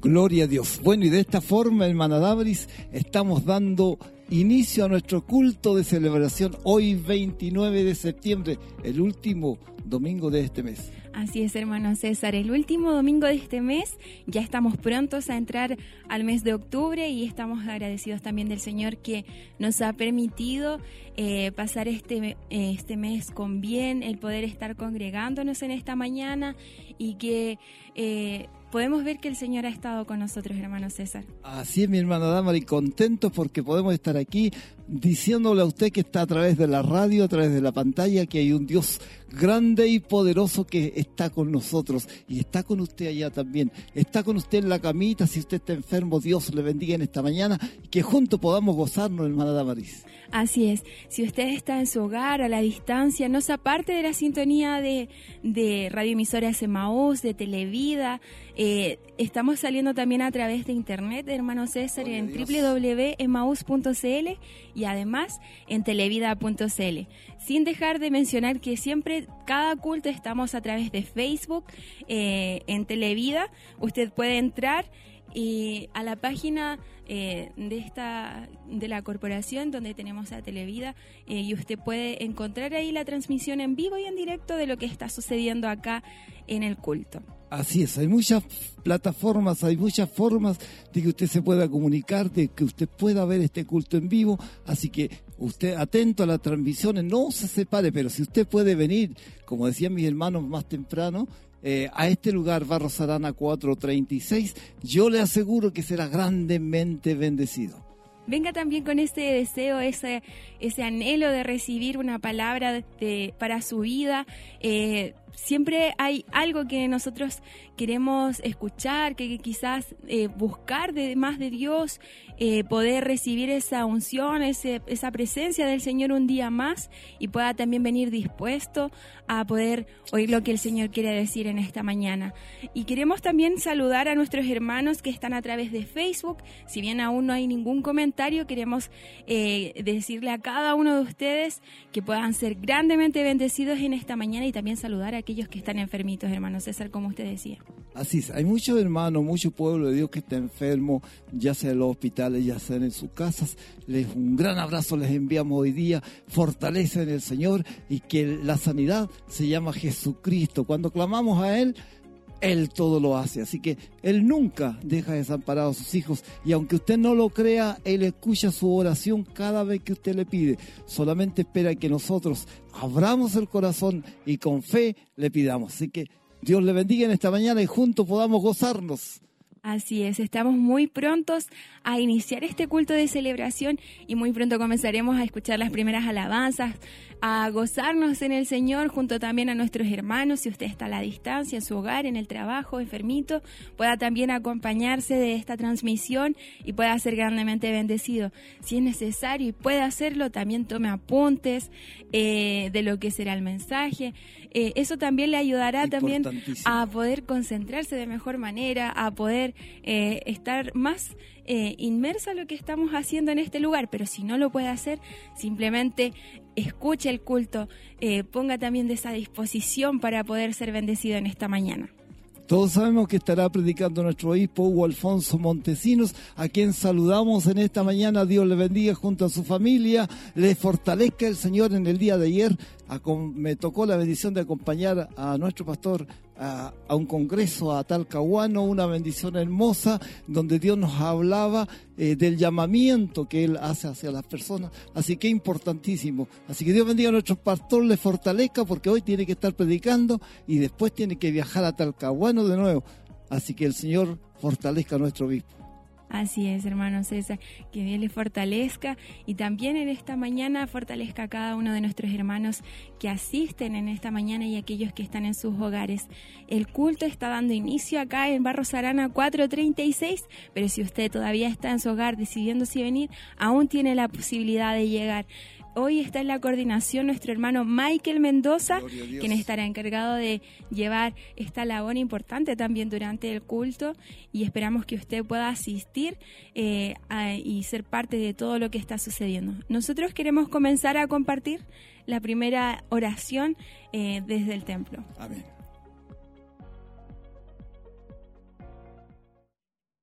Gloria a Dios. Bueno, y de esta forma, hermana Damaris, estamos dando inicio a nuestro culto de celebración hoy 29 de septiembre, el último domingo de este mes. Así es, hermano César, el último domingo de este mes. Ya estamos prontos a entrar al mes de octubre y estamos agradecidos también del Señor que nos ha permitido pasar este mes con bien, el poder estar congregándonos en esta mañana y que podemos ver que el Señor ha estado con nosotros, hermano César. Así es, mi hermana Damaris, contentos porque podemos estar aquí diciéndole a usted que está a través de la radio, a través de la pantalla, que hay un Dios grande y poderoso que está con nosotros y está con usted allá también. Está con usted en la camita, si usted está enfermo, Dios le bendiga en esta mañana y que juntos podamos gozarnos, hermana Damaris. Así es, si usted está en su hogar, a la distancia, no se aparte de la sintonía de radioemisoras Emaús, de Televida. Estamos saliendo también a través de internet, hermano César, en www.emaús.cl y además en televida.cl. Sin dejar de mencionar que siempre, cada culto estamos a través de Facebook, en Televida. Usted puede entrar a la página de la corporación donde tenemos a Televida y usted puede encontrar ahí la transmisión en vivo y en directo de lo que está sucediendo acá en el culto. Así es, hay muchas plataformas, hay muchas formas de que usted se pueda comunicar, de que usted pueda ver este culto en vivo, así que usted atento a las transmisiones, no se separe, pero si usted puede venir, como decían mis hermanos más temprano, a este lugar, Barros Arana 436, yo le aseguro que será grandemente bendecido. Venga también con ese deseo, ese anhelo de recibir una palabra para su vida. Siempre hay algo que nosotros queremos escuchar, que quizás buscar más de Dios, poder recibir esa unción, esa presencia del Señor un día más y pueda también venir dispuesto a poder oír lo que el Señor quiere decir en esta mañana. Y queremos también saludar a nuestros hermanos que están a través de Facebook. Si bien aún no hay ningún comentario, queremos decirle a cada uno de ustedes que puedan ser grandemente bendecidos en esta mañana y también saludar a aquellos que están enfermitos, hermano César, como usted decía. Así es, hay muchos hermanos, mucho pueblo de Dios que está enfermo, ya sea en los hospitales, ya sea en sus casas. Un gran abrazo les enviamos hoy día, fortaleza en el Señor y que la sanidad se llama Jesucristo. Cuando clamamos a Él todo lo hace, así que Él nunca deja desamparados a sus hijos y aunque usted no lo crea, Él escucha su oración cada vez que usted le pide. Solamente espera que nosotros abramos el corazón y con fe le pidamos. Así que Dios le bendiga en esta mañana y juntos podamos gozarnos. Así es, estamos muy prontos a iniciar este culto de celebración y muy pronto comenzaremos a escuchar las primeras alabanzas, a gozarnos en el Señor junto también a nuestros hermanos. Si usted está a la distancia, en su hogar, en el trabajo, enfermito, pueda también acompañarse de esta transmisión y pueda ser grandemente bendecido. Si es necesario y puede hacerlo, también tome apuntes de lo que será el mensaje. Eso también le ayudará también a poder concentrarse de mejor manera, a poder estar más inmerso a lo que estamos haciendo en este lugar. Pero si no lo puede hacer, simplemente escuche el culto, ponga también de esa disposición para poder ser bendecido en esta mañana. Todos sabemos que estará predicando nuestro obispo Hugo Alfonso Montesinos, a quien saludamos en esta mañana. Dios le bendiga junto a su familia, le fortalezca el Señor. En el día de ayer me tocó la bendición de acompañar a nuestro pastor a un congreso a Talcahuano, una bendición hermosa donde Dios nos hablaba del llamamiento que Él hace hacia las personas, así que importantísimo. Así que Dios bendiga a nuestro pastor, le fortalezca porque hoy tiene que estar predicando y después tiene que viajar a Talcahuano de nuevo, así que el Señor fortalezca a nuestro obispo. Así es, hermano César, que Dios le fortalezca y también en esta mañana fortalezca a cada uno de nuestros hermanos que asisten en esta mañana y aquellos que están en sus hogares. El culto está dando inicio acá en Barros Arana 436, pero si usted todavía está en su hogar decidiendo si venir, aún tiene la posibilidad de llegar. Hoy está en la coordinación nuestro hermano Michael Mendoza, quien estará encargado de llevar esta labor importante también durante el culto y esperamos que usted pueda asistir y ser parte de todo lo que está sucediendo. Nosotros queremos comenzar a compartir la primera oración desde el templo. Amén.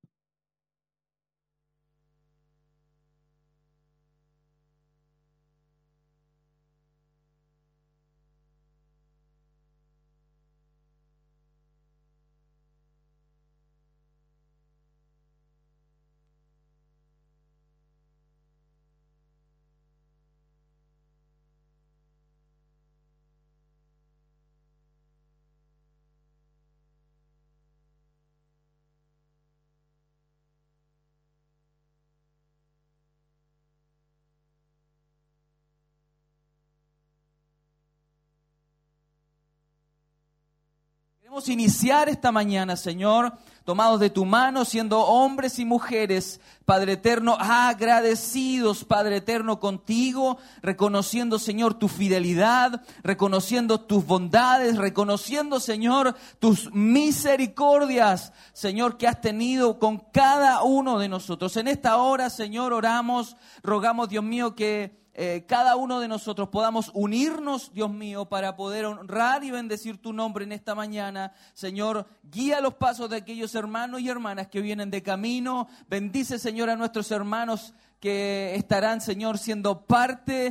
Queremos iniciar esta mañana, Señor, tomados de tu mano, siendo hombres y mujeres, Padre eterno, agradecidos, Padre eterno, contigo, reconociendo, Señor, tu fidelidad, reconociendo tus bondades, reconociendo, Señor, tus misericordias, Señor, que has tenido con cada uno de nosotros. En esta hora, Señor, oramos, rogamos, Dios mío, que cada uno de nosotros podamos unirnos, Dios mío, para poder honrar y bendecir tu nombre en esta mañana. Señor, guía los pasos de aquellos hermanos y hermanas que vienen de camino. Bendice, Señor, a nuestros hermanos que estarán, Señor, siendo parte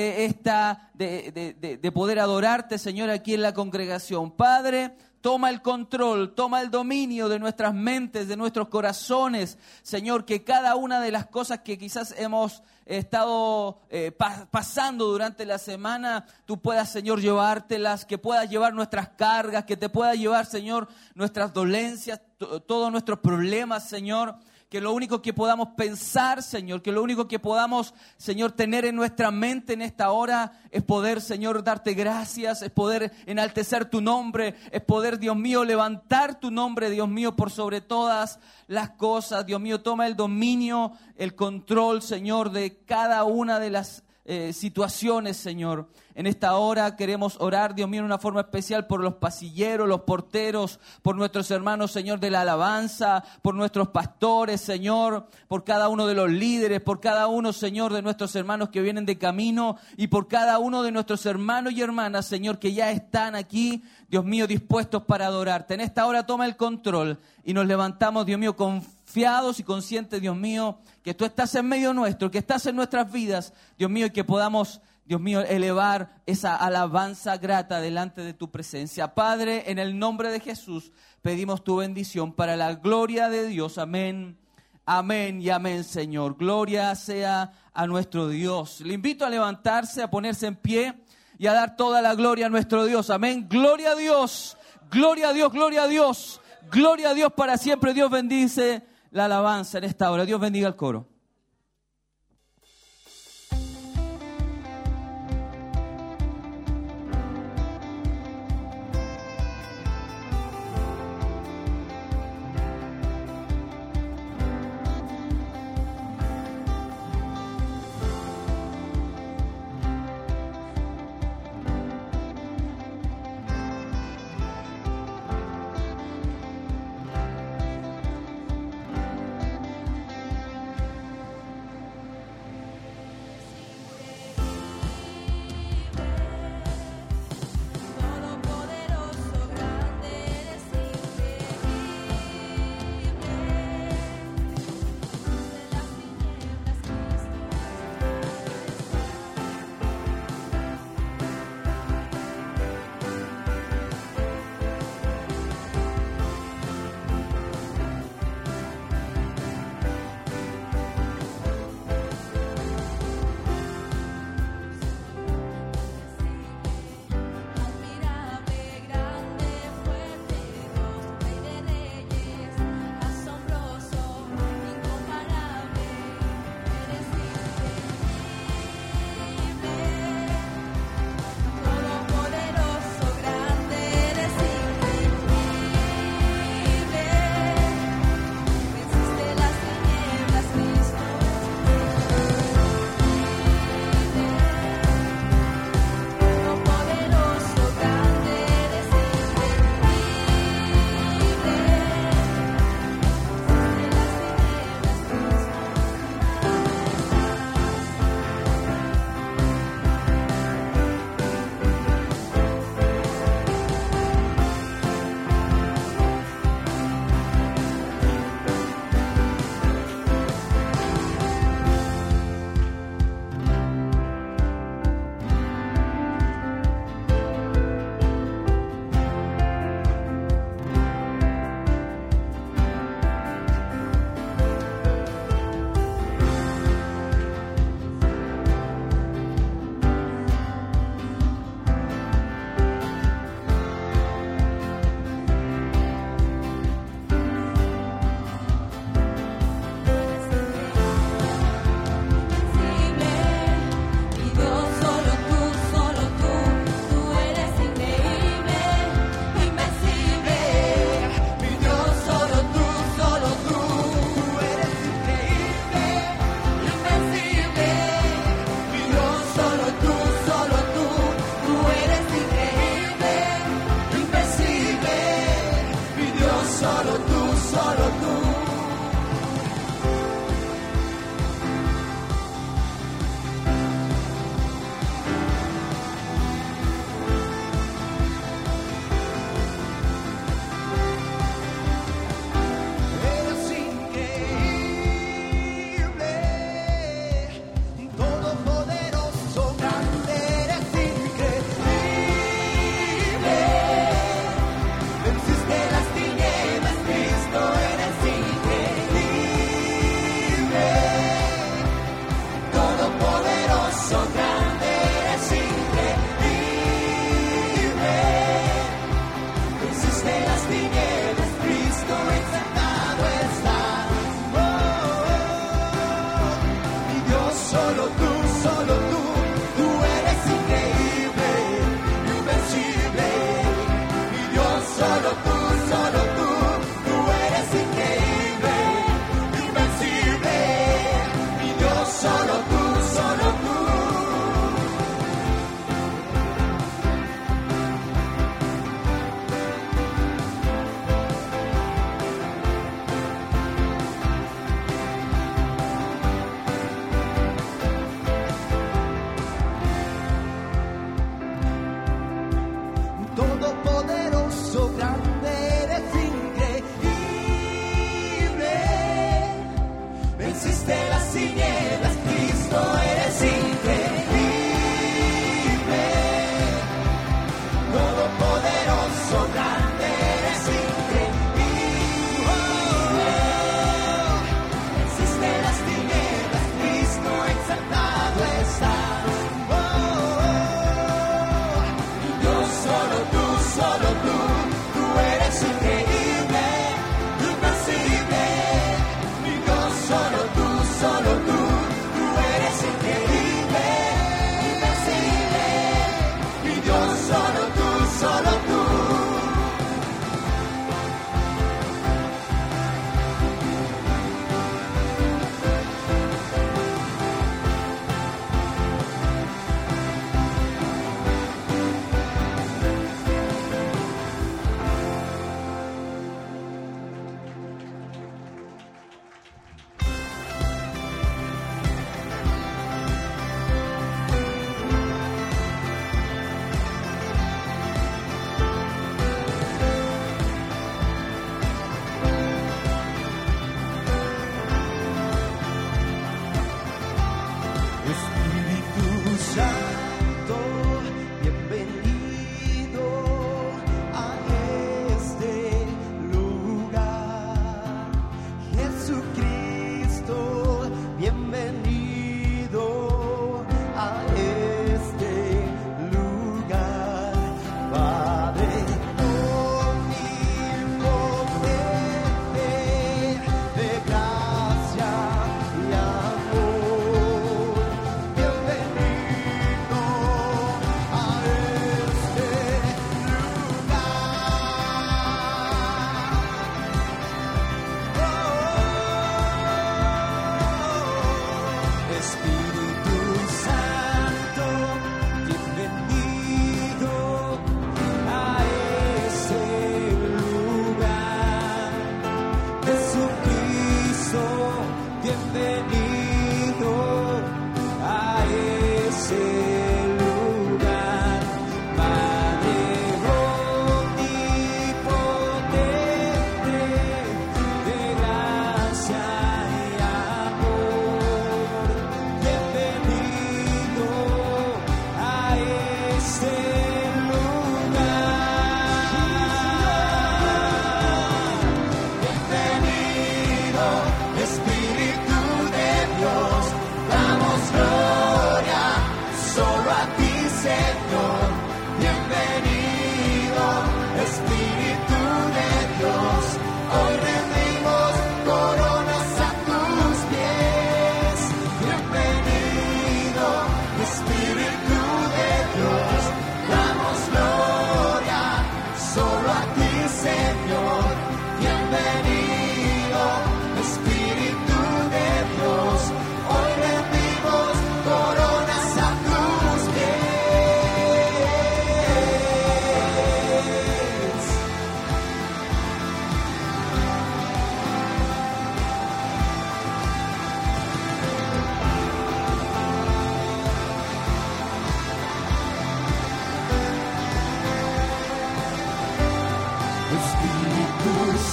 de poder adorarte, Señor, aquí en la congregación. Padre, toma el control, toma el dominio de nuestras mentes, de nuestros corazones. Señor, que cada una de las cosas que quizás hemos estado pasando durante la semana, tú puedas, Señor, llevártelas, que puedas llevar nuestras cargas, que te puedas llevar, Señor, nuestras dolencias, todos nuestros problemas, Señor. Que lo único que podamos pensar, Señor, que lo único que podamos, Señor, tener en nuestra mente en esta hora es poder, Señor, darte gracias, es poder enaltecer tu nombre, es poder, Dios mío, levantar tu nombre, Dios mío, por sobre todas las cosas. Dios mío, toma el dominio, el control, Señor, de cada una de las situaciones, Señor. En esta hora queremos orar, Dios mío, en una forma especial por los pasilleros, los porteros, por nuestros hermanos, Señor, de la alabanza, por nuestros pastores, Señor, por cada uno de los líderes, por cada uno, Señor, de nuestros hermanos que vienen de camino y por cada uno de nuestros hermanos y hermanas, Señor, que ya están aquí, Dios mío, dispuestos para adorarte. En esta hora toma el control y nos levantamos, Dios mío, confiados y conscientes, Dios mío, que tú estás en medio nuestro, que estás en nuestras vidas, Dios mío, y que podamos, Dios mío, elevar esa alabanza grata delante de tu presencia. Padre, en el nombre de Jesús, pedimos tu bendición para la gloria de Dios. Amén, amén y amén, Señor. Gloria sea a nuestro Dios. Le invito a levantarse, a ponerse en pie y a dar toda la gloria a nuestro Dios. Amén. Gloria a Dios, gloria a Dios, gloria a Dios. Gloria a Dios para siempre. Dios bendice la alabanza en esta hora. Dios bendiga el coro.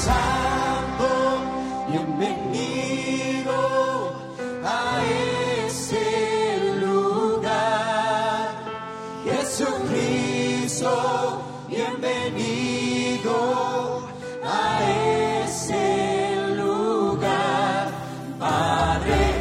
Santo, bienvenido a ese lugar. Jesucristo, bienvenido a ese lugar. Padre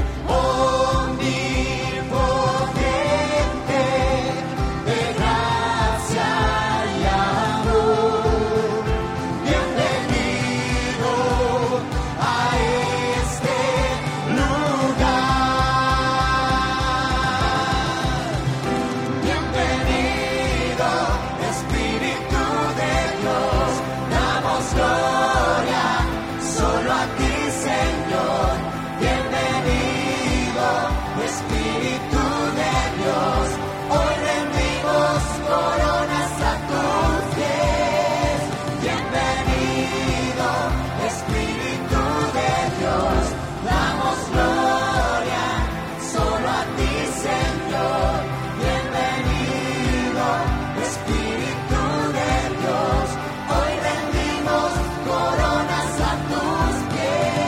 omnipotente, de gracia y amor, bienvenido a este lugar. Bienvenido, Espíritu de Dios, damos gloria solo a ti, Señor. Bienvenido, Espíritu de Dios, hoy rendimos coronas a tus pies. Bienvenido, Espíritu de Dios, damos gloria solo a ti, Señor. Bienvenido, Espíritu de Dios, hoy rendimos coronas a tus pies.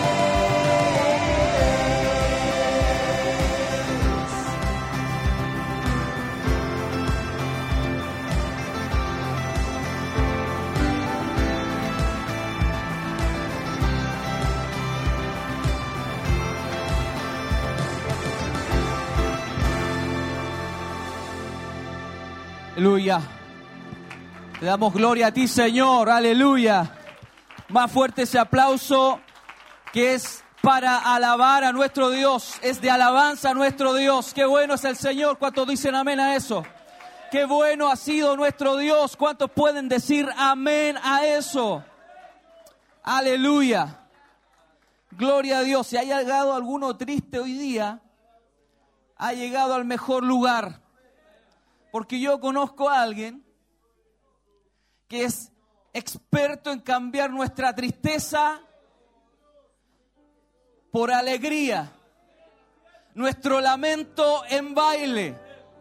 Aleluya. Te damos gloria a ti, Señor. Aleluya. Más fuerte ese aplauso que es para alabar a nuestro Dios. Es de alabanza a nuestro Dios. Qué bueno es el Señor. ¿Cuántos dicen amén a eso? Qué bueno ha sido nuestro Dios. ¿Cuántos pueden decir amén a eso? Aleluya. Gloria a Dios. Si ha llegado alguno triste hoy día, ha llegado al mejor lugar. Porque yo conozco a alguien que es experto en cambiar nuestra tristeza por alegría, nuestro lamento en baile.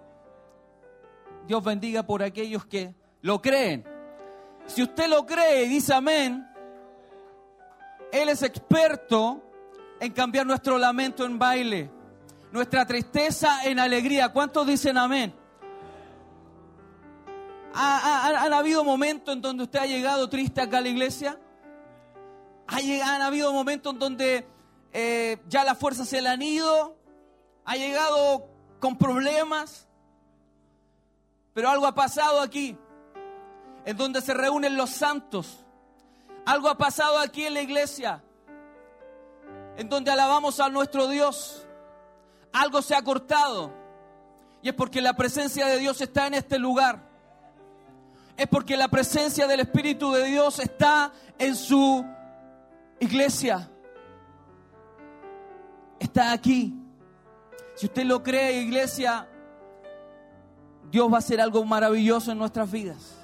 Dios bendiga por aquellos que lo creen. Si usted lo cree y dice amén, Él es experto en cambiar nuestro lamento en baile, nuestra tristeza en alegría. ¿Cuántos dicen amén? ¿Han habido momentos en donde usted ha llegado triste acá a la iglesia? ¿Han habido momentos en donde ya las fuerzas se le han ido? ¿Ha llegado con problemas? Pero algo ha pasado aquí, en donde se reúnen los santos. Algo ha pasado aquí en la iglesia, en donde alabamos a nuestro Dios. Algo se ha cortado, y es porque la presencia de Dios está en este lugar. Es porque la presencia del Espíritu de Dios está en su iglesia. Está aquí. Si usted lo cree, iglesia, Dios va a hacer algo maravilloso en nuestras vidas.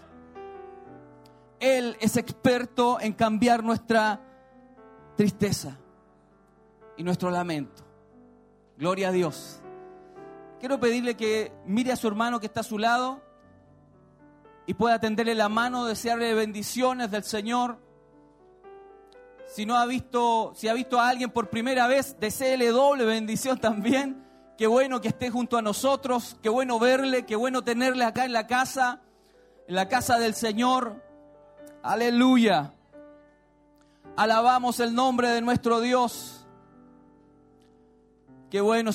Él es experto en cambiar nuestra tristeza y nuestro lamento. Gloria a Dios. Quiero pedirle que mire a su hermano que está a su lado y pueda tenderle la mano, desearle bendiciones del Señor. Si ha visto a alguien por primera vez, deséele doble bendición también. Qué bueno que esté junto a nosotros, qué bueno verle, qué bueno tenerle acá en la casa del Señor. Aleluya. Alabamos el nombre de nuestro Dios. Qué bueno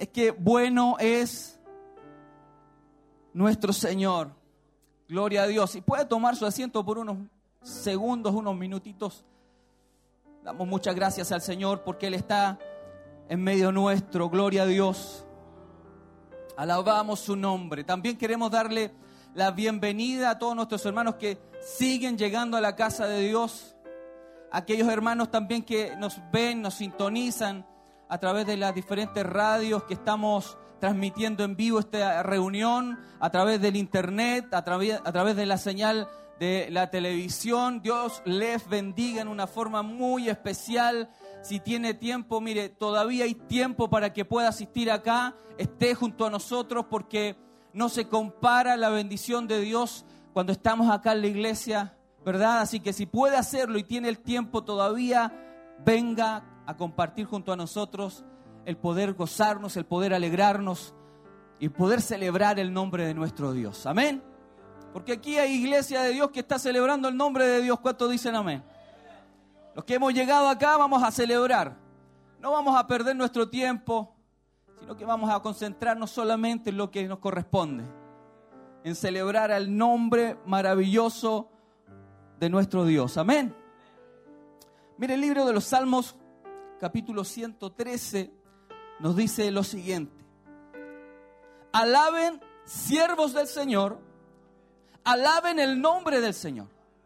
es nuestro Señor. Gloria a Dios. Y puede tomar su asiento por unos segundos, unos minutitos. Damos muchas gracias al Señor porque Él está en medio nuestro. Gloria a Dios. Alabamos su nombre. También queremos darle la bienvenida a todos nuestros hermanos que siguen llegando a la casa de Dios. Aquellos hermanos también que nos ven, nos sintonizan a través de las diferentes radios que estamos transmitiendo en vivo esta reunión, a través del internet, a través de la señal de la televisión. Dios les bendiga en una forma muy especial. Si tiene tiempo, mire, todavía hay tiempo para que pueda asistir acá, esté junto a nosotros, porque no se compara la bendición de Dios cuando estamos acá en la iglesia ¿verdad? Así que si puede hacerlo y tiene el tiempo todavía, venga a compartir junto a nosotros el poder gozarnos, el poder alegrarnos y poder celebrar el nombre de nuestro Dios. Amén. Porque aquí hay iglesia de Dios que está celebrando el nombre de Dios. ¿Cuántos dicen amén? Los que hemos llegado acá vamos a celebrar. No vamos a perder nuestro tiempo, sino que vamos a concentrarnos solamente en lo que nos corresponde, en celebrar al nombre maravilloso de nuestro Dios. Amén. Mire, el libro de los Salmos, capítulo 113, nos dice lo siguiente: alaben, siervos del Señor, alaben el nombre del Señor.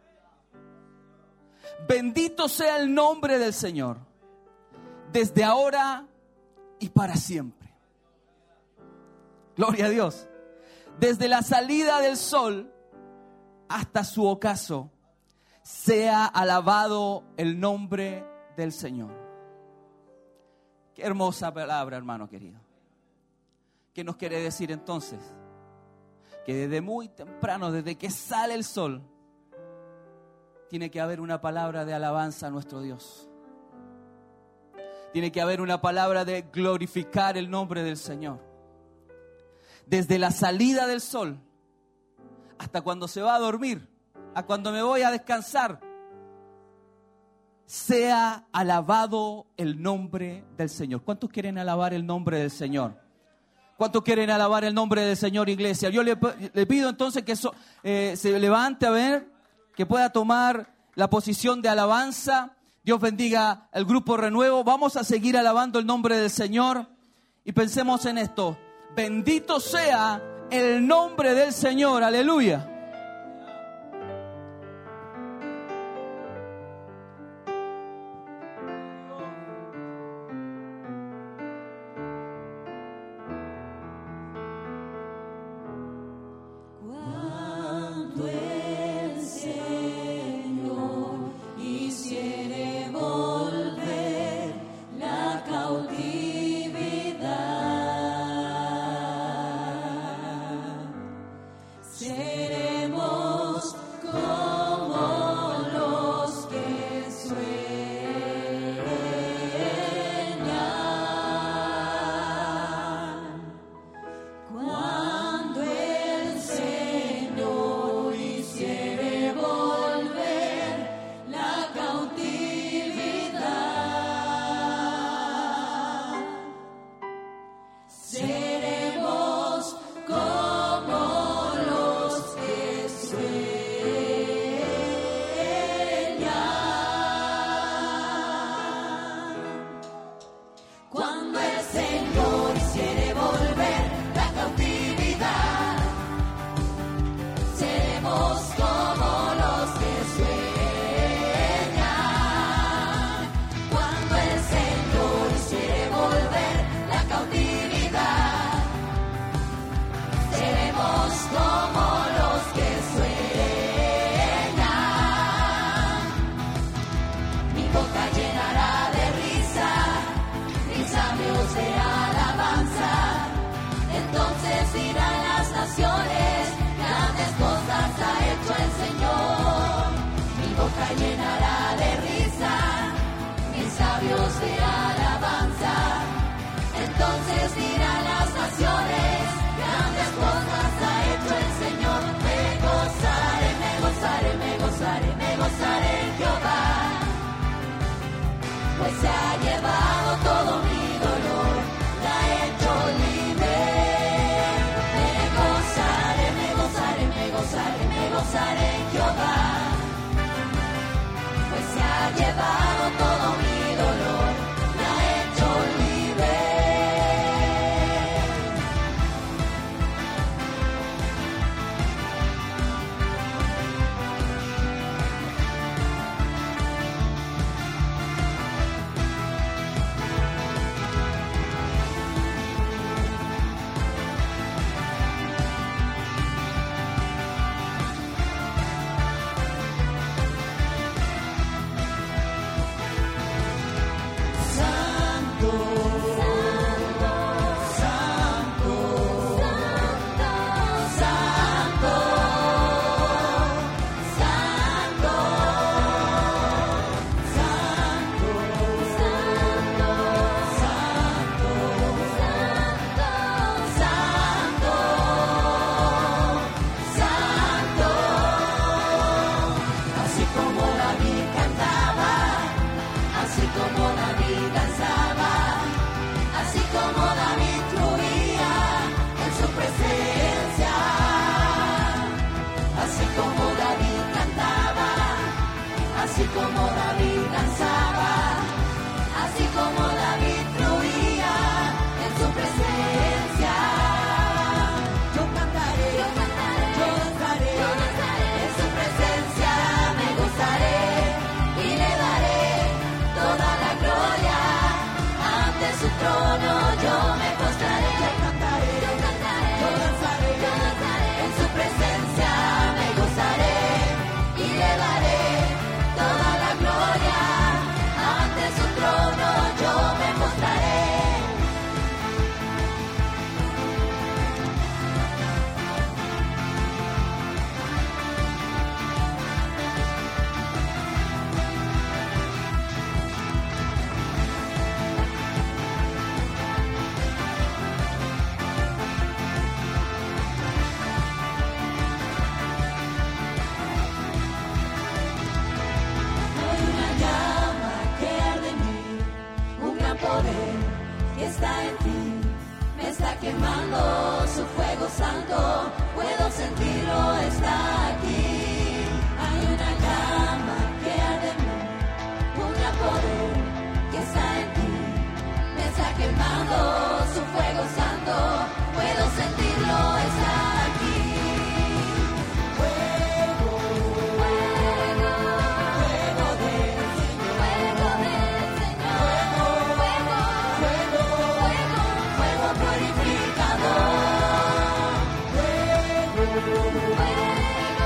Bendito sea el nombre del Señor, desde ahora y para siempre. Gloria a Dios. Desde la salida del sol hasta su ocaso, sea alabado el nombre del Señor. Qué hermosa palabra, hermano querido. ¿Qué nos quiere decir entonces? Que desde muy temprano, desde que sale el sol, tiene que haber una palabra de alabanza a nuestro Dios. Tiene que haber una palabra de glorificar el nombre del Señor. Desde la salida del sol hasta cuando se va a dormir, a cuando me voy a descansar, sea alabado el nombre del Señor. ¿Cuántos quieren alabar el nombre del Señor? ¿Cuántos quieren alabar el nombre del Señor, iglesia? Yo le pido entonces que se levante, a ver, que pueda tomar la posición de alabanza. Dios bendiga al grupo Renuevo. Vamos a seguir alabando el nombre del Señor y pensemos en esto: bendito sea el nombre del Señor. Aleluya. está en ti, me está quemando su fuego santo, puedo sentirlo, está aquí. Hay una llama que arde en mí, un gran poder que está en ti, me está quemando su fuego santo, puedo sentirlo, está aquí. Fuego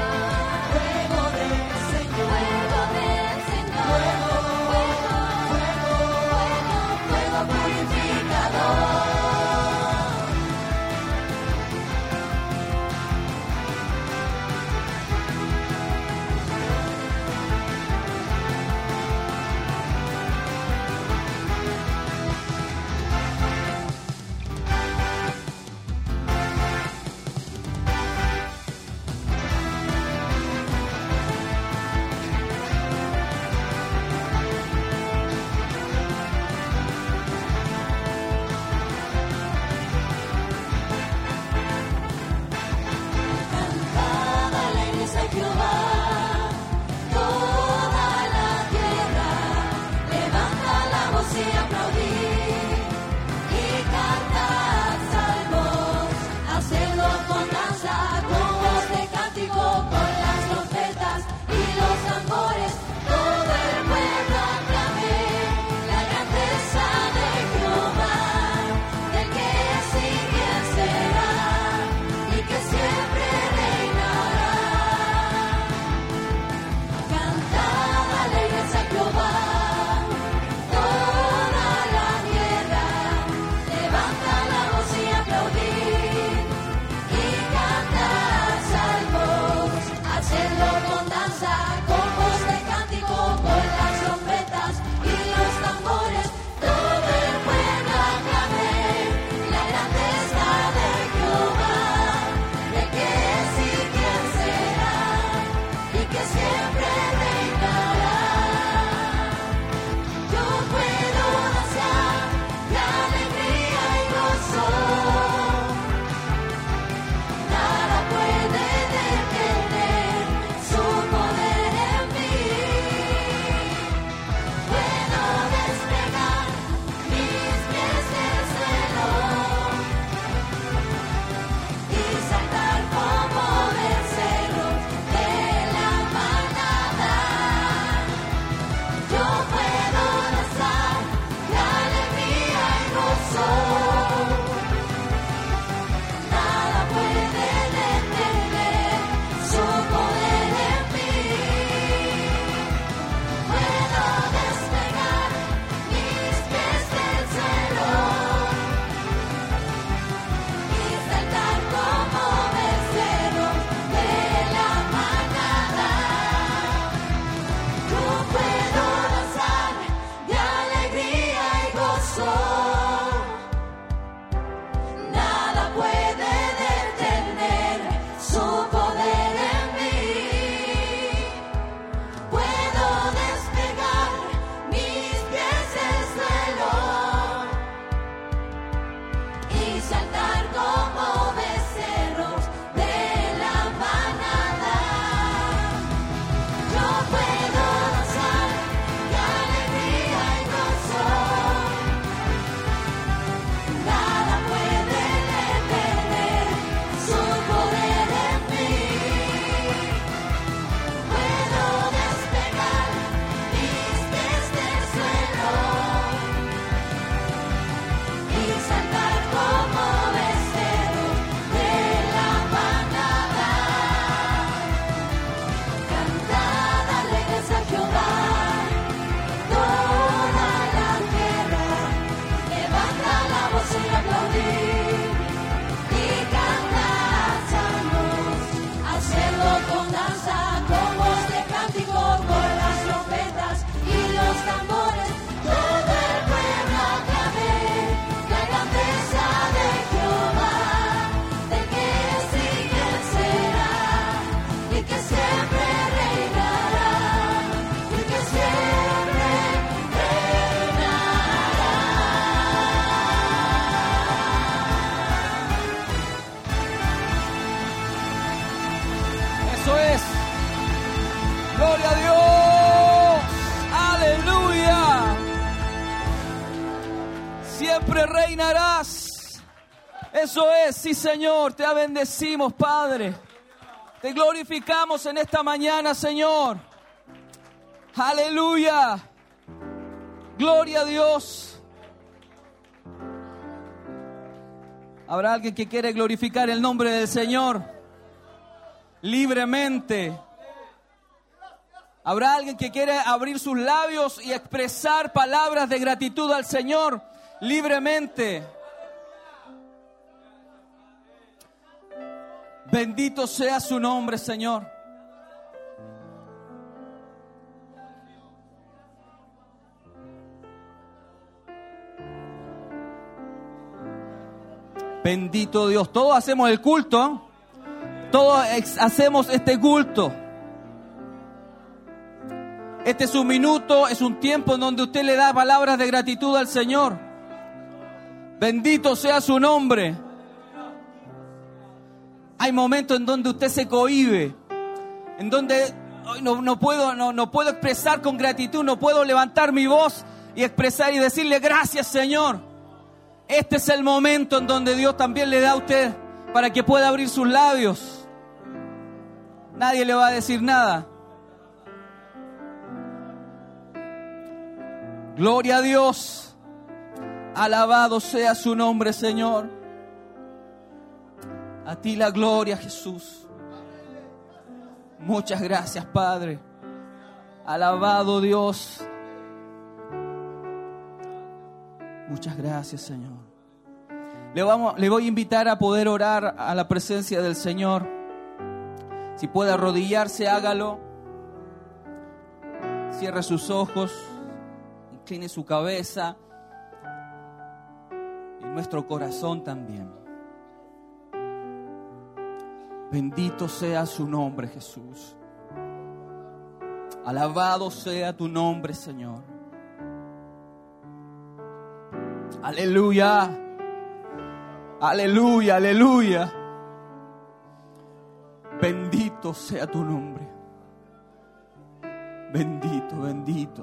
Gloria a Dios. Aleluya. Siempre reinarás. Eso es, sí, Señor. Te bendecimos, Padre. Te glorificamos en esta mañana, Señor. Aleluya. Gloria a Dios. ¿Habrá alguien que quiere glorificar el nombre del Señor libremente? ¿Habrá alguien que quiere abrir sus labios y expresar palabras de gratitud al Señor libremente? Bendito sea su nombre, Señor. Bendito Dios. Todos hacemos el culto. Todos hacemos este culto. Este es un minuto, es un tiempo en donde usted le da palabras de gratitud al Señor. Bendito sea su nombre. Hay momentos en donde usted se cohíbe, en donde no puedo expresar con gratitud, no puedo levantar mi voz y expresar y decirle gracias, Señor. Este es el momento en donde Dios también le da a usted para que pueda abrir sus labios. Nadie le va a decir nada. Gloria a Dios. Alabado sea su nombre, Señor. A ti la gloria, Jesús. Muchas gracias, Padre. Alabado Dios. Muchas gracias, Señor. Le voy a invitar a poder orar a la presencia del Señor. Si puede arrodillarse, hágalo. Cierre sus ojos. Incline su cabeza. Y nuestro corazón también. Bendito sea su nombre, Jesús. Alabado sea tu nombre, Señor. Aleluya. Aleluya, aleluya. Bendito sea tu nombre. Bendito, bendito.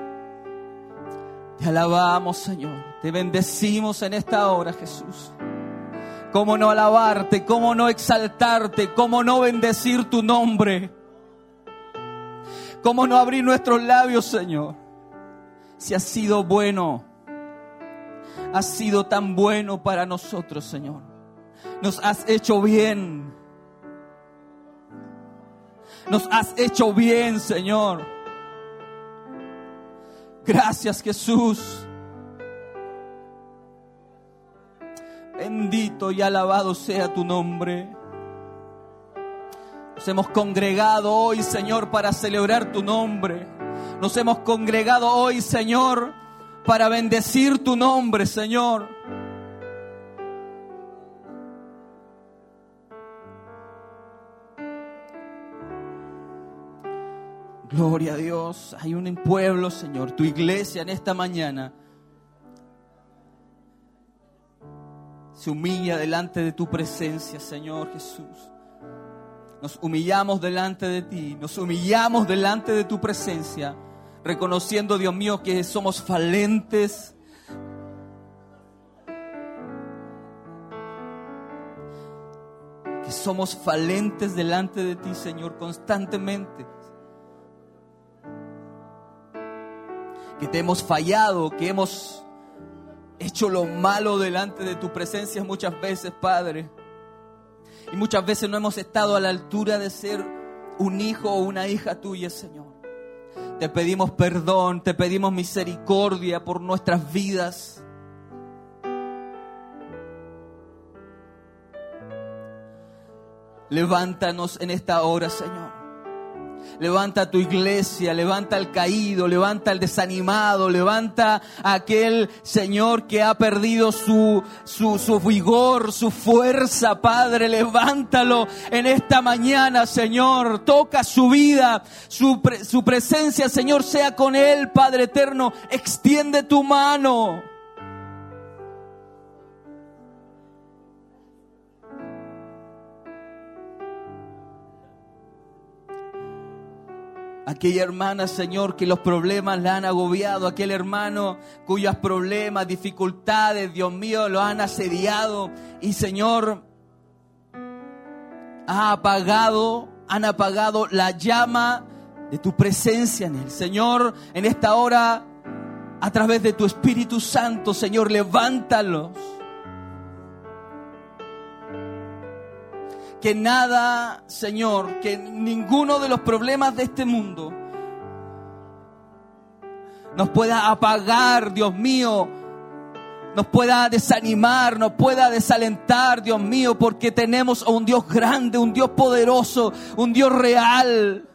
Te alabamos, Señor. Te bendecimos en esta hora, Jesús. ¿Cómo no alabarte? ¿Cómo no exaltarte? ¿Cómo no bendecir tu nombre? ¿Cómo no abrir nuestros labios, Señor? Si has sido bueno, has sido tan bueno para nosotros, Señor. Nos has hecho bien. Nos has hecho bien, Señor. Gracias, Jesús. Bendito y alabado sea tu nombre. Nos hemos congregado hoy, Señor, para celebrar tu nombre. Nos hemos congregado hoy, Señor, para bendecir tu nombre, Señor. Gloria a Dios. Hay un pueblo, Señor, tu iglesia en esta mañana se humilla delante de tu presencia, Señor Jesús. Nos humillamos delante de ti, nos humillamos delante de tu presencia, reconociendo, Dios mío, que somos falentes. Que somos falentes delante de ti, Señor, constantemente. Que te hemos fallado, que hemos hecho lo malo delante de tu presencia muchas veces, Padre. Y muchas veces no hemos estado a la altura de ser un hijo o una hija tuya, Señor. Te pedimos perdón, te pedimos misericordia por nuestras vidas. Levántanos en esta hora, Señor. Levanta a tu iglesia, levanta al caído, levanta al desanimado, levanta a aquel, Señor, que ha perdido su vigor, su fuerza, Padre. Levántalo en esta mañana, Señor. Toca su vida, su presencia, Señor, sea con él, Padre eterno. Extiende tu mano. Aquella hermana, Señor, que los problemas la han agobiado. Aquel hermano cuyos problemas, dificultades, Dios mío, lo han asediado. Y, Señor, han apagado la llama de tu presencia en él. Señor, en esta hora, a través de tu Espíritu Santo, Señor, levántalos. Que nada, Señor, que ninguno de los problemas de este mundo nos pueda apagar, Dios mío, nos pueda desanimar, nos pueda desalentar, Dios mío, porque tenemos a un Dios grande, un Dios poderoso, un Dios real.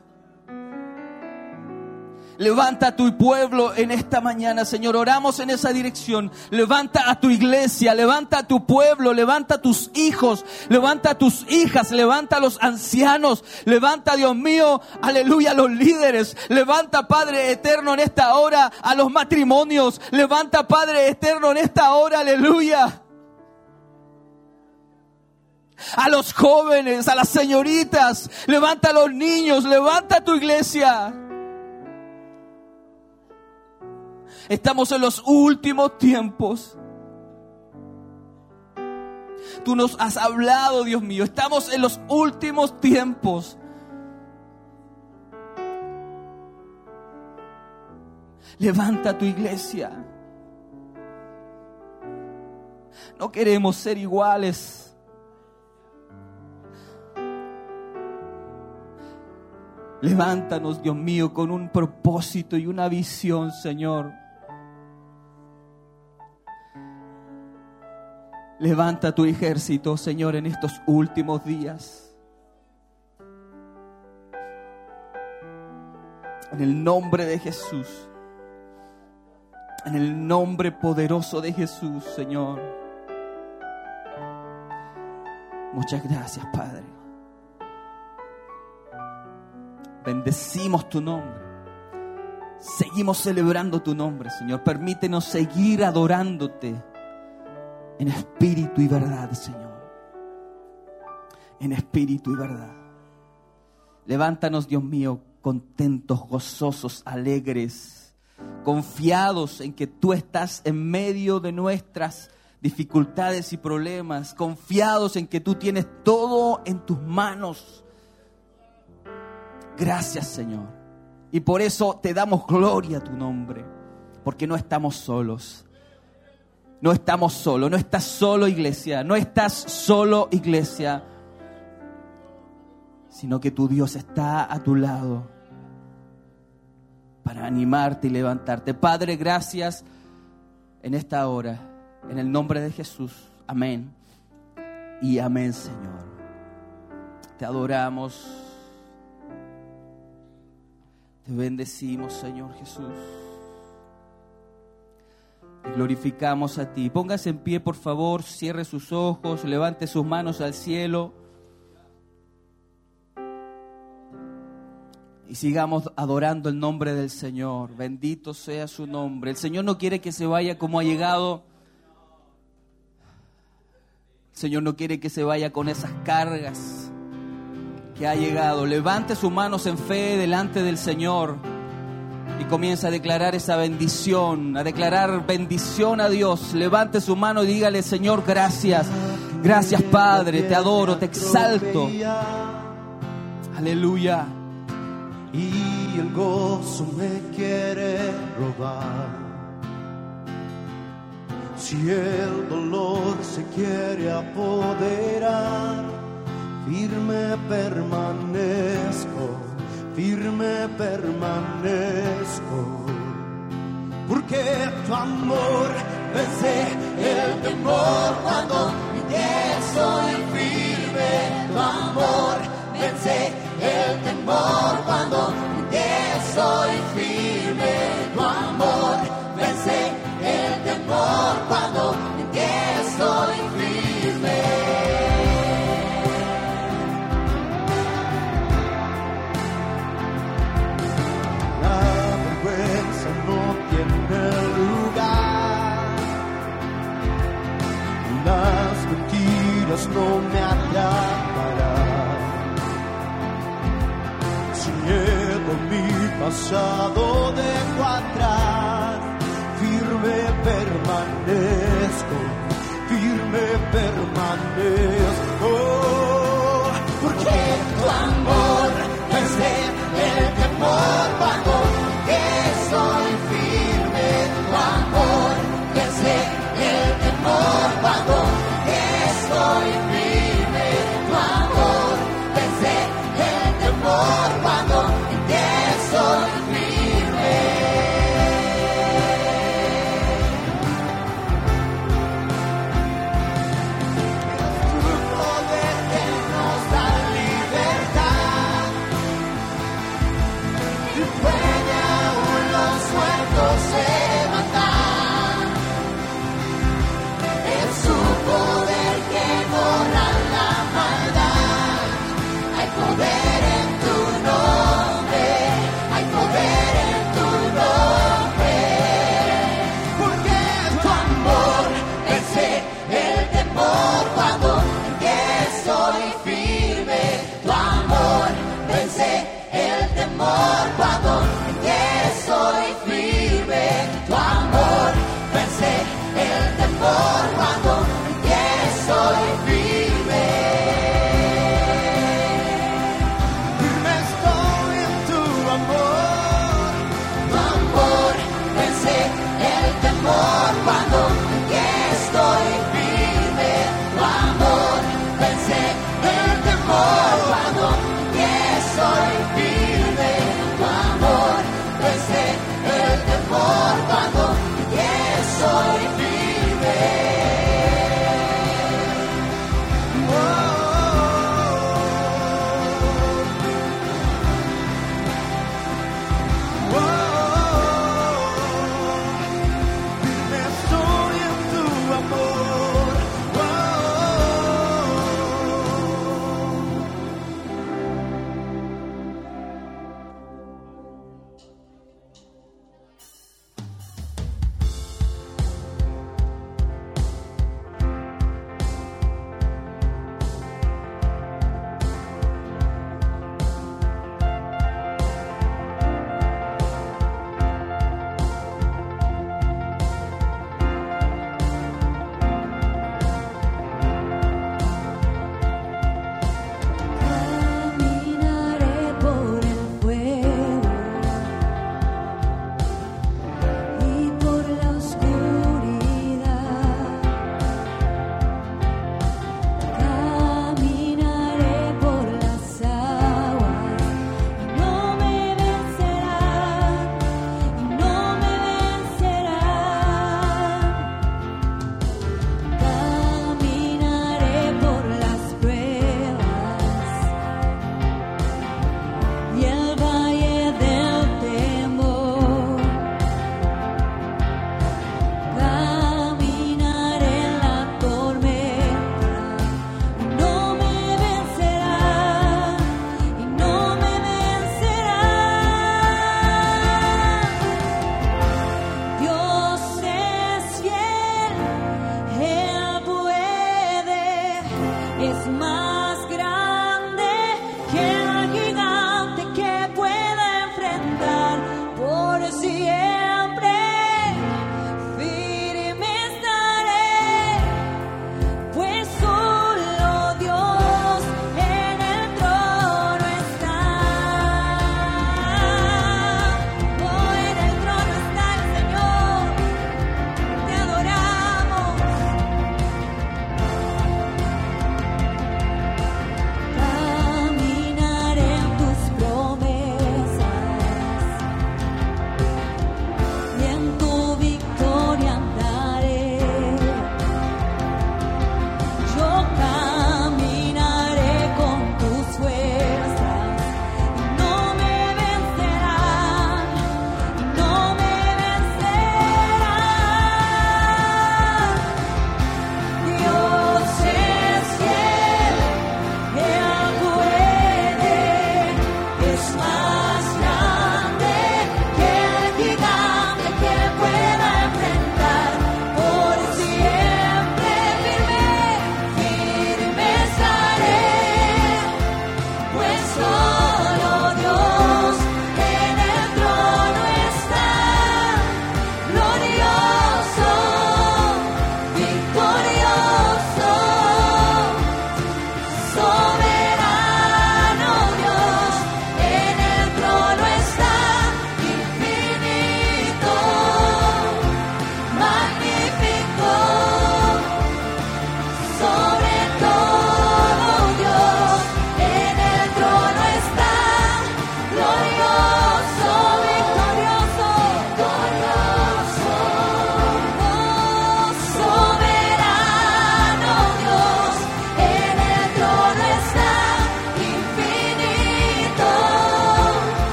Levanta a tu pueblo en esta mañana, Señor. Oramos en esa dirección. Levanta a tu iglesia, levanta a tu pueblo, levanta a tus hijos, levanta a tus hijas, levanta a los ancianos, levanta, Dios mío, aleluya, a los líderes. Levanta, Padre eterno, en esta hora a los matrimonios. Levanta, Padre eterno, en esta hora, aleluya, a los jóvenes, a las señoritas. Levanta a los niños, levanta a tu iglesia. Estamos en los últimos tiempos. Tú nos has hablado, Dios mío. Estamos en los últimos tiempos. Levanta tu iglesia. No queremos ser iguales. Levántanos, Dios mío, con un propósito y una visión, Señor. Levanta tu ejército, Señor, en estos últimos días. En el nombre de Jesús. En el nombre poderoso de Jesús, Señor. Muchas gracias, Padre. Bendecimos tu nombre. Seguimos celebrando tu nombre, Señor. Permítenos seguir adorándote en espíritu y verdad, Señor. En espíritu y verdad. Levántanos, Dios mío, contentos, gozosos, alegres, confiados en que tú estás en medio de nuestras dificultades y problemas, confiados en que tú tienes todo en tus manos. Gracias, Señor. Y por eso te damos gloria a tu nombre, porque no estamos solos. No estamos solos, no estás solo, iglesia, no estás solo, iglesia, sino que tu Dios está a tu lado para animarte y levantarte. Padre, gracias en esta hora, en el nombre de Jesús. Amén y amén, Señor. Te adoramos, te bendecimos, Señor Jesús. Te glorificamos a ti. Póngase en pie, por favor, cierre sus ojos, levante sus manos al cielo y sigamos adorando el nombre del Señor. Bendito sea su nombre. El Señor no quiere que se vaya como ha llegado. El Señor no quiere que se vaya con esas cargas que ha llegado. Levante sus manos en fe delante del Señor y comienza a declarar esa bendición, a declarar bendición a Dios. Levante su mano y dígale: Señor, gracias. Gracias, Padre, te adoro, te exalto. Aleluya. Y el gozo me quiere robar. Si el dolor se quiere apoderar, firme permanezco. Firme permanezco, porque tu amor vence el temor. Cuando mi pie soy firme, tu amor vence el temor. Cuando mi pie soy firme, tu amor vence el temor. Cuando mi pie soy firme. Las mentiras no me atraparán. Sin miedo mi pasado dejo atrás, firme permanezco, firme permanezco, porque tu amor vence el temor cuando que soy firme, tu amor vence el temor cuando que soy firme, tu amor vence el temor cuando que soy firme. Tu poder que nos da libertad, y puede aún los muertos levantar. Es su poder que borra la maldad. Hay poder en tu nombre, hay poder en tu nombre, porque tu amor vence el temor cuando que soy firme, tu amor vence el temor cuando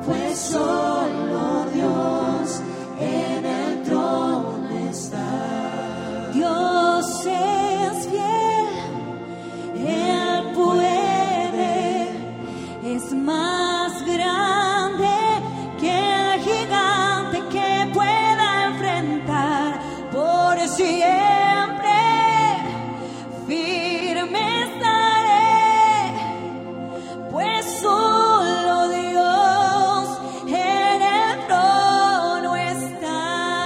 pues solo Dios en el trono está. Dios es fiel, Él puede, es más grande que el gigante que pueda enfrentar. Por siempre firme estaré, pues solo Dios en el trono está.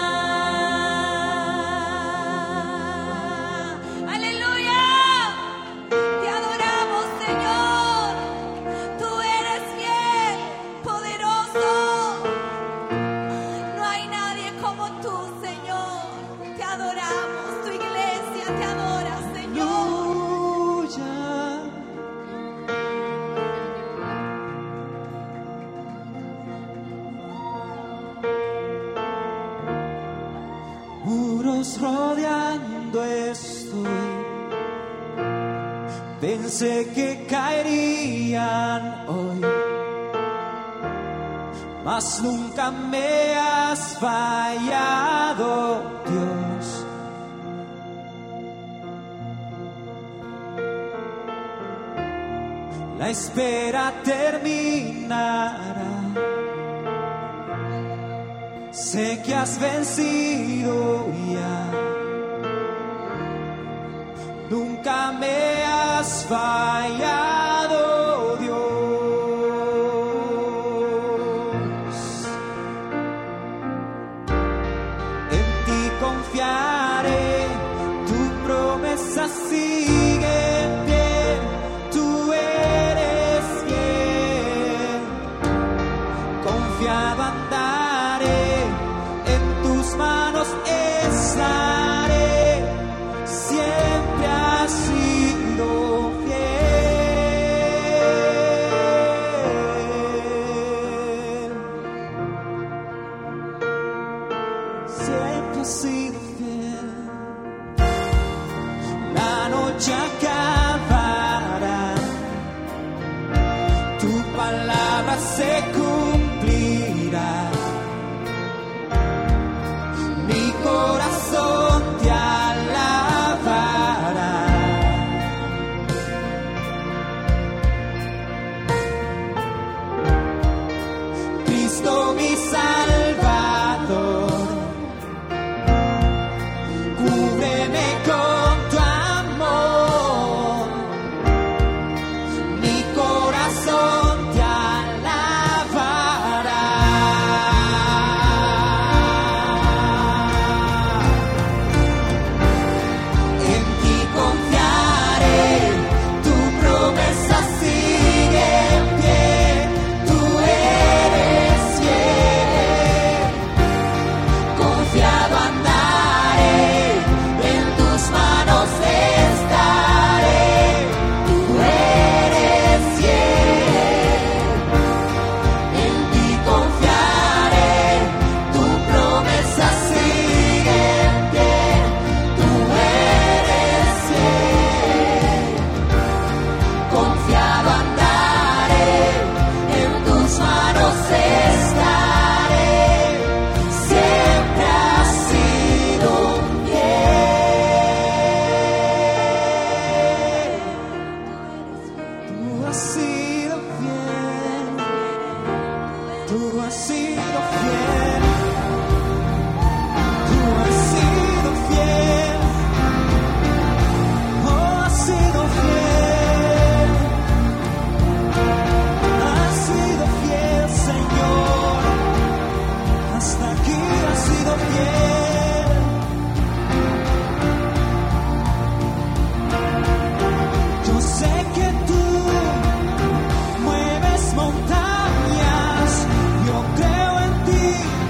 ¡Aleluya! Te adoramos, Señor. Tú eres fiel, poderoso. No hay nadie como tú, Señor. Te adoramos, tu iglesia te adora, Señor. Muros rodeando estoy, pensé que caerían hoy, mas nunca me has fallado, Dios. La espera terminará. Sé que has vencido ya. Nunca me has fallado, Dios. En ti confiaré, tu promesa sigue en pie. Tú eres fiel, confiado andaré, en tus manos estaré, siempre has sido fiel, siempre has sido fiel. La noche acabará, tu palabra se cumplirá. Mi corazón te alabará. Cristo mi Salvador, cúbreme con tu amor. Mi corazón te alabará. En ti confiaré, tu promesa sigue en pie. Tú eres fiel, confiado andaré, en tus manos estaré. Tú eres fiel, en ti confiaré, tu promesa sigue en pie. Tú eres fiel, confiado andaré, en tus manos estaré, siempre has sido fiel. Tú has sido fiel, tú has sido fiel, tú has sido fiel, oh, has sido fiel, has sido fiel, Señor, hasta aquí has sido fiel. Yo sé que tú mueves montañas, yo creo en ti.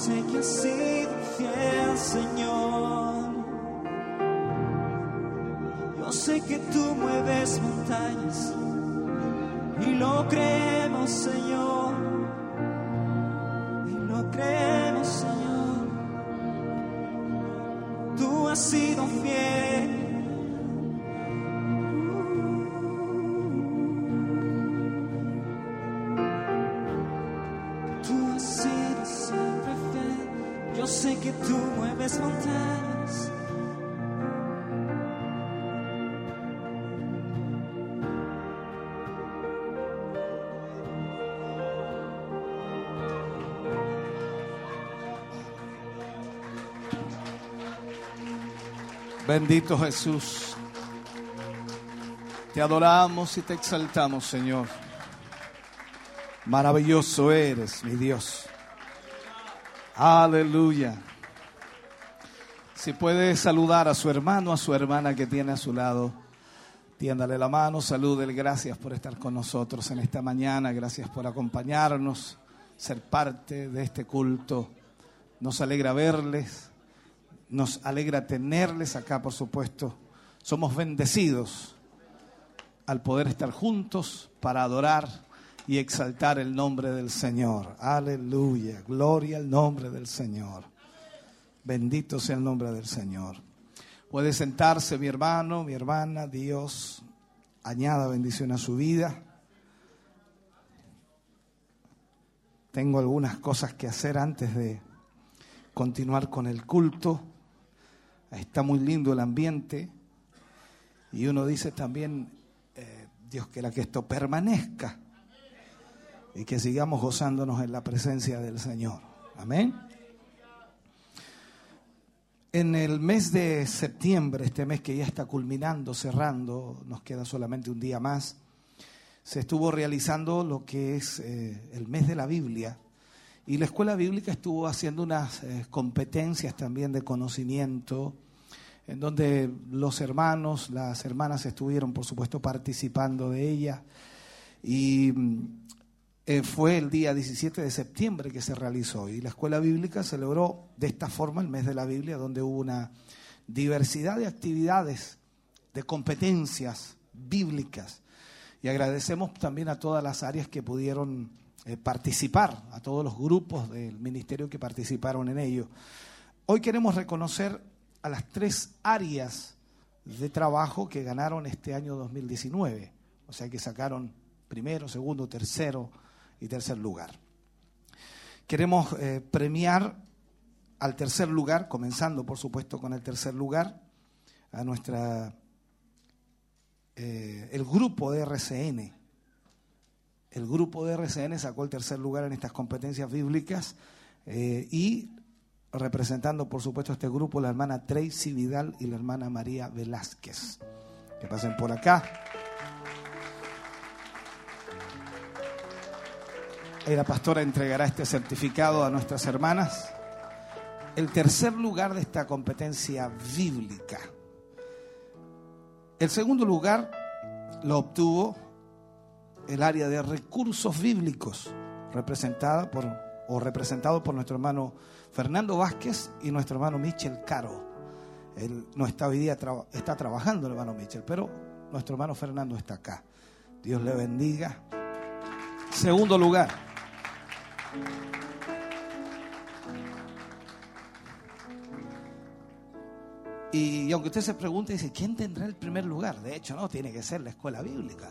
sé que has sido fiel, Señor. Yo sé que tú mueves montañas y lo creemos, Señor. Y lo creemos, Señor. Tú has sido fiel. Yo sé que tú mueves montañas. Bendito Jesús. Te adoramos y te exaltamos, Señor. Maravilloso eres, mi Dios. Aleluya. Si puede saludar a su hermano, a su hermana que tiene a su lado, tiéndale la mano, salúdele. Gracias por estar con nosotros en esta mañana. Gracias por acompañarnos, ser parte de este culto. Nos alegra verles, nos alegra tenerles acá, por supuesto. Somos bendecidos al poder estar juntos para adorar y exaltar el nombre del Señor. Aleluya, gloria al nombre del Señor. Bendito sea el nombre del Señor. Puede sentarse mi hermano, mi hermana. Dios añada bendición a su vida. Tengo algunas cosas que hacer antes de continuar con el culto. Está muy lindo el ambiente y uno dice también, Dios quiera que esto permanezca y que sigamos gozándonos en la presencia del Señor. Amén. En el mes de septiembre, este mes que ya está culminando, cerrando, nos queda solamente un día más, se estuvo realizando lo que es el mes de la Biblia, y la escuela bíblica estuvo haciendo unas competencias también de conocimiento, en donde los hermanos, las hermanas estuvieron por supuesto participando de ella, y fue el día 17 de septiembre que se realizó, y la escuela bíblica celebró de esta forma el mes de la Biblia, donde hubo una diversidad de actividades, de competencias bíblicas, y agradecemos también a todas las áreas que pudieron participar, a todos los grupos del ministerio que participaron en ello. Hoy queremos reconocer a las 3 áreas de trabajo que ganaron este año 2019, o sea que sacaron primero, segundo, tercero y tercer lugar. Queremos premiar al tercer lugar, comenzando por supuesto con el tercer lugar, a el grupo de RCN. El grupo de RCN sacó el tercer lugar en estas competencias bíblicas y representando por supuesto a este grupo la hermana Tracy Vidal y la hermana María Velázquez. Que pasen por acá. La pastora entregará este certificado a nuestras hermanas. El tercer lugar de esta competencia bíblica. El segundo lugar lo obtuvo el área de recursos bíblicos, representado por nuestro hermano Fernando Vázquez y nuestro hermano Michel Caro. Él no está hoy día, está trabajando el hermano Michel, pero nuestro hermano Fernando está acá. Dios le bendiga. Segundo lugar. Y aunque usted se pregunte, dice, ¿quién tendrá el primer lugar? De hecho, no, tiene que ser la escuela bíblica.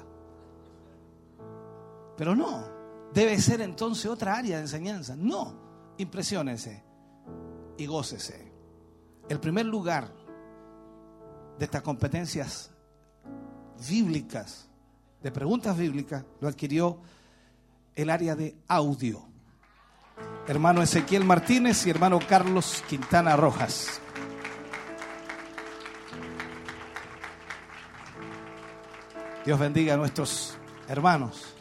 Pero no, debe ser entonces otra área de enseñanza. No, impresiónese y gócese. El primer lugar de estas competencias bíblicas, de preguntas bíblicas, lo adquirió el área de audio. Hermano Ezequiel Martínez y hermano Carlos Quintana Rojas. Dios bendiga a nuestros hermanos.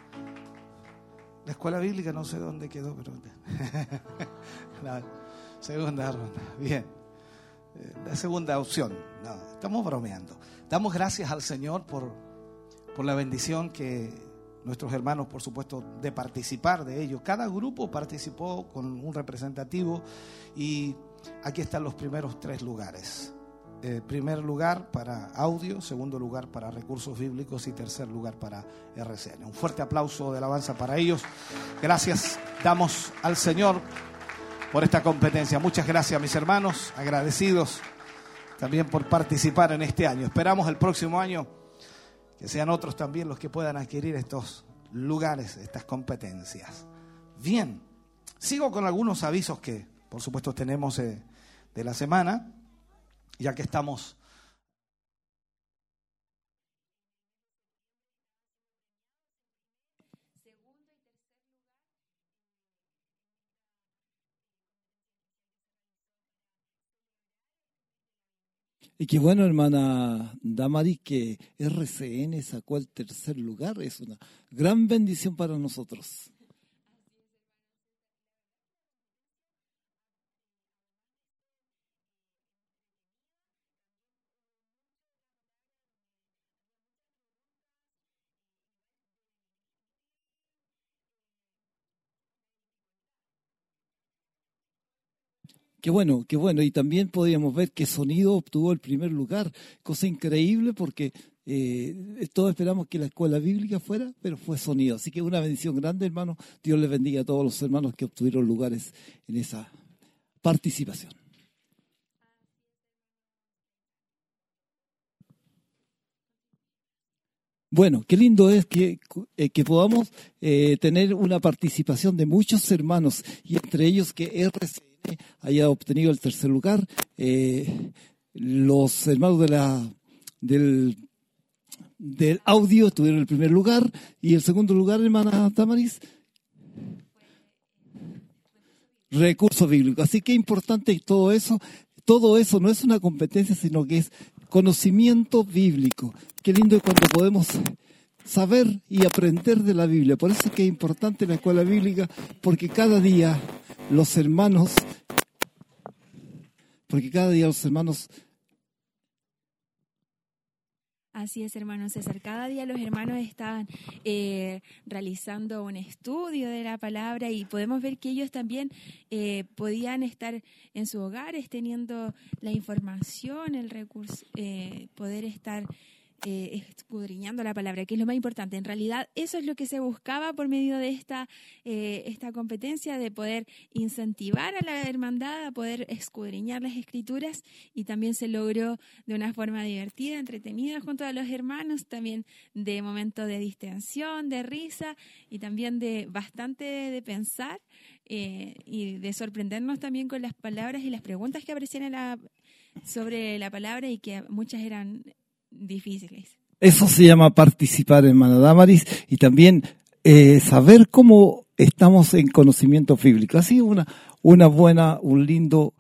La escuela bíblica no sé dónde quedó, pero la segunda ronda. Bien, la segunda opción. No, estamos bromeando. Damos gracias al Señor por la bendición que nuestros hermanos, por supuesto, de participar de ello. Cada grupo participó con un representativo y aquí están los primeros 3 lugares. Primer lugar para audio, segundo lugar para recursos bíblicos y tercer lugar para RCN. Un fuerte aplauso de alabanza para ellos. Gracias damos al Señor por esta competencia. Muchas gracias, mis hermanos, agradecidos también por participar en este año. Esperamos el próximo año que sean otros también los que puedan adquirir estos lugares, estas competencias. Bien, sigo con algunos avisos que, por supuesto, tenemos de la semana. Ya que estamos y qué bueno, hermana Damaris, que RCN sacó el tercer lugar. Es una gran bendición para nosotros. Qué bueno, qué bueno. Y también podíamos ver que Sonido obtuvo el primer lugar, cosa increíble porque todos esperamos que la escuela bíblica fuera, pero fue Sonido. Así que una bendición grande, hermano. Dios les bendiga a todos los hermanos que obtuvieron lugares en esa participación. Bueno, qué lindo es que podamos tener una participación de muchos hermanos y entre ellos que RCN haya obtenido el tercer lugar. Los hermanos del audio tuvieron el primer lugar y el segundo lugar, hermana Damaris, recursos bíblicos. Así que es importante todo eso. Todo eso no es una competencia, sino que es conocimiento bíblico. Qué lindo es cuando podemos saber y aprender de la Biblia. Por eso es que es importante la escuela bíblica, porque cada día los hermanos, Así es, hermano César. Cada día los hermanos están realizando un estudio de la palabra y podemos ver que ellos también podían estar en sus hogares teniendo la información, el recurso, poder estar escudriñando la palabra, que es lo más importante. En realidad, eso es lo que se buscaba por medio de esta competencia, de poder incentivar a la hermandad a poder escudriñar las escrituras, y también se logró de una forma divertida, entretenida junto a los hermanos, también de momentos de distensión, de risa y también de bastante de pensar y de sorprendernos también con las palabras y las preguntas que aparecían sobre la palabra y que muchas eran difíciles. Eso se llama participar, hermana Damaris, y también saber cómo estamos en conocimiento bíblico. Así una buena, un lindo,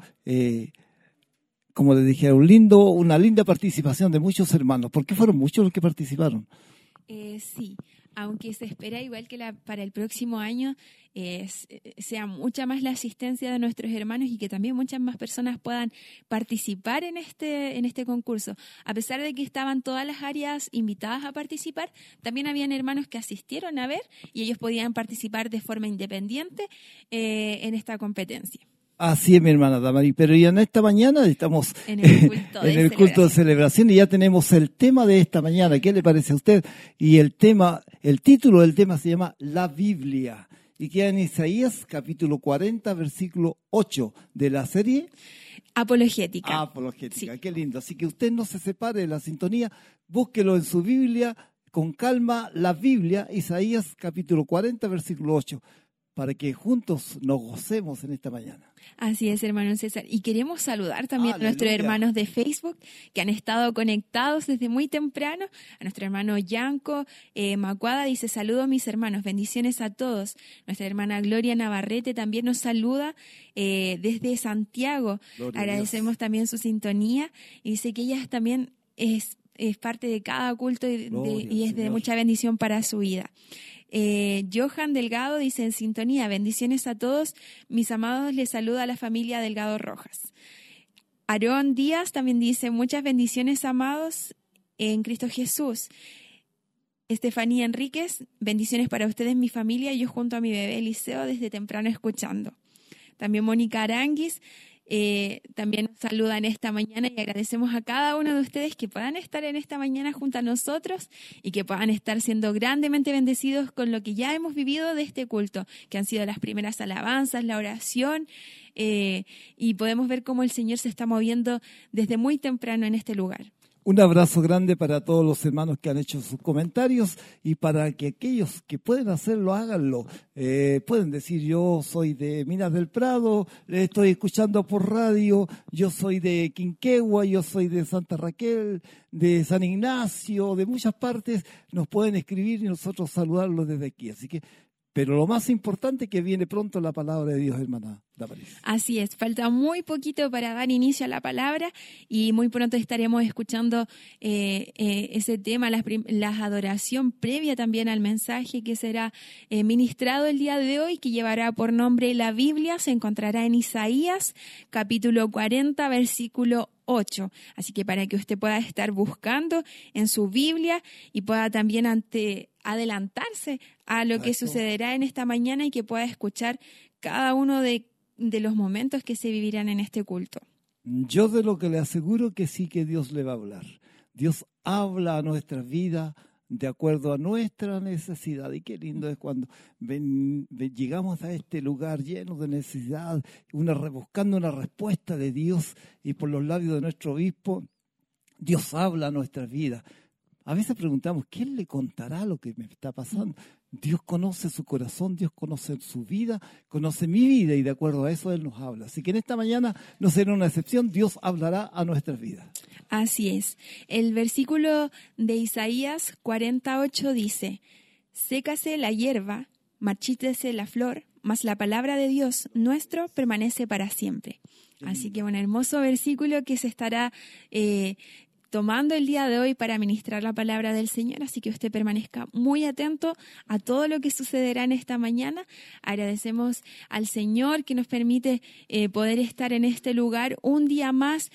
como les dije, una linda participación de muchos hermanos, porque fueron muchos los que participaron. Sí, aunque se espera igual que para el próximo año sea mucha más la asistencia de nuestros hermanos y que también muchas más personas puedan participar en este concurso. A pesar de que estaban todas las áreas invitadas a participar, también habían hermanos que asistieron a ver y ellos podían participar de forma independiente en esta competencia. Así es, mi hermana Damaris, pero ya en esta mañana estamos en el culto de celebración y ya tenemos el tema de esta mañana. ¿Qué le parece a usted? Y el título del tema se llama La Biblia y queda en Isaías capítulo 40, versículo 8 de la serie Apologética. Apologética, sí. Qué lindo. Así que usted no se separe de la sintonía, búsquelo en su Biblia con calma, la Biblia, Isaías capítulo 40, versículo 8. Para que juntos nos gocemos en esta mañana. Así es, hermano César. Y queremos saludar también a nuestros hermanos de Facebook que han estado conectados desde muy temprano. A nuestro hermano Yanko Macuada dice: saludos mis hermanos, bendiciones a todos. Nuestra hermana Gloria Navarrete también nos saluda desde Santiago. Gloria Agradecemos también su sintonía. Y dice que ella también es parte de cada culto y es de mucha bendición para su vida. Johan Delgado dice: en sintonía, bendiciones a todos mis amados, les saluda a la familia Delgado Rojas. Aarón Díaz también dice: muchas bendiciones, amados en Cristo Jesús. Estefanía Enríquez, bendiciones para ustedes, mi familia, yo junto a mi bebé Eliseo desde temprano escuchando. También Mónica Aranguis, también nos saludan esta mañana y agradecemos a cada uno de ustedes que puedan estar en esta mañana junto a nosotros y que puedan estar siendo grandemente bendecidos con lo que ya hemos vivido de este culto, que han sido las primeras alabanzas, la oración, y podemos ver cómo el Señor se está moviendo desde muy temprano en este lugar. Un abrazo grande para todos los hermanos que han hecho sus comentarios y para que aquellos que pueden hacerlo, háganlo. Pueden decir, yo soy de Minas del Prado, le estoy escuchando por radio, yo soy de Quinquegua, yo soy de Santa Raquel, de San Ignacio, de muchas partes. Nos pueden escribir y nosotros saludarlos desde aquí. Así que, pero lo más importante es que viene pronto la palabra de Dios, hermana Damaris. Así es, falta muy poquito para dar inicio a la palabra y muy pronto estaremos escuchando ese tema, la adoración previa también al mensaje que será ministrado el día de hoy, que llevará por nombre La Biblia. Se encontrará en Isaías, capítulo 40, versículo 8. Así que para que usted pueda estar buscando en su Biblia y pueda también adelantarse a lo que sucederá en esta mañana y que pueda escuchar cada uno de los momentos que se vivirán en este culto. Yo de lo que le aseguro que sí que Dios le va a hablar. Dios habla a nuestras vidas de acuerdo a nuestra necesidad. Y qué lindo es cuando llegamos a este lugar lleno de necesidad, buscando una respuesta de Dios y por los labios de nuestro obispo, Dios habla a nuestras vidas. A veces preguntamos, ¿quién le contará lo que me está pasando? Dios conoce su corazón, Dios conoce su vida, conoce mi vida y de acuerdo a eso Él nos habla. Así que en esta mañana no será una excepción, Dios hablará a nuestras vidas. Así es. El versículo de Isaías 48 dice, sécase la hierba, marchítese la flor, mas la palabra de Dios nuestro permanece para siempre. Así que un hermoso versículo que se estará tomando el día de hoy para ministrar la palabra del Señor, así que usted permanezca muy atento a todo lo que sucederá en esta mañana. Agradecemos al Señor que nos permite poder estar en este lugar un día más,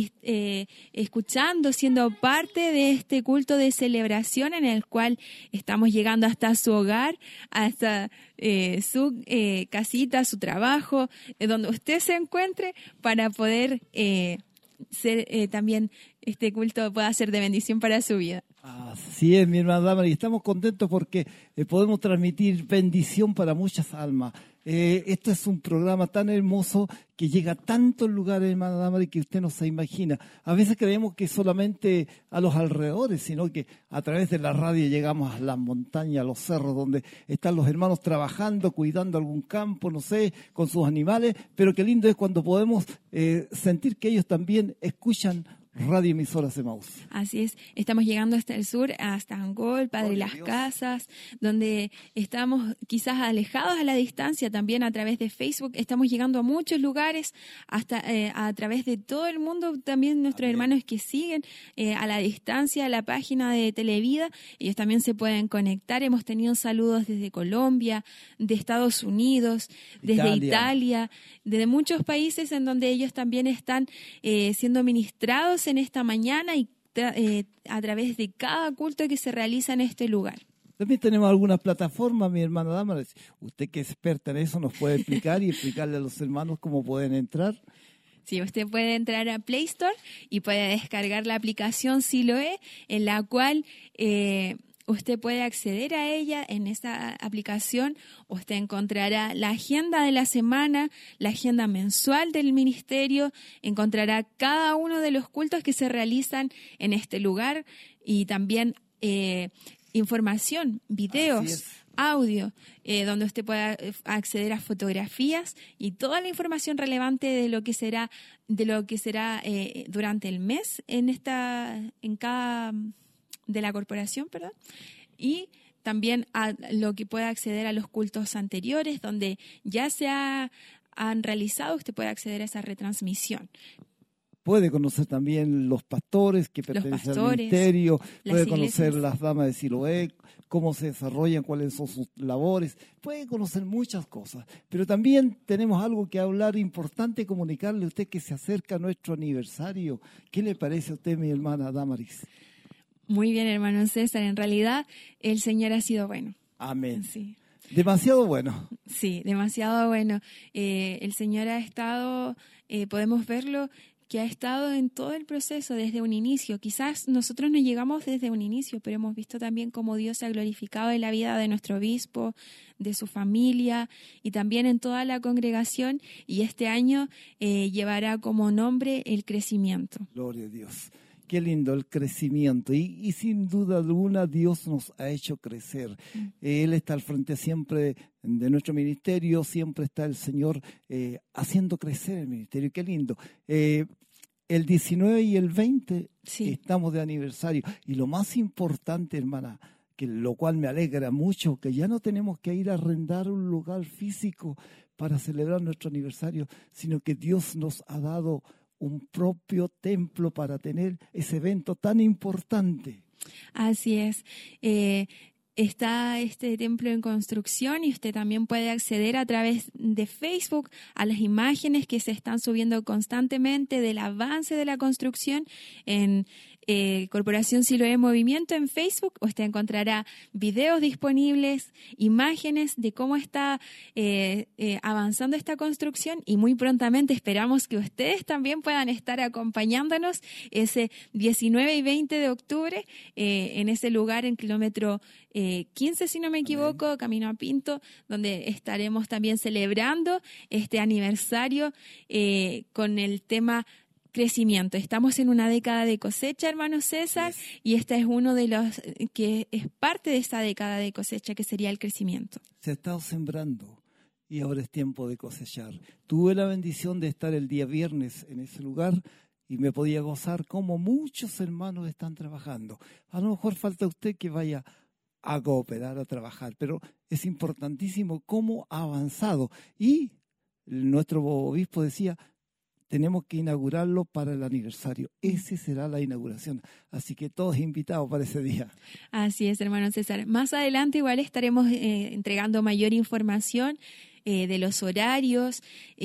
escuchando, siendo parte de este culto de celebración en el cual estamos llegando hasta su hogar, hasta su casita, su trabajo, donde usted se encuentre para poder también este culto pueda ser de bendición para su vida. Así es, mi hermana Damaris, y estamos contentos porque podemos transmitir bendición para muchas almas. Este es un programa tan hermoso que llega a tantos lugares, hermana Damaris, que usted no se imagina. A veces creemos que solamente a los alrededores, sino que a través de la radio llegamos a las montañas, a los cerros, donde están los hermanos trabajando, cuidando algún campo, no sé, con sus animales. Pero qué lindo es cuando podemos sentir que ellos también escuchan Radio Emisoras Emaús. Así es, estamos llegando hasta el sur, hasta Angol, Padre Las Casas, donde estamos quizás alejados a la distancia, también a través de Facebook, estamos llegando a muchos lugares, hasta a través de todo el mundo, también nuestros hermanos que siguen a la distancia la página de Televida, ellos también se pueden conectar. Hemos tenido saludos desde Colombia, de Estados Unidos, desde Italia, desde muchos países en donde ellos también están siendo ministrados en esta mañana y a través de cada culto que se realiza en este lugar. También tenemos algunas plataformas, mi hermana Damaris. Usted que es experta en eso nos puede explicar y explicarle a los hermanos cómo pueden entrar. Sí, usted puede entrar a Play Store y puede descargar la aplicación Siloé, en la cual usted puede acceder a ella. En esta aplicación usted encontrará la agenda de la semana, la agenda mensual del ministerio, encontrará cada uno de los cultos que se realizan en este lugar y también información, videos, audio, donde usted pueda acceder a fotografías y toda la información relevante de lo que será durante el mes de la corporación, perdón, y también a lo que pueda acceder a los cultos anteriores, donde ya han realizado, usted puede acceder a esa retransmisión. Puede conocer también los pastores que pertenecen al ministerio, puede conocer las damas de Siloé, cómo se desarrollan, cuáles son sus labores, puede conocer muchas cosas. Pero también tenemos algo que hablar importante, comunicarle a usted que se acerca a nuestro aniversario. ¿Qué le parece a usted, mi hermana Damaris? Muy bien, hermano César. En realidad, el Señor ha sido bueno. Amén. Sí. Demasiado bueno. Sí, demasiado bueno. El Señor ha estado, podemos verlo, que ha estado en todo el proceso desde un inicio. Quizás nosotros no llegamos desde un inicio, pero hemos visto también cómo Dios se ha glorificado en la vida de nuestro obispo, de su familia y también en toda la congregación. Y este año llevará como nombre el crecimiento. Gloria a Dios. Qué lindo el crecimiento. Y sin duda alguna Dios nos ha hecho crecer. Él está al frente siempre de nuestro ministerio, siempre está el Señor haciendo crecer el ministerio. Qué lindo. El 19 y el 20 estamos de aniversario. Y lo más importante, hermana, que lo cual me alegra mucho, que ya no tenemos que ir a arrendar un lugar físico para celebrar nuestro aniversario, sino que Dios nos ha dado un propio templo para tener ese evento tan importante. Así es. Está este templo en construcción y usted también puede acceder a través de Facebook a las imágenes que se están subiendo constantemente del avance de la construcción en Corporación Siloé Movimiento en Facebook. Usted encontrará videos disponibles, imágenes de cómo está avanzando esta construcción y muy prontamente esperamos que ustedes también puedan estar acompañándonos ese 19 y 20 de octubre en ese lugar en kilómetro 15, si no me equivoco, camino a Pinto, donde estaremos también celebrando este aniversario con el tema crecimiento. Estamos en una década de cosecha, hermano César, y esta es uno de los que es parte de esa década de cosecha, que sería el crecimiento. Se ha estado sembrando y ahora es tiempo de cosechar. Tuve la bendición de estar el día viernes en ese lugar y me podía gozar como muchos hermanos están trabajando. A lo mejor falta usted que vaya a cooperar, a trabajar, pero es importantísimo cómo ha avanzado. Y nuestro obispo decía, tenemos que inaugurarlo para el aniversario. Ese será la inauguración. Así que todos invitados para ese día. Así es, hermano César. Más adelante igual estaremos entregando mayor información de los horarios,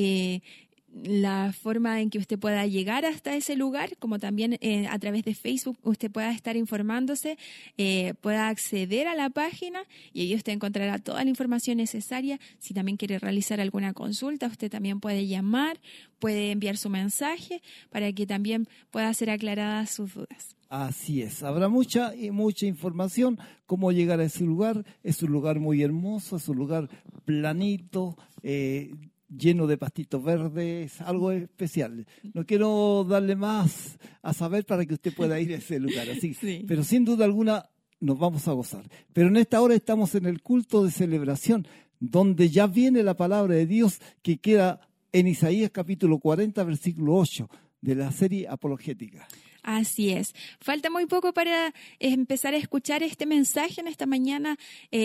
la forma en que usted pueda llegar hasta ese lugar, como también a través de Facebook usted pueda estar informándose, pueda acceder a la página y ahí usted encontrará toda la información necesaria. Si también quiere realizar alguna consulta, usted también puede llamar, puede enviar su mensaje para que también pueda ser aclaradas sus dudas. Así es, habrá mucha información, cómo llegar a ese lugar. Es un lugar muy hermoso, es un lugar planito, lleno de pastitos verdes, algo especial. No quiero darle más a saber para que usted pueda ir a ese lugar, así. Sí. Pero sin duda alguna nos vamos a gozar. Pero en esta hora estamos en el culto de celebración, donde ya viene la palabra de Dios que queda en Isaías capítulo 40, versículo 8, de la serie apologética. Así es. Falta muy poco para empezar a escuchar este mensaje en esta mañana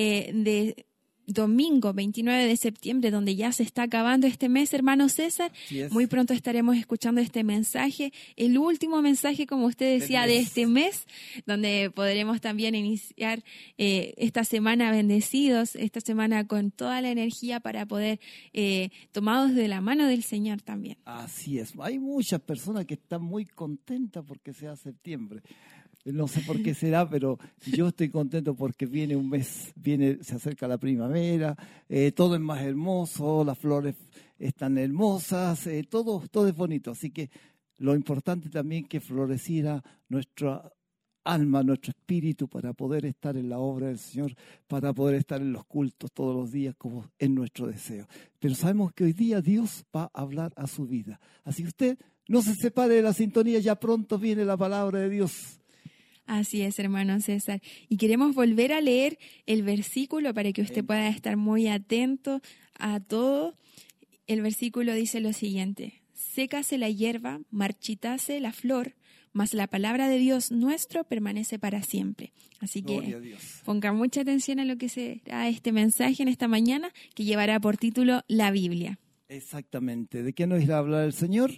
de domingo 29 de septiembre, donde ya se está acabando este mes, hermano César. Muy pronto estaremos escuchando este mensaje, el último mensaje, como usted decía, de este mes, donde podremos también iniciar esta semana bendecidos, esta semana con toda la energía para poder tomados de la mano del Señor también. Así es. Hay muchas personas que están muy contentas porque sea septiembre. No sé por qué será, pero yo estoy contento porque viene un mes, se acerca la primavera, todo es más hermoso, las flores están hermosas, todo es bonito. Así que lo importante también que floreciera nuestra alma, nuestro espíritu para poder estar en la obra del Señor, para poder estar en los cultos todos los días como es nuestro deseo. Pero sabemos que hoy día Dios va a hablar a su vida. Así que usted no se separe de la sintonía, ya pronto viene la palabra de Dios. Así es, hermano César. Y queremos volver a leer el versículo para que usted pueda estar muy atento a todo. El versículo dice lo siguiente: sécase la hierba, marchitase la flor, mas la palabra de Dios nuestro permanece para siempre. Así que ponga mucha atención a lo que será este mensaje en esta mañana, que llevará por título La Biblia. Exactamente. ¿De qué nos irá a hablar el Señor?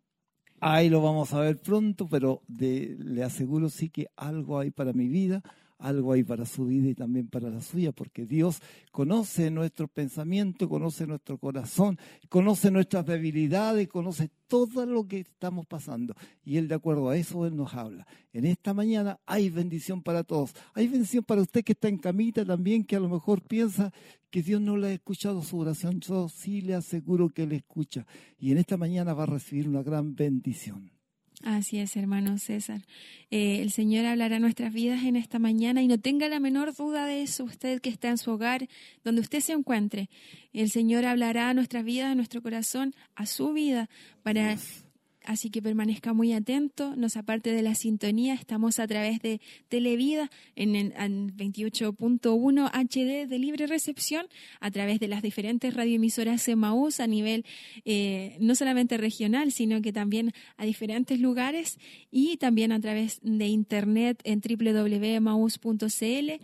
Ahí lo vamos a ver pronto, pero le aseguro sí que algo hay para mi vida, algo hay para su vida y también para la suya, porque Dios conoce nuestro pensamiento, conoce nuestro corazón, conoce nuestras debilidades, conoce todo lo que estamos pasando. Y Él, de acuerdo a eso, Él nos habla. En esta mañana hay bendición para todos. Hay bendición para usted que está en camita también, que a lo mejor piensa que Dios no le ha escuchado su oración. Yo sí le aseguro que Él escucha. Y en esta mañana va a recibir una gran bendición. Así es, hermano César. El Señor hablará a nuestras vidas en esta mañana y no tenga la menor duda de eso, usted que está en su hogar, donde usted se encuentre. El Señor hablará a nuestras vidas, a nuestro corazón, a su vida, así que permanezca muy atento. Nos aparte de la sintonía, estamos a través de Televida en el 28.1 HD de libre recepción, a través de las diferentes radioemisoras Emaús a nivel no solamente regional, sino que también a diferentes lugares, y también a través de internet en www.emaús.cl,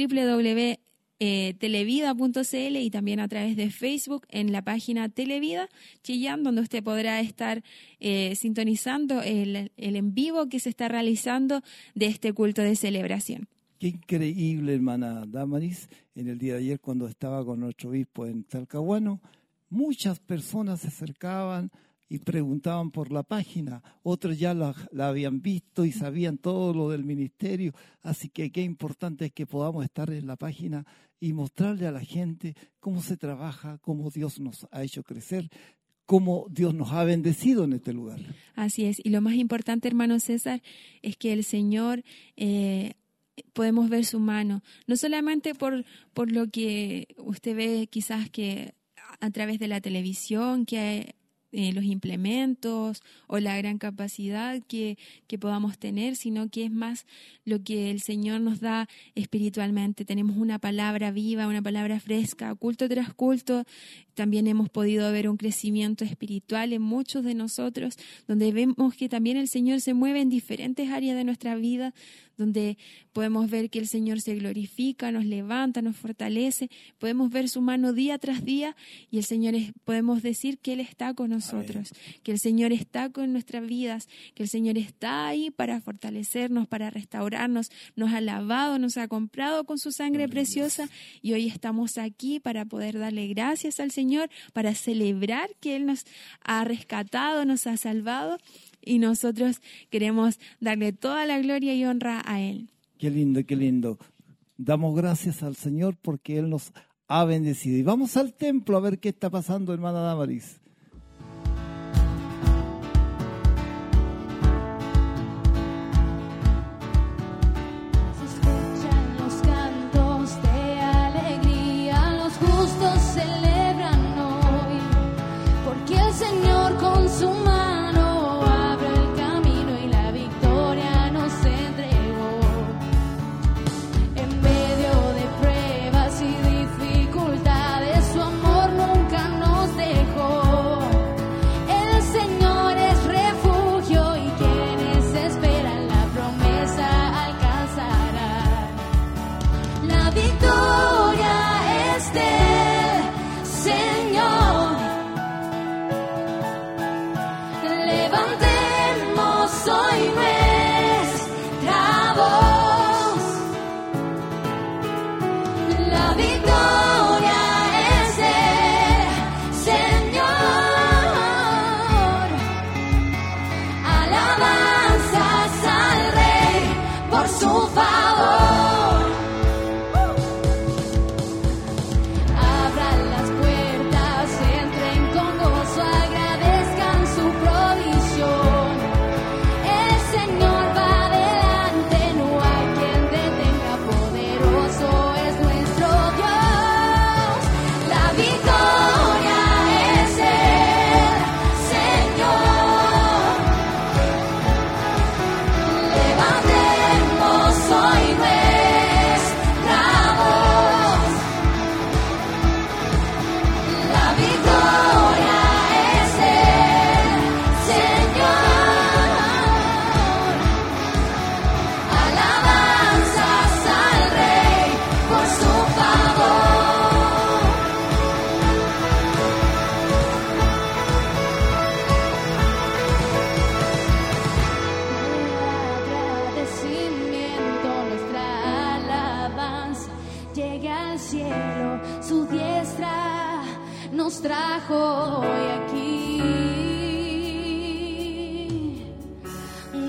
televida.cl, y también a través de Facebook en la página Televida Chillán, donde usted podrá estar sintonizando el en vivo que se está realizando de este culto de celebración. Qué increíble, hermana Damaris. En el día de ayer, cuando estaba con nuestro obispo en Talcahuano, muchas personas se acercaban y preguntaban por la página. Otros ya la habían visto y sabían todo lo del ministerio. Así que qué importante es que podamos estar en la página y mostrarle a la gente cómo se trabaja, cómo Dios nos ha hecho crecer, cómo Dios nos ha bendecido en este lugar. Así es. Y lo más importante, hermano César, es que el Señor... podemos ver su mano, no solamente por lo que usted ve quizás que a través de la televisión, que los implementos o la gran capacidad que podamos tener, sino que es más lo que el Señor nos da espiritualmente. Tenemos una palabra viva, una palabra fresca, culto tras culto. También hemos podido ver un crecimiento espiritual en muchos de nosotros, donde vemos que también el Señor se mueve en diferentes áreas de nuestra vida, donde podemos ver que el Señor se glorifica, nos levanta, nos fortalece, podemos ver su mano día tras día, y el Señor podemos decir que Él está con nosotros, que el Señor está con nuestras vidas, que el Señor está ahí para fortalecernos, para restaurarnos, nos ha lavado, nos ha comprado con su sangre preciosa, y hoy estamos aquí para poder darle gracias al Señor, para celebrar que Él nos ha rescatado, nos ha salvado, y nosotros queremos darle toda la gloria y honra a Él. Qué lindo, qué lindo. Damos gracias al Señor porque Él nos ha bendecido. Y vamos al templo a ver qué está pasando, hermana Damaris. Se escuchan los cantos de alegría, los justos celebran hoy, porque el Señor con su mano su amor nunca nos dejó.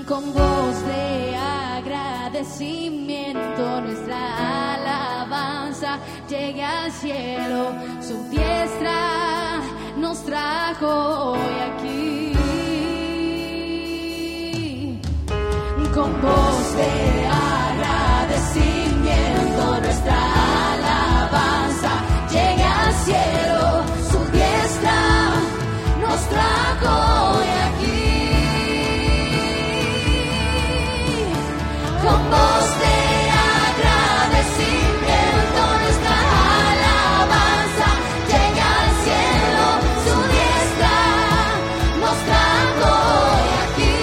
Con voz de agradecimiento nuestra alabanza llegue al cielo, su diestra nos trajo hoy aquí. Con voz de agradecimiento nuestra alabanza llegue al cielo, su diestra nos trajo hoy aquí. Con voz de agradecimiento nuestra alabanza llega al cielo, su diestra nos trajo hoy aquí.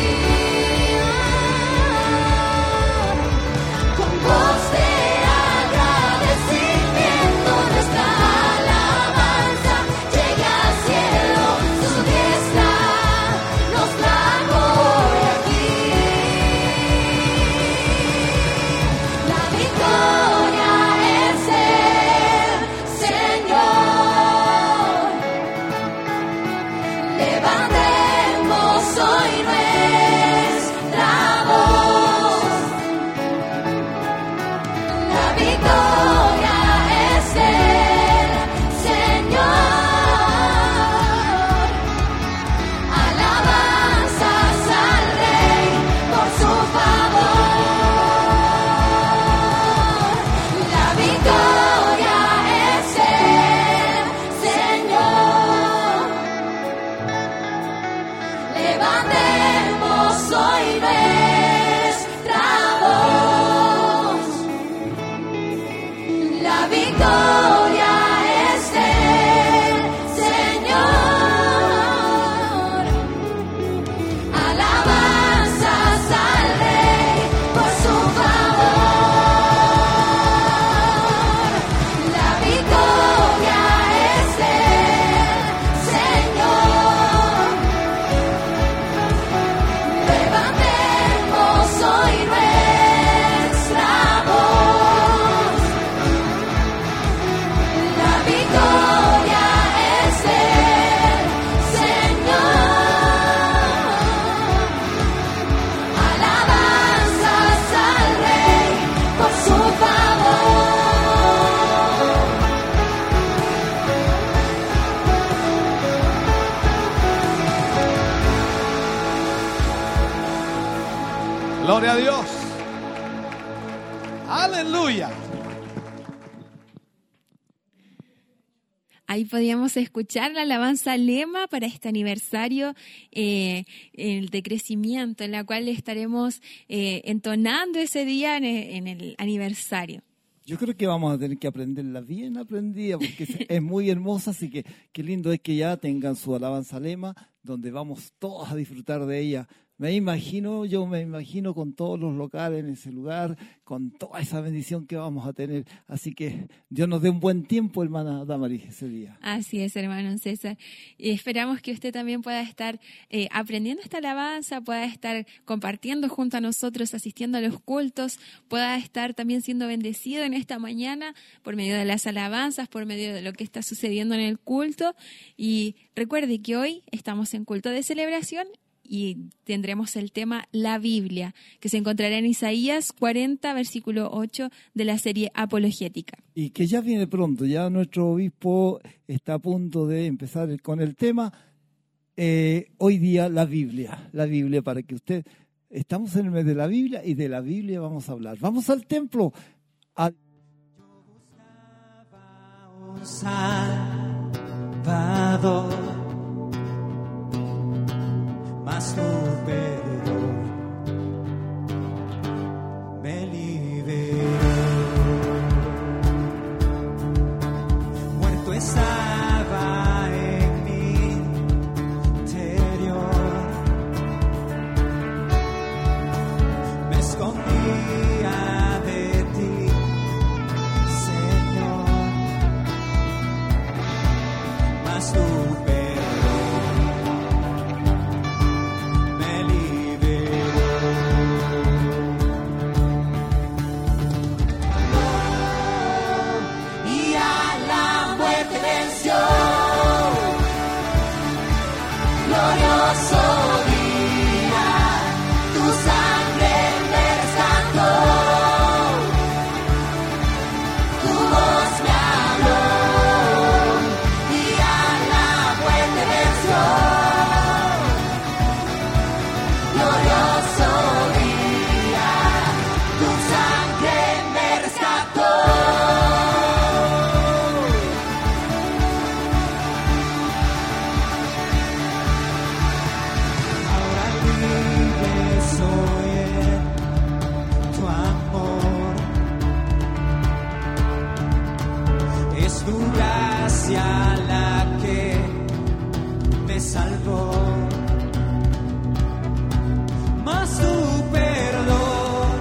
Con voz de agradecimiento nuestra alabanza llega al cielo, su diestra nos trajo hoy aquí. La victoria es el Señor. Levantemos hoy nuestra voz. La victoria es el Señor. Alabanzas al Rey por su favor. La victoria es el Señor. Levantemos hoy nuestra voz. La victoria es el Señor. Alabanzas al Rey por su favor. La victoria es el Señor. Levantemos hoy nuestra voz. La victoria es el Señor. Alabanzas al Rey por su favor. Gloria a Dios. Aleluya. Ahí podíamos escuchar la alabanza lema para este aniversario el de crecimiento, en la cual estaremos entonando ese día en el aniversario. Yo creo que vamos a tener que aprenderla bien aprendida, porque es muy hermosa, así que qué lindo es que ya tengan su alabanza lema, donde vamos todos a disfrutar de ella. Yo me imagino con todos los locales en ese lugar, con toda esa bendición que vamos a tener. Así que Dios nos dé un buen tiempo, hermana Damaris, ese día. Así es, hermano César. Y esperamos que usted también pueda estar aprendiendo esta alabanza, pueda estar compartiendo junto a nosotros, asistiendo a los cultos, pueda estar también siendo bendecido en esta mañana por medio de las alabanzas, por medio de lo que está sucediendo en el culto. Y recuerde que hoy estamos en culto de celebración y tendremos el tema La Biblia, que se encontrará en Isaías 40, versículo 8 de la serie Apologética. Y que ya viene pronto, ya nuestro obispo está a punto de empezar con el tema. Hoy día la Biblia para que usted... Estamos en el mes de la Biblia y de la Biblia vamos a hablar. Vamos al templo. Un Salvador, mas tu perdón me liberó. Muerto estaba en mi interior, me escondía de ti, Señor, mas tu perdón me liberó. estoy en tu amor. Es tu gracia la que me salvó. Mas tu perdón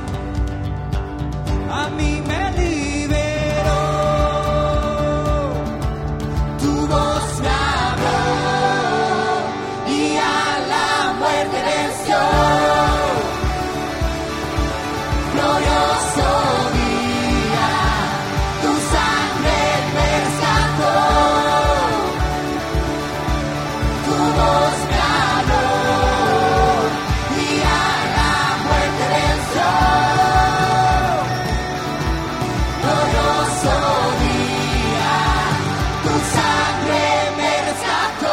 a mí me liberó. Tu voz me habló y a la muerte venció. Glorioso día, tu sangre me rescató. Tu voz me habló y a la muerte venció. Glorioso día, tu sangre me rescató.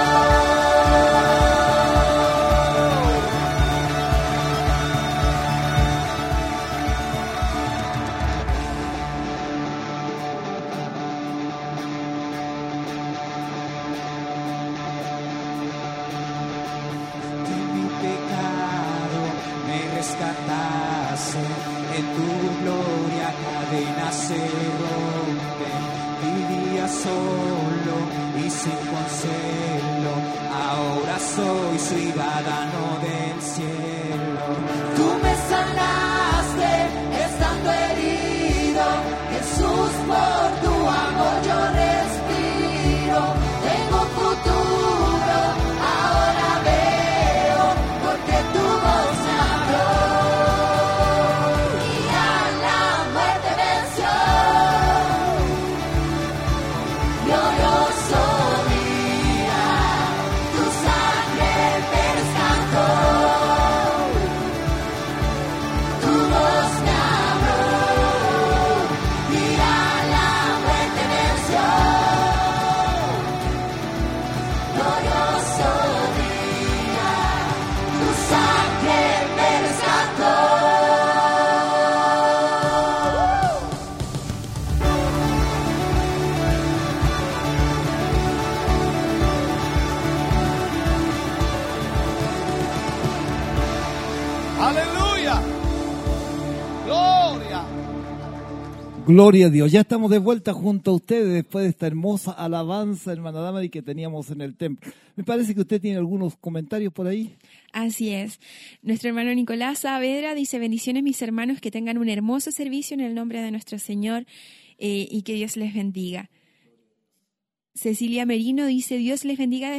De mi pecado me rescataste, en tu gloria cadenas se rompen. Vivía solo y sin consuelo, ahora soy ciudadano del cielo. Tú me sanaste estando herido, Jesús, por tu amor yo respiro. Tengo futuro, ahora veo, porque tu voz me habló y a la muerte venció. Glorioso día, tu sangre me rescató. Tu voz me habló y a la muerte venció. Glorioso día, tu sangre me rescató. ¡Aleluya! ¡Gloria! Gloria a Dios. Ya estamos de vuelta junto a ustedes después de esta hermosa alabanza, hermana Damari, que teníamos en el templo. Me parece que usted tiene algunos comentarios por ahí. Así es. Nuestro hermano Nicolás Saavedra dice: bendiciones mis hermanos, que tengan un hermoso servicio en el nombre de nuestro Señor y que Dios les bendiga. Cecilia Merino dice: Dios les bendiga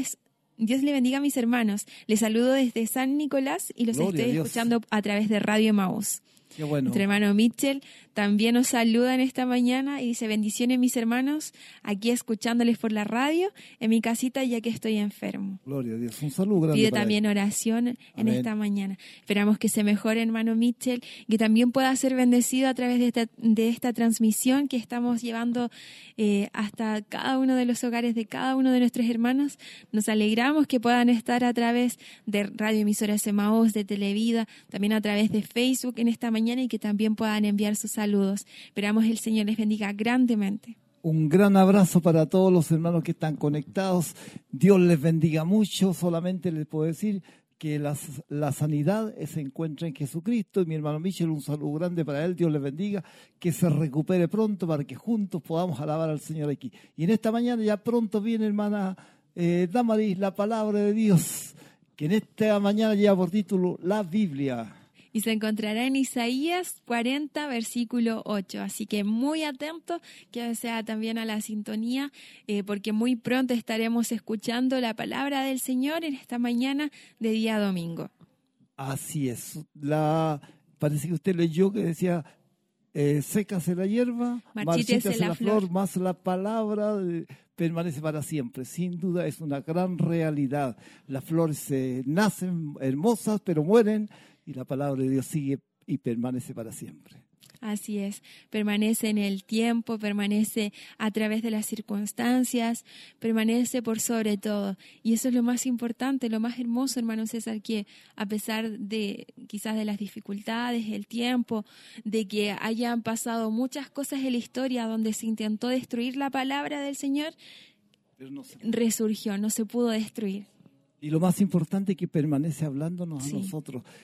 a mis hermanos. Les saludo desde San Nicolás y los Gloria a estoy Dios. escuchando a través de Radio Emaús. Qué bueno. Nuestro hermano Mitchell también nos saluda en esta mañana y dice: bendiciones mis hermanos, aquí escuchándoles por la radio en mi casita ya que estoy enfermo. Gloria a Dios. Un saludo grande Pide para también él. oración en Amén. esta mañana. Esperamos que se mejore, hermano Mitchell, que también pueda ser bendecido a través de esta transmisión que estamos llevando hasta cada uno de los hogares de cada uno de nuestros hermanos. Nos alegramos que puedan estar a través de radioemisoras Emaús, de Televida, también a través de Facebook en esta mañana, y que también puedan enviar sus saludos. Esperamos el Señor les bendiga grandemente. Un gran abrazo para todos los hermanos que están conectados. Dios les bendiga mucho. Solamente les puedo decir que la sanidad se encuentra en Jesucristo. Y mi hermano Michel, un saludo grande para él. Dios les bendiga. Que se recupere pronto para que juntos podamos alabar al Señor aquí. Y en esta mañana ya pronto viene, hermana Damaris, la palabra de Dios, que en esta mañana lleva por título La Biblia. Y se encontrará en Isaías 40, versículo 8. Así que muy atento, que sea también a la sintonía, porque muy pronto estaremos escuchando la palabra del Señor en esta mañana de día domingo. Así es. Parece que usted leyó que decía, sécase la hierba, marchítase la flor, más la palabra permanece para siempre. Sin duda es una gran realidad. Las flores nacen hermosas, pero mueren, y la palabra de Dios sigue y permanece para siempre. Así es, permanece en el tiempo, permanece a través de las circunstancias, permanece por sobre todo. Y eso es lo más importante, lo más hermoso, hermano César, que a pesar de quizás de las dificultades, el tiempo, de que hayan pasado muchas cosas en la historia donde se intentó destruir la palabra del Señor, Pero no se resurgió, no se pudo destruir. Y lo más importante es que permanece hablándonos Sí. a nosotros.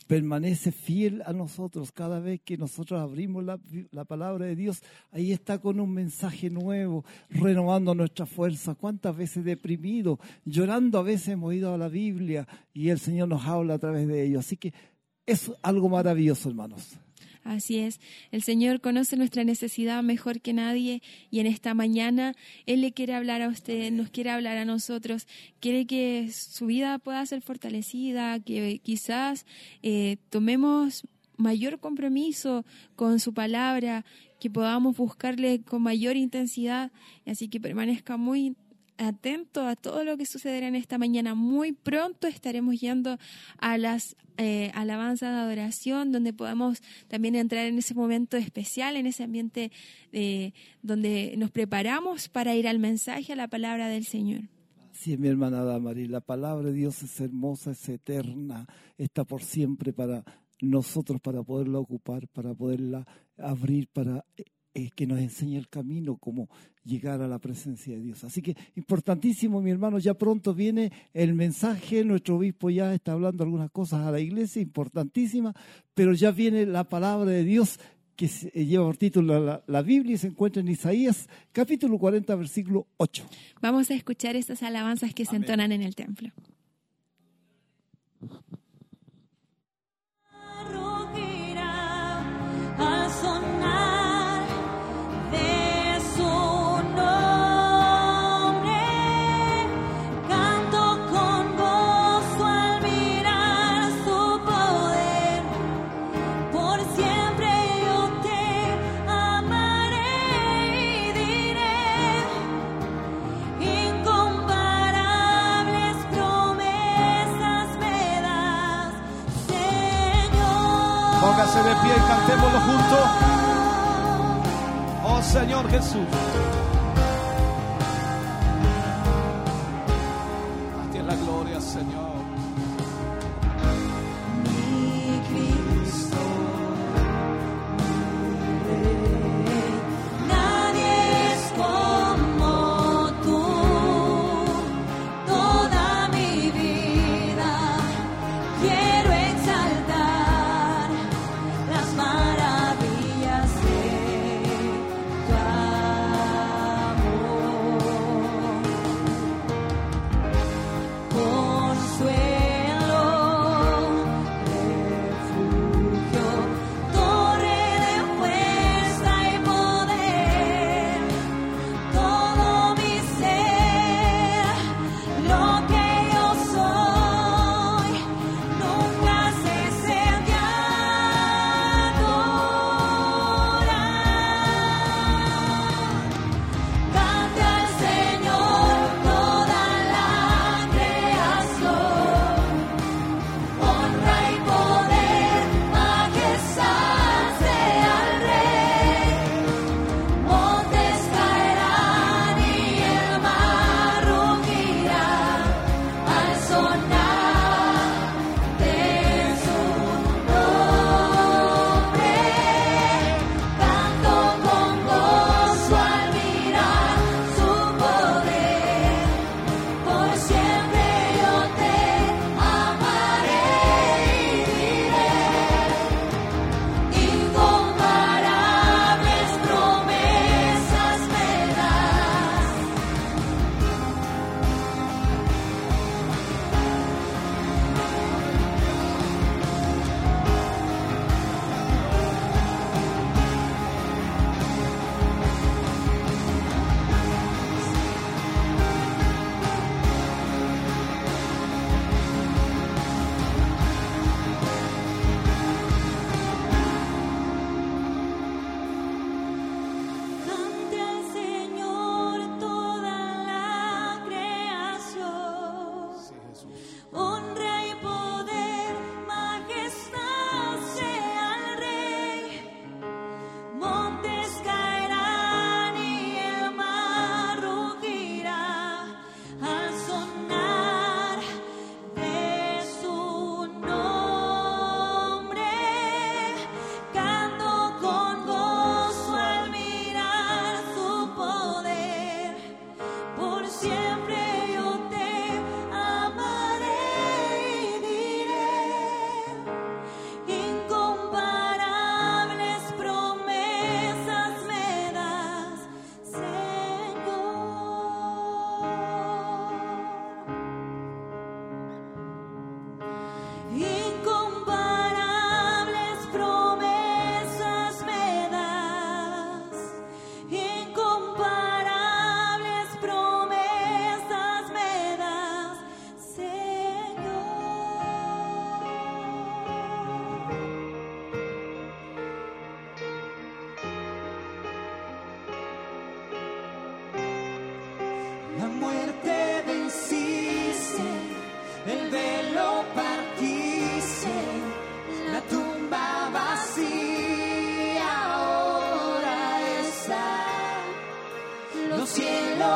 permanece fiel a nosotros. Cada vez que nosotros abrimos la palabra de Dios, ahí está con un mensaje nuevo, renovando nuestra fuerza. ¿Cuántas veces deprimidos, llorando a veces hemos ido a la Biblia y el Señor nos habla a través de ello? Así que es algo maravilloso, hermanos. Así es, el Señor conoce nuestra necesidad mejor que nadie y en esta mañana Él le quiere hablar a usted, nos quiere hablar a nosotros, quiere que su vida pueda ser fortalecida, que quizás tomemos mayor compromiso con su palabra, que podamos buscarle con mayor intensidad, así que permanezca muy atento a todo lo que sucederá en esta mañana. Muy pronto estaremos yendo a las alabanzas de adoración, donde podamos también entrar en ese momento especial, en ese ambiente donde nos preparamos para ir al mensaje, a la palabra del Señor. Sí, mi hermana Damaris, la palabra de Dios es hermosa, es eterna, está por siempre para nosotros, para poderla ocupar, para poderla abrir, para que nos enseñe el camino, cómo llegar a la presencia de Dios. Así que importantísimo, mi hermano, ya pronto viene el mensaje, nuestro obispo ya está hablando algunas cosas a la iglesia, importantísimas, pero ya viene la palabra de Dios que lleva por título la Biblia y se encuentra en Isaías, capítulo 40, versículo 8. Vamos a escuchar estas alabanzas que se entonan en el templo. Al sonar de su nombre, canto con gozo al mirar su poder. Por siempre yo te amaré y diré, incomparables promesas me das, Señor. Póngase de pie y cantémoslo juntos. Oh Señor Jesús. A ti es la gloria, Señor. Mi Cristo, mi Rey, nadie es como tú. Toda mi vida quiero exaltar las maravillas de tu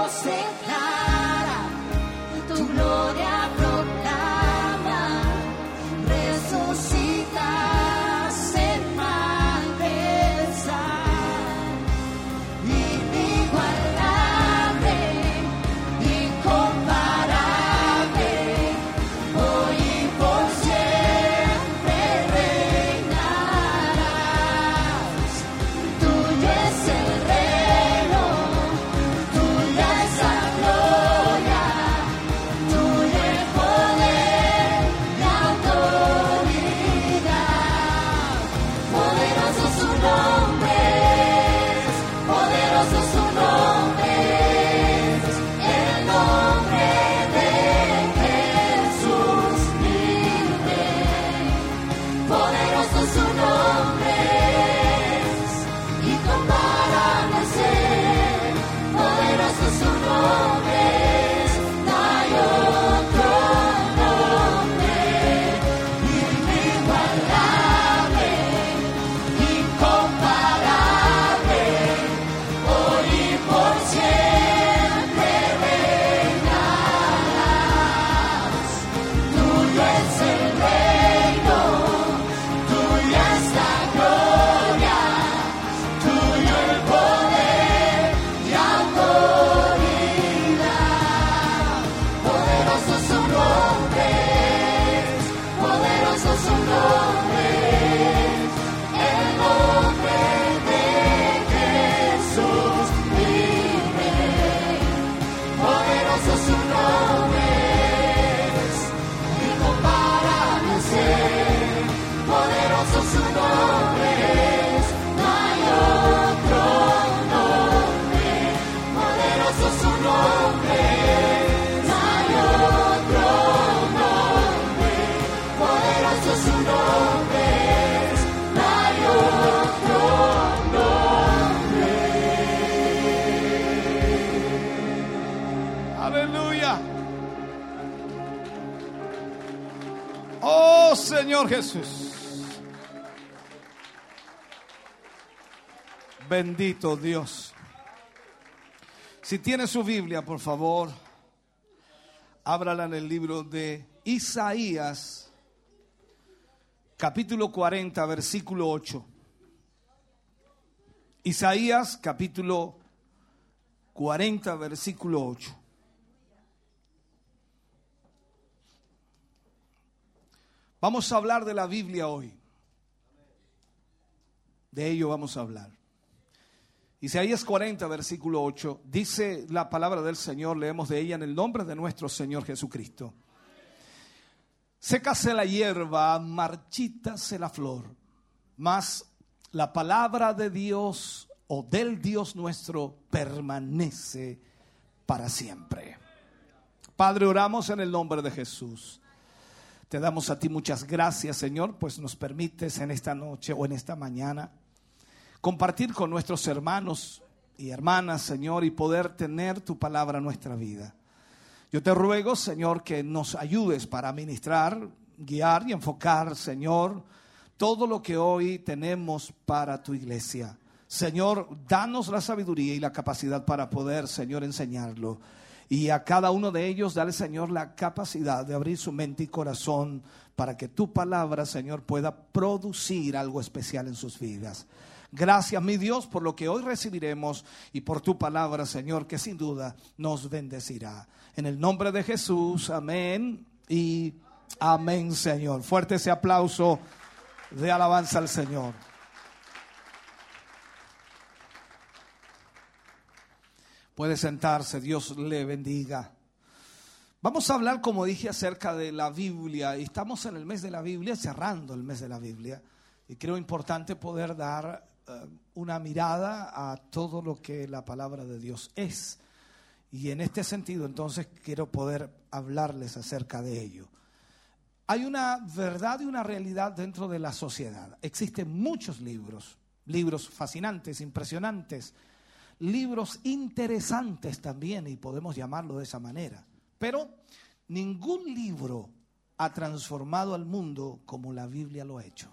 voz declara, tu gloria proclama, resucitas en majestad, inigualable, incomparable, hoy y por siempre reinarás. Tuyo es el reino, tuya es la gloria, tuyo el poder y autoridad. Poderoso su nombre es, poderoso su nombre es, el nombre de Jesús mi Rey. Poderoso su nombre es, incomparable ser. Poderoso su nombre es, no hay otro nombre. Inigualable, incomparable, hoy y por siempre reinarás. Tuyo es el reino, tuya es la gloria, tuyo el poder y autoridad. Poderoso su nombre es, poderoso su nombre es, el nombre de Jesús mi Rey. Poderoso su nombre es, incomparable ser. Poderoso su nombre es, no hay otro nombre. Poderoso su nombre es, no hay otro nombre. Poderoso su nombre es, no hay otro nombre. Aleluya. Oh Señor Jesús. Bendito Dios. Si tiene su Biblia, por favor, ábrala en el libro de Isaías, capítulo 40, versículo 8. Isaías, capítulo 40, versículo 8. Vamos a hablar de la Biblia hoy. De ello vamos a hablar. Isaías 40, versículo 8, dice la palabra del Señor, leemos de ella en el nombre de nuestro Señor Jesucristo. Sécase la hierba, marchítase la flor, mas la palabra de Dios o del Dios nuestro permanece para siempre. Padre, oramos en el nombre de Jesús. Te damos a ti muchas gracias, Señor, pues nos permites en esta noche o en esta mañana compartir con nuestros hermanos y hermanas, Señor, y poder tener tu palabra en nuestra vida. Yo te ruego, Señor, que nos ayudes para ministrar, guiar y enfocar, Señor, todo lo que hoy tenemos para tu iglesia. Señor, danos la sabiduría y la capacidad para poder, Señor, enseñarlo. Y a cada uno de ellos, dale, Señor, la capacidad de abrir su mente y corazón para que tu palabra, Señor, pueda producir algo especial en sus vidas. Gracias, mi Dios, por lo que hoy recibiremos y por tu palabra, Señor, que sin duda nos bendecirá. En el nombre de Jesús, amén y amén, Señor. Fuerte ese aplauso de alabanza al Señor. Puede sentarse, Dios le bendiga. Vamos a hablar, como dije, acerca de la Biblia. Y estamos en el mes de la Biblia, cerrando el mes de la Biblia. Y creo importante poder dar una mirada a todo lo que la palabra de Dios es. Y en este sentido, entonces, quiero poder hablarles acerca de ello. Hay una verdad y una realidad dentro de la sociedad. Existen muchos libros fascinantes, impresionantes, libros interesantes también, y podemos llamarlo de esa manera. Pero ningún libro ha transformado al mundo como la Biblia lo ha hecho.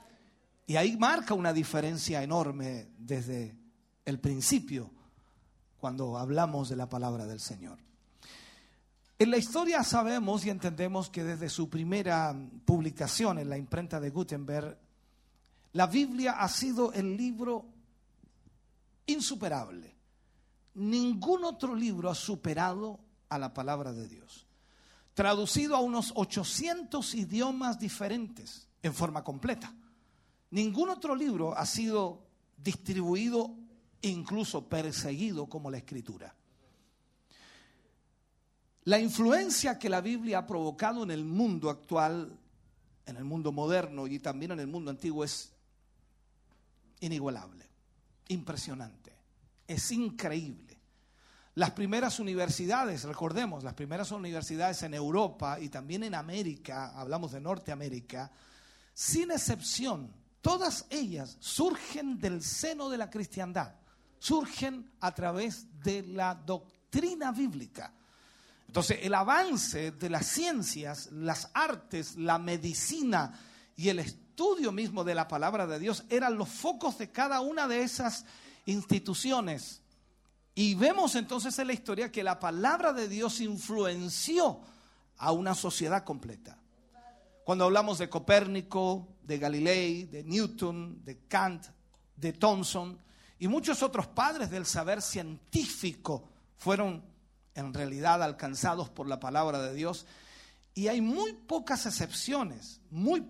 Y ahí marca una diferencia enorme desde el principio. cuando hablamos de la palabra del Señor. En la historia sabemos y entendemos que desde su primera publicación en la imprenta de Gutenberg, la Biblia ha sido el libro insuperable. Ningún otro libro ha superado a la palabra de Dios. Traducido a unos 800 idiomas diferentes en forma completa. Ningún otro libro ha sido distribuido, incluso perseguido como la Escritura. La influencia que la Biblia ha provocado en el mundo actual, en el mundo moderno y también en el mundo antiguo es inigualable, impresionante, es increíble. Las primeras universidades, recordemos, las primeras universidades en Europa y también en América, hablamos de Norteamérica, sin excepción, todas ellas surgen del seno de la cristiandad, surgen a través de la doctrina bíblica. Entonces, el avance de las ciencias, las artes, la medicina y el estudio mismo de la palabra de Dios eran los focos de cada una de esas instituciones. Y vemos entonces en la historia que la palabra de Dios influenció a una sociedad completa. Cuando hablamos de Copérnico, de Galilei, de Newton, de Kant, de Thomson y muchos otros padres del saber científico fueron en realidad alcanzados por la palabra de Dios. Y hay muy pocas excepciones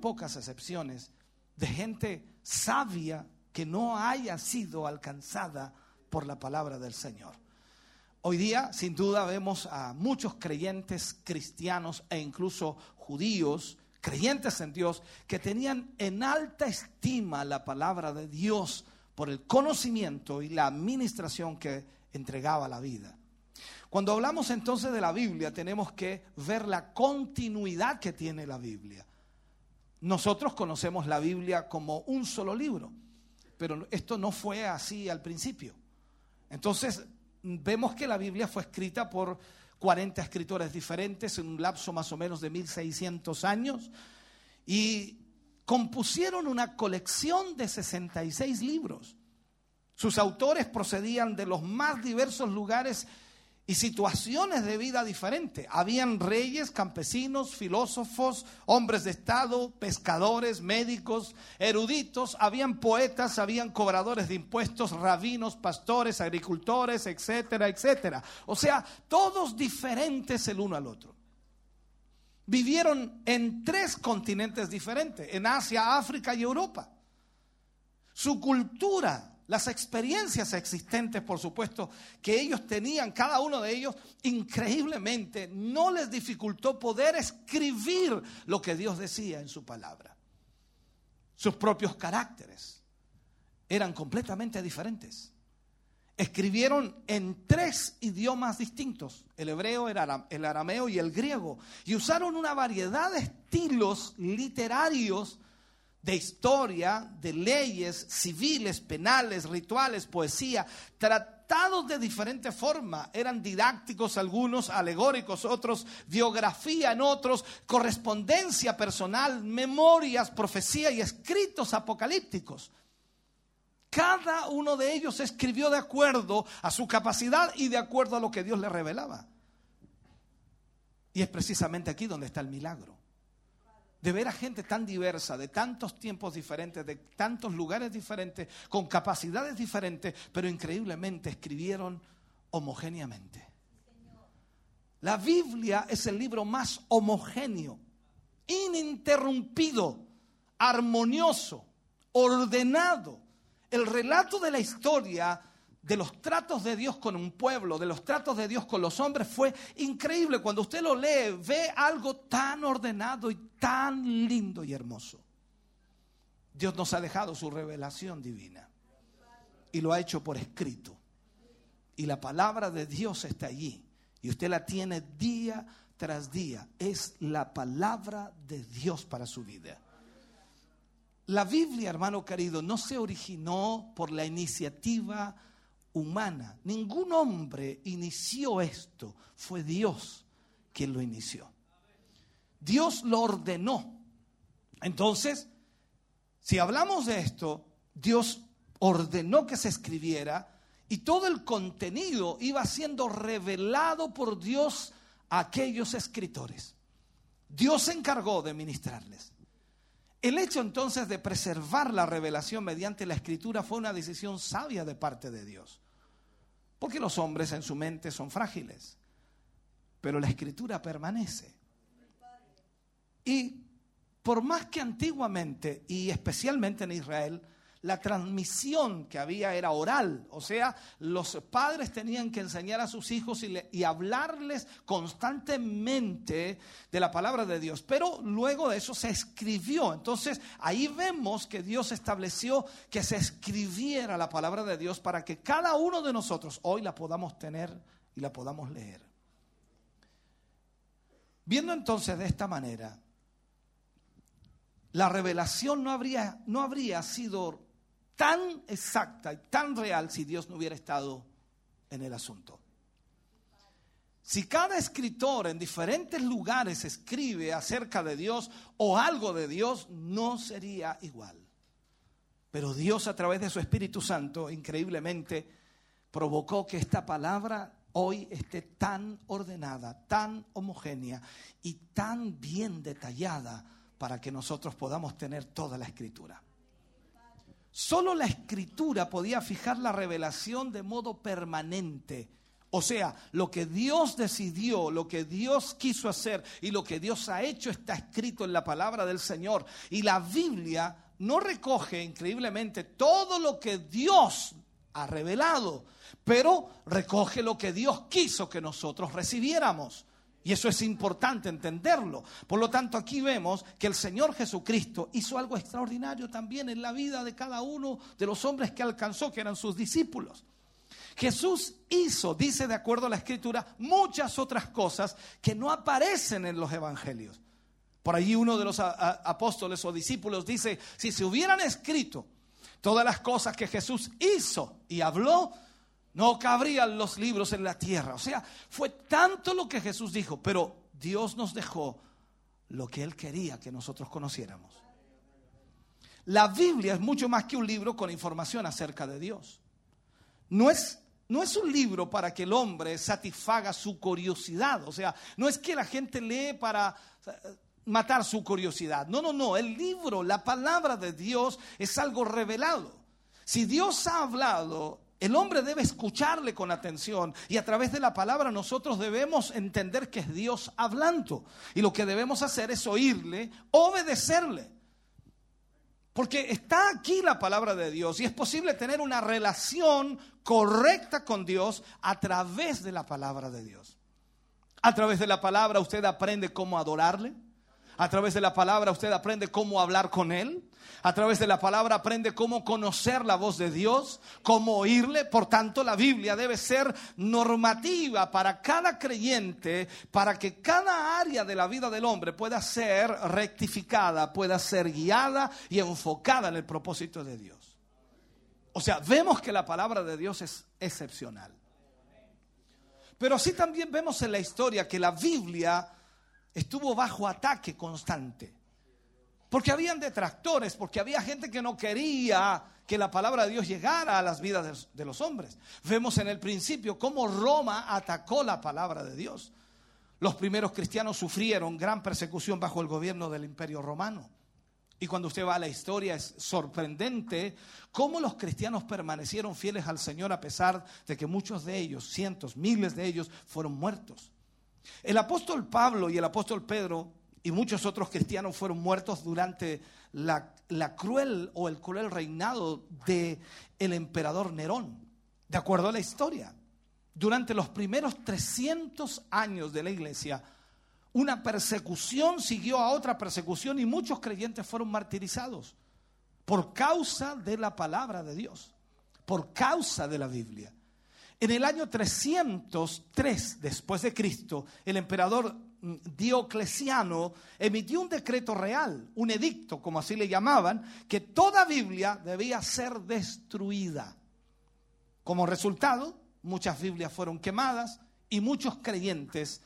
de gente sabia que no haya sido alcanzada por la palabra del Señor. Hoy día, sin duda, vemos a muchos creyentes cristianos e incluso judíos, creyentes en Dios, que tenían en alta estima la palabra de Dios por el conocimiento y la administración que entregaba la vida. Cuando hablamos entonces de la Biblia, tenemos que ver la continuidad que tiene la Biblia. Nosotros conocemos la Biblia como un solo libro, pero esto no fue así al principio. Entonces, vemos que la Biblia fue escrita por 40 escritores diferentes en un lapso más o menos de 1600 años y compusieron una colección de 66 libros. Sus autores procedían de los más diversos lugares y situaciones de vida diferentes. Habían reyes, campesinos, filósofos, hombres de estado, pescadores, médicos, eruditos, habían poetas, habían cobradores de impuestos, rabinos, pastores, agricultores, etcétera, etcétera. O sea, todos diferentes el uno al otro. Vivieron en 3 continentes diferentes, en Asia, África y Europa. Su cultura, las experiencias existentes, por supuesto, que ellos tenían, cada uno de ellos, increíblemente, no les dificultó poder escribir lo que Dios decía en su palabra. Sus propios caracteres eran completamente diferentes. Escribieron en 3 idiomas distintos, el hebreo, el arameo y el griego, y usaron una variedad de estilos literarios, de historia, de leyes civiles, penales, rituales, poesía, tratados de diferente forma. Eran didácticos algunos, alegóricos otros, biografía en otros, correspondencia personal, memorias, profecía y escritos apocalípticos. Cada uno de ellos escribió de acuerdo a su capacidad y de acuerdo a lo que Dios le revelaba. Y es precisamente aquí donde está el milagro. De ver a gente tan diversa, de tantos tiempos diferentes, de tantos lugares diferentes, con capacidades diferentes, pero increíblemente escribieron homogéneamente. La Biblia es el libro más homogéneo, ininterrumpido, armonioso, ordenado. El relato de la historia de los tratos de Dios con un pueblo, de los tratos de Dios con los hombres fue increíble. Cuando usted lo lee, ve algo tan ordenado y tan lindo y hermoso. Dios nos ha dejado su revelación divina y lo ha hecho por escrito. Y la palabra de Dios está allí y usted la tiene día tras día. Es la palabra de Dios para su vida. La Biblia, hermano querido, no se originó por la iniciativa humana. Ningún hombre inició esto. Fue Dios quien lo inició. Dios lo ordenó. Entonces, si hablamos de esto, Dios ordenó que se escribiera Y todo el contenido iba siendo revelado por Dios a aquellos escritores. Dios se encargó de ministrarles. El hecho entonces de preservar la revelación mediante la escritura fue una decisión sabia de parte de Dios. Porque los hombres en su mente son frágiles, pero la escritura permanece. Y por más que antiguamente, y especialmente en Israel, la transmisión que había era oral, o sea, los padres tenían que enseñar a sus hijos y hablarles constantemente de la palabra de Dios, pero luego de eso se escribió. Entonces ahí vemos que Dios estableció que se escribiera la palabra de Dios para que cada uno de nosotros hoy la podamos tener y la podamos leer. Viendo entonces de esta manera, la revelación no habría sido tan exacta y tan real si Dios no hubiera estado en el asunto. Si cada escritor en diferentes lugares escribe acerca de Dios o algo de Dios, no sería igual. Pero Dios, a través de su Espíritu Santo, increíblemente provocó que esta palabra hoy esté tan ordenada, tan homogénea y tan bien detallada para que nosotros podamos tener toda la escritura. Solo la escritura podía fijar la revelación de modo permanente. O sea, lo que Dios decidió, lo que Dios quiso hacer y lo que Dios ha hecho está escrito en la palabra del Señor. Y la Biblia no recoge increíblemente todo lo que Dios ha revelado, pero recoge lo que Dios quiso que nosotros recibiéramos. Y eso es importante entenderlo. Por lo tanto, aquí vemos que el Señor Jesucristo hizo algo extraordinario también en la vida de cada uno de los hombres que alcanzó, que eran sus discípulos. Jesús hizo, dice de acuerdo a la Escritura, muchas otras cosas que no aparecen en los evangelios. Por allí uno de los apóstoles o discípulos dice, si se hubieran escrito todas las cosas que Jesús hizo y habló, no cabrían los libros en la tierra. O sea, fue tanto lo que Jesús dijo, pero Dios nos dejó lo que Él quería que nosotros conociéramos. La Biblia es mucho más que un libro con información acerca de Dios. No es un libro para que el hombre satisfaga su curiosidad. O sea, no es que la gente lee para matar su curiosidad. No. El libro, la palabra de Dios es algo revelado. Si Dios ha hablado, el hombre debe escucharle con atención y a través de la palabra nosotros debemos entender que es Dios hablando. Y lo que debemos hacer es oírle, obedecerle. Porque está aquí la palabra de Dios y es posible tener una relación correcta con Dios a través de la palabra de Dios. A través de la palabra usted aprende cómo adorarle. A través de la palabra usted aprende cómo hablar con Él. A través de la palabra aprende cómo conocer la voz de Dios, cómo oírle. Por tanto, la Biblia debe ser normativa para cada creyente, para que cada área de la vida del hombre pueda ser rectificada, pueda ser guiada y enfocada en el propósito de Dios. O sea, vemos que la palabra de Dios es excepcional. Pero así también vemos en la historia que la Biblia estuvo bajo ataque constante. Porque habían detractores, porque había gente que no quería que la palabra de Dios llegara a las vidas de los hombres. Vemos en el principio cómo Roma atacó la palabra de Dios. Los primeros cristianos sufrieron gran persecución bajo el gobierno del Imperio Romano. Y cuando usted va a la historia es sorprendente cómo los cristianos permanecieron fieles al Señor a pesar de que muchos de ellos, cientos, miles de ellos, fueron muertos. El apóstol Pablo y el apóstol Pedro y muchos otros cristianos fueron muertos durante la cruel o el cruel reinado de el emperador Nerón. De acuerdo a la historia, durante los primeros 300 años de la iglesia, una persecución siguió a otra persecución y muchos creyentes fueron martirizados por causa de la palabra de Dios, por causa de la Biblia. En el año 303 después de Cristo, el emperador Diocleciano emitió un decreto real, un edicto, como así le llamaban, que toda Biblia debía ser destruida. Como resultado, muchas Biblias fueron quemadas y muchos creyentes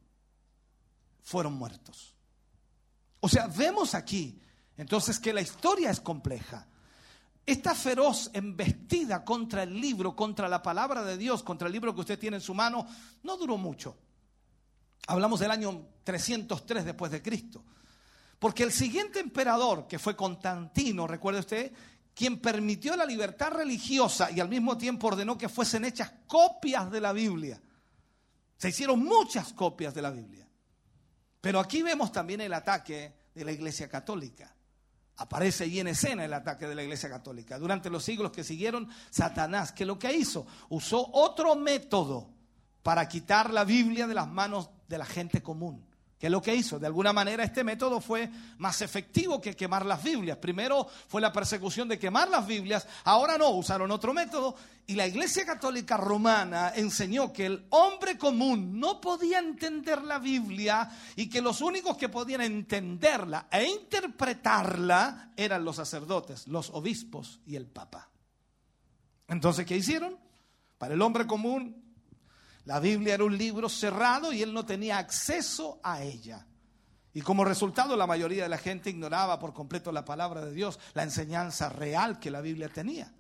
fueron muertos. O sea, vemos aquí entonces que la historia es compleja. esta feroz embestida contra el libro, contra la palabra de Dios, contra el libro que usted tiene en su mano, no duró mucho. Hablamos del año 303 después de Cristo. Porque el siguiente emperador, que fue Constantino, recuerde usted, quien permitió la libertad religiosa y al mismo tiempo ordenó que fuesen hechas copias de la Biblia. Se hicieron muchas copias de la Biblia. Pero aquí vemos también el ataque de la Iglesia Católica. Aparece ahí en escena el ataque de la Iglesia Católica. Durante los siglos que siguieron, Satanás, ¿qué es lo que hizo? Usó otro método para quitar la Biblia de las manos de la gente común. ¿Qué es lo que hizo? De alguna manera este método fue más efectivo que quemar las Biblias. Primero fue la persecución de quemar las Biblias, ahora no, usaron otro método. Y la Iglesia Católica Romana enseñó que el hombre común no podía entender la Biblia y que los únicos que podían entenderla e interpretarla eran los sacerdotes, los obispos y el Papa. Entonces, ¿qué hicieron? Para el hombre común, la Biblia era un libro cerrado y él no tenía acceso a ella. Y como resultado, la mayoría de la gente ignoraba por completo la palabra de Dios, la enseñanza real que la Biblia tenía.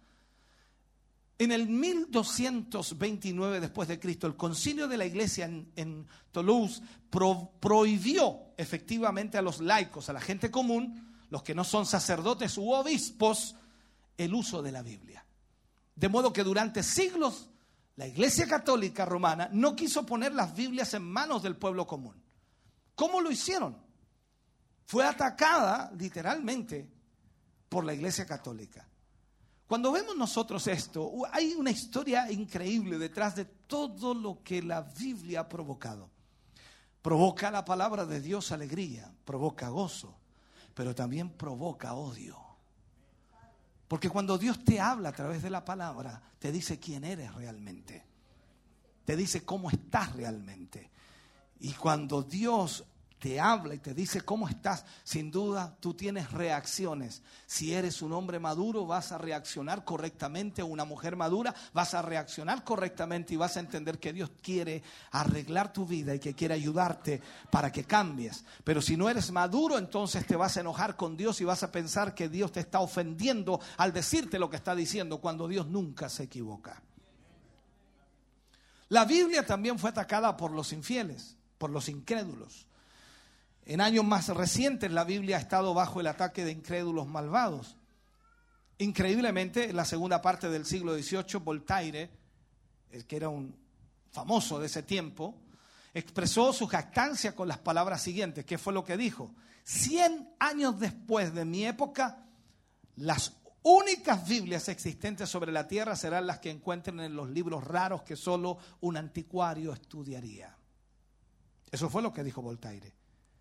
En el 1229 después de Cristo, el concilio de la iglesia en Toulouse prohibió efectivamente a los laicos, a la gente común, los que no son sacerdotes u obispos, el uso de la Biblia. De modo que durante siglos la Iglesia Católica Romana no quiso poner las Biblias en manos del pueblo común. ¿Cómo lo hicieron? Fue atacada literalmente por la Iglesia Católica. Cuando vemos nosotros esto, hay una historia increíble detrás de todo lo que la Biblia ha provocado. Provoca la palabra de Dios alegría, provoca gozo, pero también provoca odio. Porque cuando Dios te habla a través de la palabra, te dice quién eres realmente. Te dice cómo estás realmente. Y cuando Dios te habla y te dice cómo estás, sin duda tú tienes reacciones. Si eres un hombre maduro, vas a reaccionar correctamente. Una mujer madura, vas a reaccionar correctamente y vas a entender que Dios quiere arreglar tu vida y que quiere ayudarte para que cambies. Pero si no eres maduro, entonces te vas a enojar con Dios y vas a pensar que Dios te está ofendiendo al decirte lo que está diciendo, cuando Dios nunca se equivoca. La Biblia también fue atacada por los infieles, por los incrédulos. En años más recientes la Biblia ha estado bajo el ataque de incrédulos malvados. Increíblemente, en la segunda parte del siglo XVIII, Voltaire, que era un famoso de ese tiempo, expresó su jactancia con las palabras siguientes. ¿Qué fue lo que dijo? 100 años después de mi época, las únicas Biblias existentes sobre la tierra serán las que encuentren en los libros raros que solo un anticuario estudiaría. Eso fue lo que dijo Voltaire.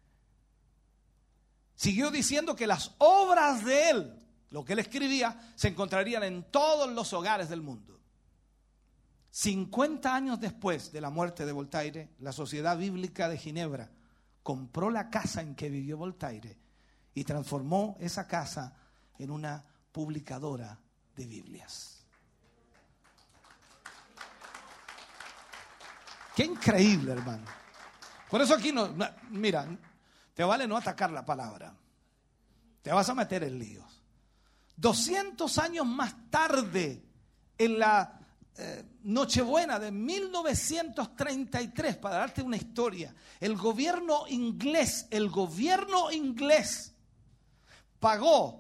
Siguió diciendo que las obras de él, lo que él escribía, se encontrarían en todos los hogares del mundo. 50 años después de la muerte de Voltaire, la Sociedad Bíblica de Ginebra compró la casa en que vivió Voltaire y transformó esa casa en una publicadora de Biblias. Qué increíble, hermano. Por eso aquí mira, te vale no atacar la palabra. Te vas a meter en líos. 200 años más tarde, en la Nochebuena de 1933, para darte una historia, el gobierno inglés pagó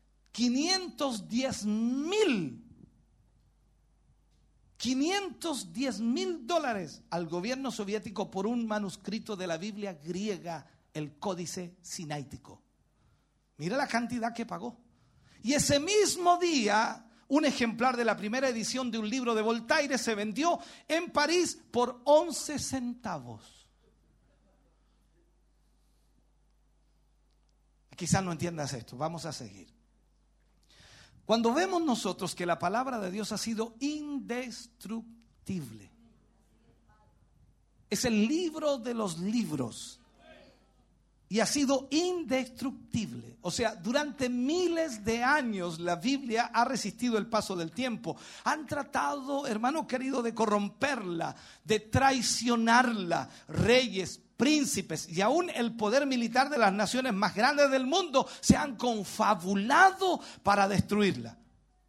$510,000 al gobierno soviético por un manuscrito de la Biblia griega, el Códice Sinaítico. Mira la cantidad que pagó. Y ese mismo día, un ejemplar de la primera edición de un libro de Voltaire se vendió en París por 11 centavos. Quizás no entiendas esto, vamos a seguir. Cuando vemos nosotros que la palabra de Dios ha sido indestructible, es el libro de los libros y ha sido indestructible. O sea, durante miles de años la Biblia ha resistido el paso del tiempo. Han tratado, hermano querido, de corromperla, de traicionarla, reyes, príncipes y aún el poder militar de las naciones más grandes del mundo se han confabulado para destruirla.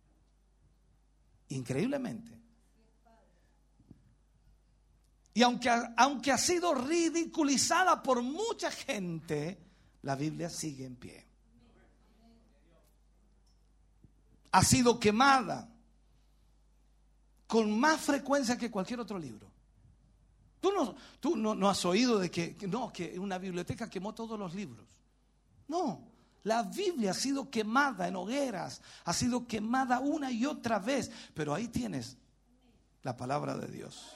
Increíblemente. Y aunque ha sido ridiculizada por mucha gente, la Biblia sigue en pie. Ha sido quemada con más frecuencia que cualquier otro libro. Tú no has oído de que una biblioteca quemó todos los libros. No, la Biblia ha sido quemada en hogueras, ha sido quemada una y otra vez, pero ahí tienes la palabra de Dios.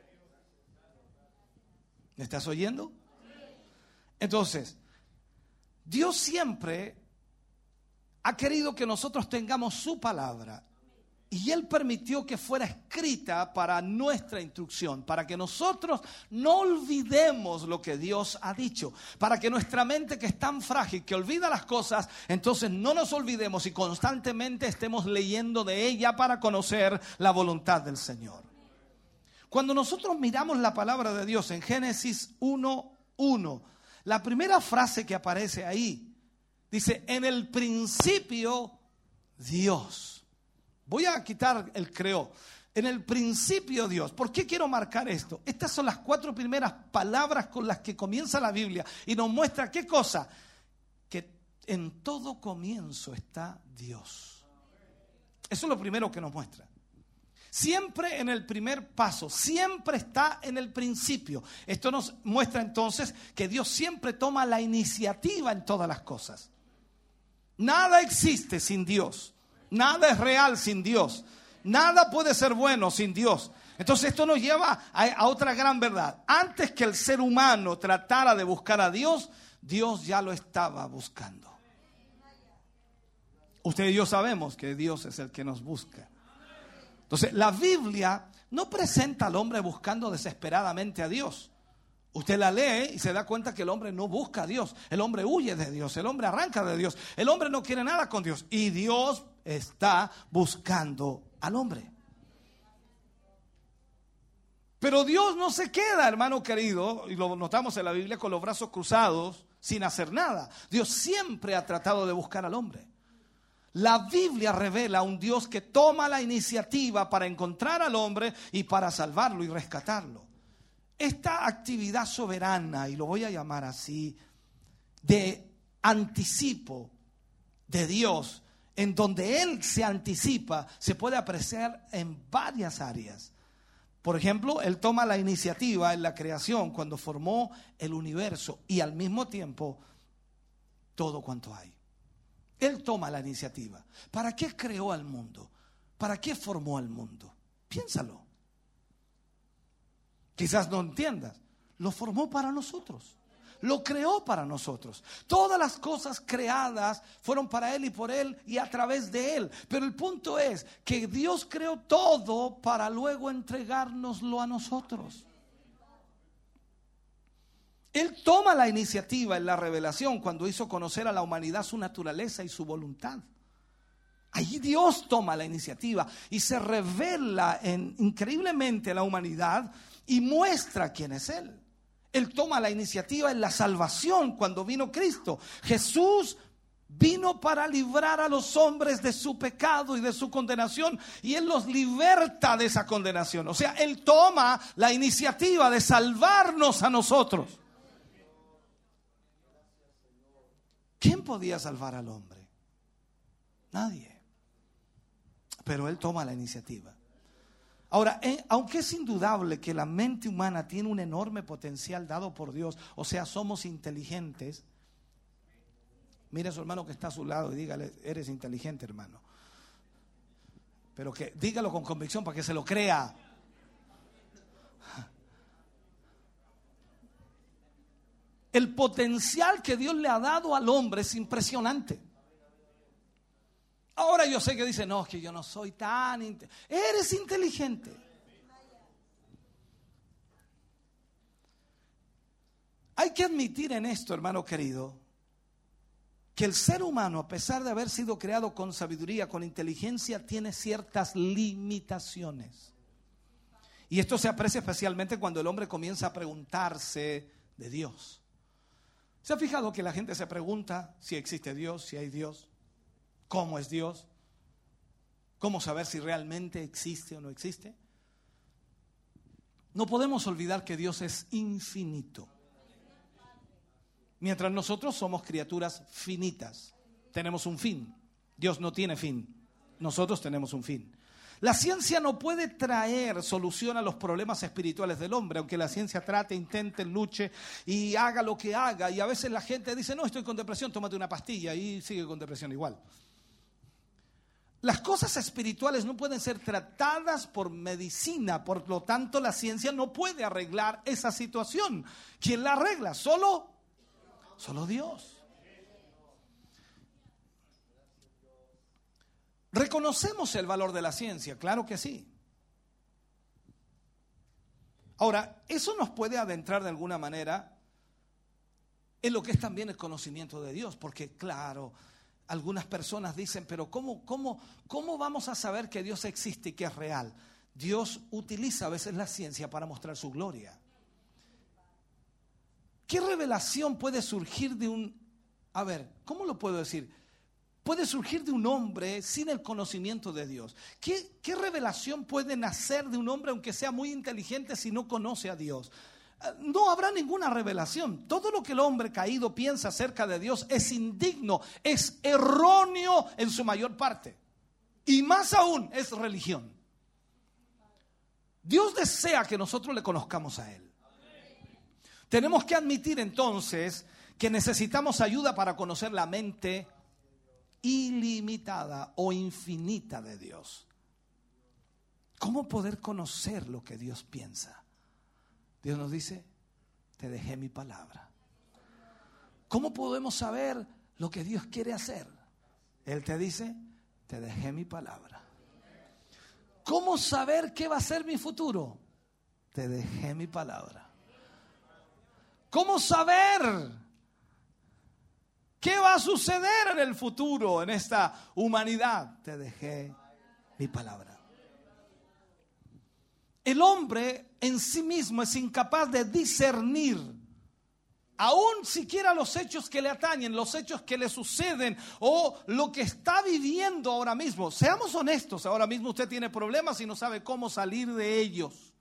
¿Me estás oyendo? Entonces, Dios siempre ha querido que nosotros tengamos su palabra. Y Él permitió que fuera escrita para nuestra instrucción, para que nosotros no olvidemos lo que Dios ha dicho, para que nuestra mente, que es tan frágil, que olvida las cosas, entonces no nos olvidemos y constantemente estemos leyendo de ella para conocer la voluntad del Señor. Cuando nosotros miramos la palabra de Dios en Génesis 1:1, la primera frase que aparece ahí dice: en el principio Dios. Voy a quitar el creó. En el principio Dios. ¿Por qué quiero marcar esto? Estas son las 4 primeras palabras con las que comienza la Biblia y nos muestra ¿qué cosa? Que en todo comienzo está Dios. Eso es lo primero que nos muestra. Siempre en el primer paso, siempre está en el principio. Esto nos muestra entonces que Dios siempre toma la iniciativa en todas las cosas. Nada existe sin Dios. Nada es real sin Dios. Nada puede ser bueno sin Dios. Entonces esto nos lleva a otra gran verdad. Antes que el ser humano tratara de buscar a Dios, Dios ya lo estaba buscando. Usted y yo sabemos que Dios es el que nos busca. Entonces la Biblia no presenta al hombre buscando desesperadamente a Dios. Usted la lee y se da cuenta que el hombre no busca a Dios. El hombre huye de Dios. El hombre arranca de Dios. El hombre no quiere nada con Dios. Y Dios está buscando al hombre. Pero Dios no se queda, hermano querido, y lo notamos en la Biblia, con los brazos cruzados sin hacer nada. Dios siempre ha tratado de buscar al hombre. La Biblia revela a un Dios que toma la iniciativa para encontrar al hombre y para salvarlo y rescatarlo. Esta actividad soberana, y lo voy a llamar así, de anticipo de Dios, en donde Él se anticipa, se puede apreciar en varias áreas. Por ejemplo, Él toma la iniciativa en la creación cuando formó el universo y al mismo tiempo todo cuanto hay. Él toma la iniciativa. ¿Para qué creó al mundo? ¿Para qué formó al mundo? Piénsalo. Quizás no entiendas. Lo formó para nosotros. Lo creó para nosotros. Todas las cosas creadas fueron para Él y por Él y a través de Él. Pero el punto es que Dios creó todo para luego entregárnoslo a nosotros. Él toma la iniciativa en la revelación cuando hizo conocer a la humanidad su naturaleza y su voluntad. Allí Dios toma la iniciativa y se revela increíblemente a la humanidad y muestra quién es Él. Él toma la iniciativa en la salvación cuando vino Cristo. Jesús vino para librar a los hombres de su pecado y de su condenación, y Él los liberta de esa condenación. O sea, Él toma la iniciativa de salvarnos a nosotros. ¿Quién podía salvar al hombre? Nadie. Pero Él toma la iniciativa. Ahora, aunque es indudable que la mente humana tiene un enorme potencial dado por Dios, o sea, somos inteligentes. Mire a su hermano que está a su lado y dígale: eres inteligente, hermano. Pero que dígalo con convicción para que se lo crea. El potencial que Dios le ha dado al hombre es impresionante. Ahora yo sé que dice: no, es que yo no soy tan inteligente. Eres inteligente. Hay que admitir en esto, hermano querido, que el ser humano, a pesar de haber sido creado con sabiduría, con inteligencia, tiene ciertas limitaciones. Y esto se aprecia especialmente cuando el hombre comienza a preguntarse de Dios. ¿Se ha fijado que la gente se pregunta si existe Dios, si hay Dios? ¿Cómo es Dios? ¿Cómo saber si realmente existe o no existe? No podemos olvidar que Dios es infinito. Mientras nosotros somos criaturas finitas, tenemos un fin. Dios no tiene fin, nosotros tenemos un fin. La ciencia no puede traer solución a los problemas espirituales del hombre, aunque la ciencia trate, intente, luche y haga lo que haga. Y a veces la gente dice, no, estoy con depresión, tómate una pastilla, y sigue con depresión igual. Las cosas espirituales no pueden ser tratadas por medicina, por lo tanto la ciencia no puede arreglar esa situación. ¿Quién la arregla? Solo Dios. ¿Reconocemos el valor de la ciencia? Claro que sí. Ahora, eso nos puede adentrar de alguna manera en lo que es también el conocimiento de Dios, porque claro, algunas personas dicen, pero ¿cómo vamos a saber que Dios existe y que es real? Dios utiliza a veces la ciencia para mostrar su gloria. ¿Qué revelación puede surgir de un... A ver, ¿cómo lo puedo decir? Puede surgir de un hombre sin el conocimiento de Dios. ¿Qué revelación puede nacer de un hombre aunque sea muy inteligente si no conoce a Dios? No habrá ninguna revelación. Todo lo que el hombre caído piensa acerca de Dios es indigno, es erróneo en su mayor parte. Y más aún es religión. Dios desea que nosotros le conozcamos a Él. Tenemos que admitir entonces que necesitamos ayuda para conocer la mente ilimitada o infinita de Dios. ¿Cómo poder conocer lo que Dios piensa? Dios nos dice, te dejé mi palabra. ¿Cómo podemos saber lo que Dios quiere hacer? Él te dice, te dejé mi palabra. ¿Cómo saber qué va a ser mi futuro? Te dejé mi palabra. ¿Cómo saber qué va a suceder en el futuro, en esta humanidad? Te dejé mi palabra. El hombre en sí mismo es incapaz de discernir, aún siquiera los hechos que le atañen, los hechos que le suceden o lo que está viviendo ahora mismo. Seamos honestos, ahora mismo usted tiene problemas y no sabe cómo salir de ellos.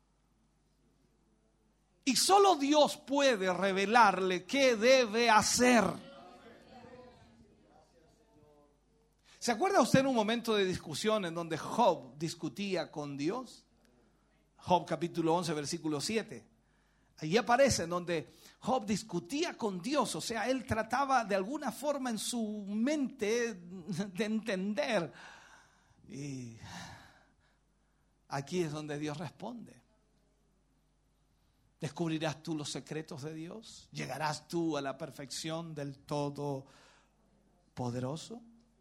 Y solo Dios puede revelarle qué debe hacer. ¿Se acuerda usted en un momento de discusión en donde Job discutía con Dios? Job capítulo 11 versículo 7. Allí aparece en donde Job discutía con Dios. O sea, él trataba de alguna forma en su mente de entender. Y aquí es donde Dios responde. ¿Descubrirás tú los secretos de Dios? ¿Llegarás tú a la perfección del Todopoderoso?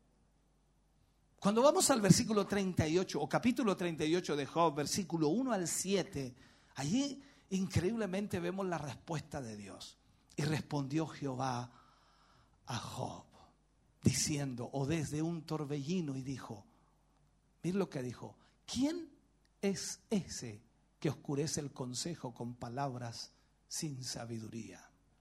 Cuando vamos al versículo 38 o capítulo 38 de Job, versículo 1 al 7, allí increíblemente vemos la respuesta de Dios. Y respondió Jehová a Job, diciendo, o desde un torbellino, y dijo, mira lo que dijo, ¿quién es ese que oscurece el consejo con palabras sin sabiduría?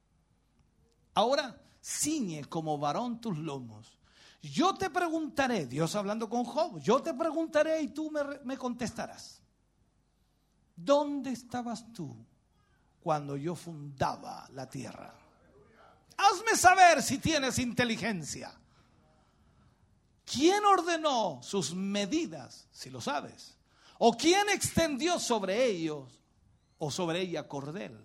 Ahora ciñe como varón tus lomos. Yo te preguntaré, Dios hablando con Job, yo te preguntaré y tú me contestarás. ¿Dónde estabas tú cuando yo fundaba la tierra? Hazme saber si tienes inteligencia. ¿Quién ordenó sus medidas, si lo sabes? ¿O quién extendió sobre ellos o sobre ella cordel?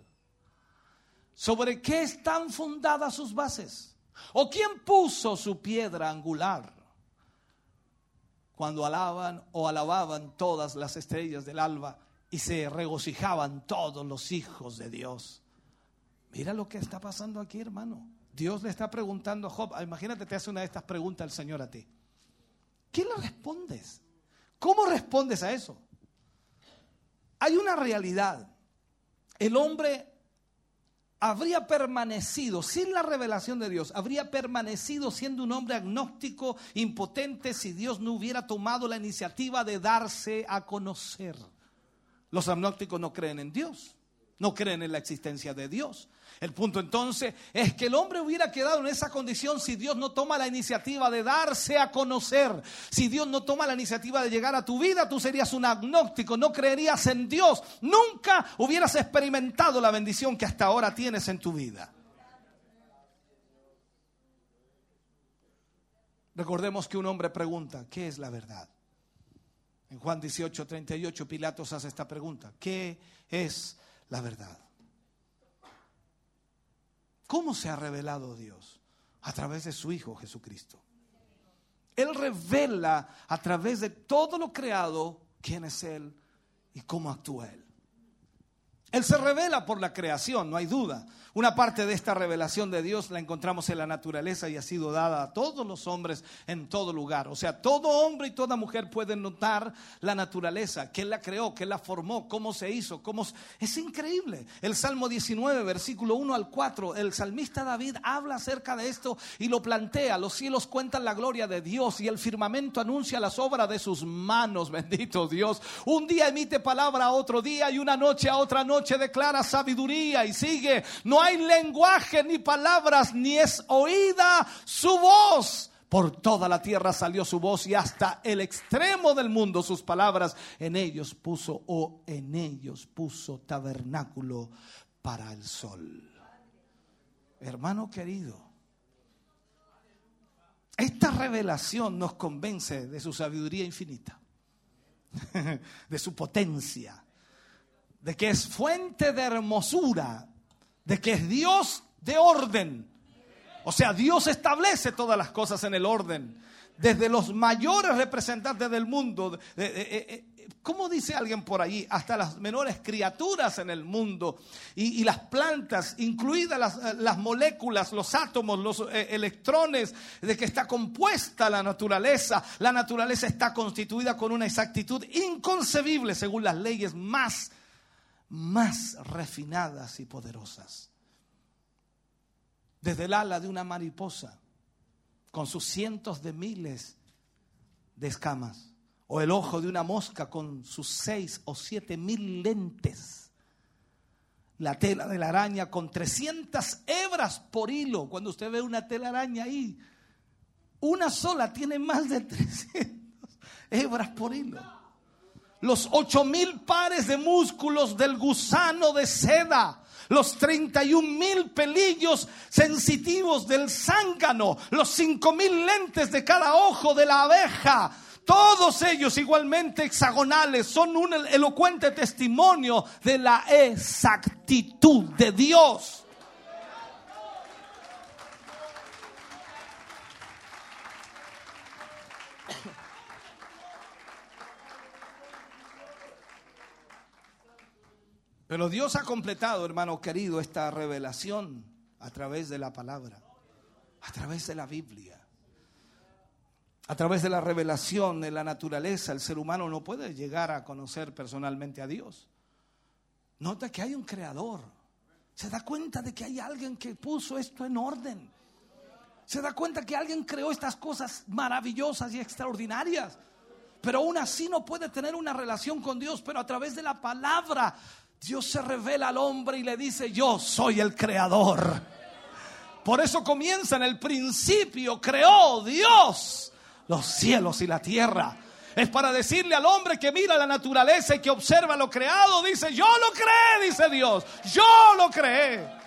¿Sobre qué están fundadas sus bases? ¿O quién puso su piedra angular? Cuando alababan todas las estrellas del alba y se regocijaban todos los hijos de Dios. Mira lo que está pasando aquí, hermano. Dios le está preguntando a Job. Imagínate, te hace una de estas preguntas el Señor a ti. ¿Qué le respondes? ¿Cómo respondes a eso? Hay una realidad. El hombre habría permanecido sin la revelación de Dios, habría permanecido siendo un hombre agnóstico, impotente, si Dios no hubiera tomado la iniciativa de darse a conocer. Los agnósticos no creen en Dios. no creen en la existencia de Dios. El punto entonces es que el hombre hubiera quedado en esa condición si Dios no toma la iniciativa de darse a conocer. Si Dios no toma la iniciativa de llegar a tu vida, tú serías un agnóstico, no creerías en Dios. Nunca hubieras experimentado la bendición que hasta ahora tienes en tu vida. Recordemos que un hombre pregunta, ¿qué es la verdad? En Juan 18:38 Pilatos hace esta pregunta, ¿qué es la verdad? ¿Cómo se ha revelado Dios? A través de su Hijo Jesucristo. Él revela a través de todo lo creado quién es Él y cómo actúa Él. Él se revela por la creación, no hay duda. Una parte de esta revelación de Dios la encontramos en la naturaleza y ha sido dada a todos los hombres en todo lugar. O sea, todo hombre y toda mujer pueden notar la naturaleza, que Él la creó, que Él la formó, cómo se hizo, Es increíble. El Salmo 19, versículo 1 al 4, el salmista David habla acerca de esto y lo plantea. Los cielos cuentan la gloria de Dios y el firmamento anuncia las obras de sus manos. Bendito Dios. Un día emite palabra a otro día y una noche a otra noche declara sabiduría. Y sigue, no hay lenguaje ni palabras, ni es oída su voz. Por toda la tierra salió su voz y hasta el extremo del mundo sus palabras. En ellos puso tabernáculo para el sol. Hermano querido, esta revelación nos convence de su sabiduría infinita, de su potencia, de que es fuente de hermosura, de que es Dios de orden. O sea, Dios establece todas las cosas en el orden. Desde los mayores representantes del mundo, ¿cómo dice alguien por ahí? Hasta las menores criaturas en el mundo y las plantas, incluidas las moléculas, los átomos, los electrones, de que está compuesta la naturaleza. La naturaleza está constituida con una exactitud inconcebible según las leyes más refinadas y poderosas. Desde el ala de una mariposa con sus cientos de miles de escamas, o el ojo de una mosca con sus 6 o 7 mil lentes, la tela de la araña con 300 hebras por hilo. Cuando usted ve una telaraña ahí, una sola tiene más de 300 hebras por hilo. Los 8,000 pares de músculos del gusano de seda, los 31,000 pelillos sensitivos del zángano, los 5,000 lentes de cada ojo de la abeja, todos ellos igualmente hexagonales, son un elocuente testimonio de la exactitud de Dios. Pero Dios ha completado, hermano querido, esta revelación a través de la palabra, a través de la Biblia, a través de la revelación de la naturaleza. El ser humano no puede llegar a conocer personalmente a Dios. Nota que hay un creador. Se da cuenta de que hay alguien que puso esto en orden. Se da cuenta que alguien creó estas cosas maravillosas y extraordinarias. Pero aún así no puede tener una relación con Dios. Pero a través de la palabra Dios se revela al hombre y le dice: yo soy el creador. Por eso comienza en el principio, creó Dios los cielos y la tierra. Es para decirle al hombre que mira la naturaleza y que observa lo creado, dice: yo lo creé, dice Dios, yo lo creé.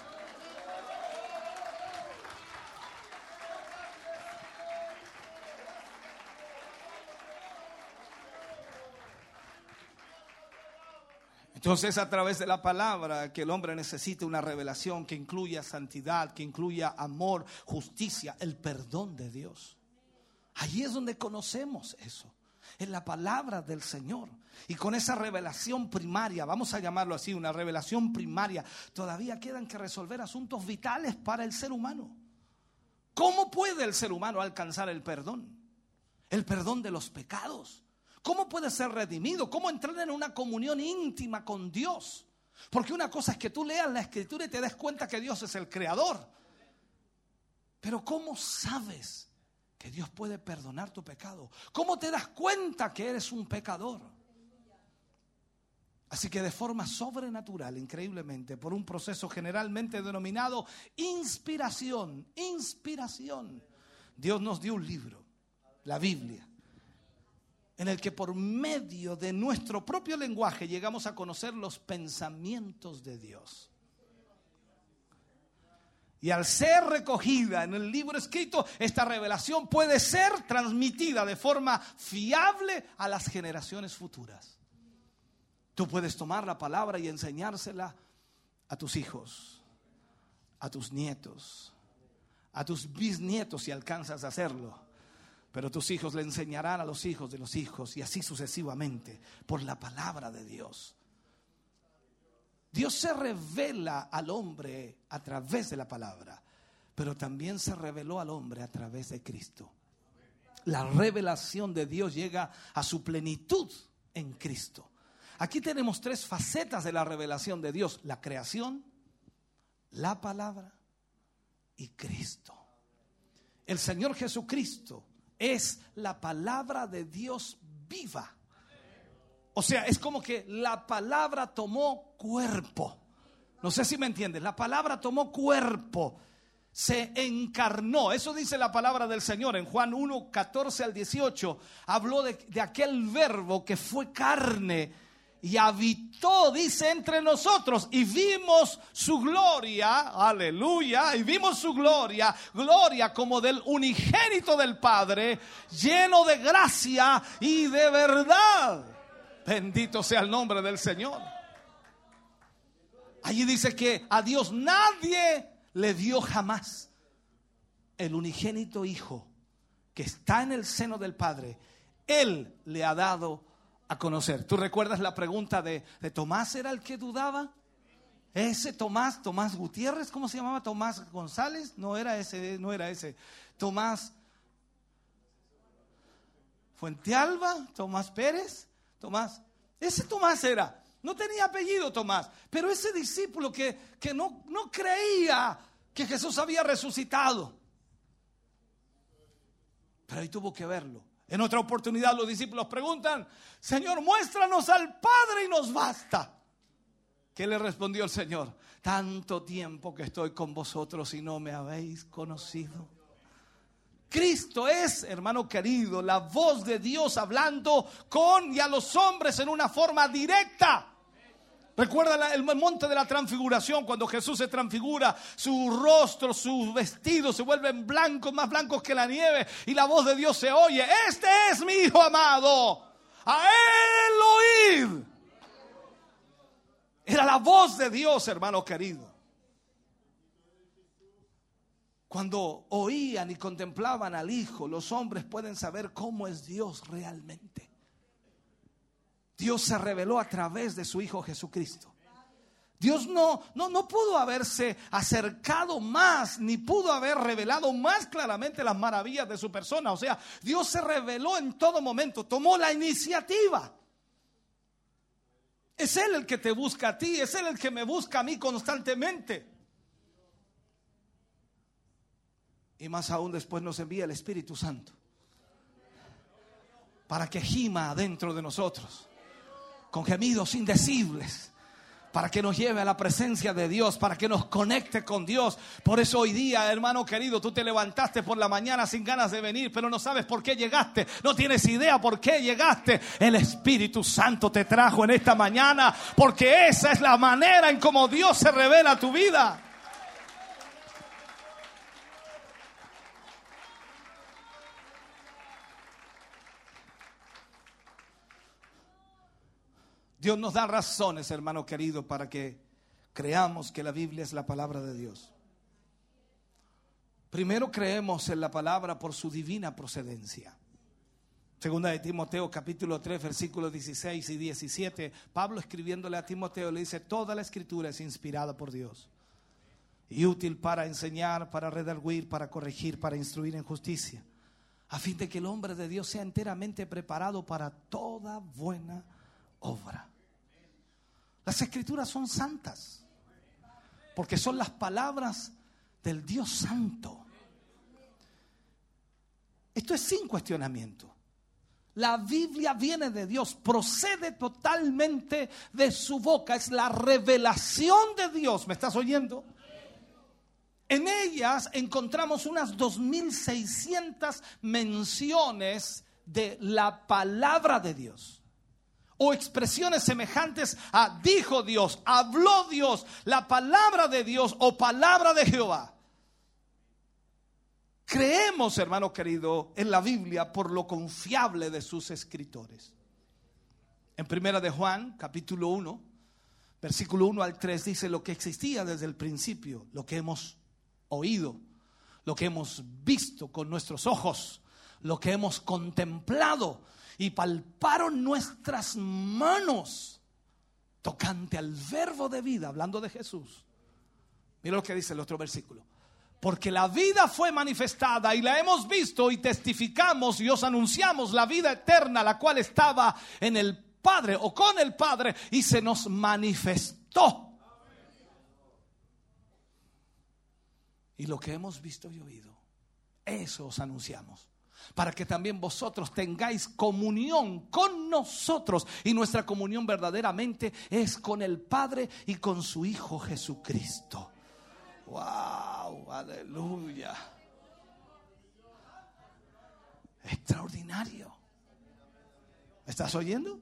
Entonces, a través de la palabra, que el hombre necesita una revelación que incluya santidad, que incluya amor, justicia, el perdón de Dios. Allí es donde conocemos eso, en la palabra del Señor. Y con esa revelación primaria, vamos a llamarlo así, una revelación primaria, todavía quedan que resolver asuntos vitales para el ser humano. ¿Cómo puede el ser humano alcanzar el perdón? El perdón de los pecados. ¿Cómo puede ser redimido? ¿Cómo entrar en una comunión íntima con Dios? Porque una cosa es que tú leas la Escritura y te des cuenta que Dios es el creador. Pero ¿cómo sabes que Dios puede perdonar tu pecado? ¿Cómo te das cuenta que eres un pecador? Así que de forma sobrenatural, increíblemente, por un proceso generalmente denominado inspiración, Dios nos dio un libro, la Biblia, en el que por medio de nuestro propio lenguaje llegamos a conocer los pensamientos de Dios. Y al ser recogida en el libro escrito, esta revelación puede ser transmitida de forma fiable a las generaciones futuras. Tú puedes tomar la palabra y enseñársela a tus hijos, a tus nietos, a tus bisnietos si alcanzas a hacerlo. Pero tus hijos le enseñarán a los hijos de los hijos y así sucesivamente por la palabra de Dios. Dios se revela al hombre a través de la palabra, pero también se reveló al hombre a través de Cristo. La revelación de Dios llega a su plenitud en Cristo. Aquí tenemos 3 facetas de la revelación de Dios: la creación, la palabra y Cristo. El Señor Jesucristo es la palabra de Dios viva. O sea, es como que la palabra tomó cuerpo. No sé si me entiendes. La palabra tomó cuerpo, se encarnó. Eso dice la palabra del Señor en Juan 1, 14 al 18. Habló de aquel verbo que fue carne y habitó, dice, entre nosotros, y vimos su gloria, aleluya, y vimos su gloria, gloria como del unigénito del Padre, lleno de gracia y de verdad. Bendito sea el nombre del Señor. Allí dice que a Dios nadie le dio jamás. El unigénito Hijo que está en el seno del Padre, Él le ha dado a conocer. ¿Tú recuerdas la pregunta de Tomás? ¿Era el que dudaba? Ese Tomás Gutiérrez, ¿cómo se llamaba? Tomás González, no era ese. Tomás Fuentealba, Tomás Pérez, ese Tomás era. No tenía apellido Tomás, pero ese discípulo que no creía que Jesús había resucitado. Pero ahí tuvo que verlo. En otra oportunidad los discípulos preguntan: Señor, muéstranos al Padre y nos basta. ¿Qué le respondió el Señor? Tanto tiempo que estoy con vosotros y no me habéis conocido. Cristo es, hermano querido, la voz de Dios hablando con y a los hombres en una forma directa. Recuerda el monte de la transfiguración, cuando Jesús se transfigura, su rostro, sus vestidos se vuelven blancos, más blancos que la nieve, y la voz de Dios se oye: este es mi Hijo amado, a Él oíd. Era la voz de Dios, hermano querido. Cuando oían y contemplaban al Hijo, los hombres pueden saber cómo es Dios realmente. Dios se reveló a través de su Hijo Jesucristo. Dios no pudo haberse acercado más, ni pudo haber revelado más claramente las maravillas de su persona. O sea, Dios se reveló en todo momento, tomó la iniciativa. Es Él el que te busca a ti, es Él el que me busca a mí constantemente. Y más aún después nos envía el Espíritu Santo para que gima dentro de nosotros con gemidos indecibles, para que nos lleve a la presencia de Dios, para que nos conecte con Dios. Por eso hoy día, hermano querido, tú te levantaste por la mañana sin ganas de venir, pero no sabes por qué llegaste, no tienes idea por qué llegaste. El Espíritu Santo te trajo en esta mañana, porque esa es la manera en cómo Dios se revela a tu vida. Dios nos da razones, hermano querido, para que creamos que la Biblia es la palabra de Dios. Primero, creemos en la palabra por su divina procedencia. Segunda de Timoteo capítulo 3 versículos 16 y 17, Pablo escribiéndole a Timoteo le dice: toda la escritura es inspirada por Dios y útil para enseñar, para redarguir, para corregir, para instruir en justicia, a fin de que el hombre de Dios sea enteramente preparado para toda buena obra. Las escrituras son santas porque son las palabras del Dios santo. Esto es sin cuestionamiento. La Biblia viene de Dios, procede totalmente de su boca. Es la revelación de Dios. ¿Me estás oyendo? En ellas encontramos unas 2600 menciones de la palabra de Dios, o expresiones semejantes a dijo Dios, habló Dios, la palabra de Dios o palabra de Jehová. Creemos, hermano querido, en la Biblia por lo confiable de sus escritores. En Primera de Juan, capítulo 1, versículo 1 al 3, dice: lo que existía desde el principio, lo que hemos oído, lo que hemos visto con nuestros ojos, lo que hemos contemplado y palparon nuestras manos, tocante al verbo de vida, hablando de Jesús. Mira lo que dice el otro versículo: porque la vida fue manifestada y la hemos visto y testificamos y os anunciamos la vida eterna, la cual estaba en el Padre o con el Padre y se nos manifestó. Y lo que hemos visto y oído, eso os anunciamos, para que también vosotros tengáis comunión con nosotros. Y nuestra comunión verdaderamente es con el Padre y con su Hijo Jesucristo. Wow, aleluya. Extraordinario. ¿Me estás oyendo?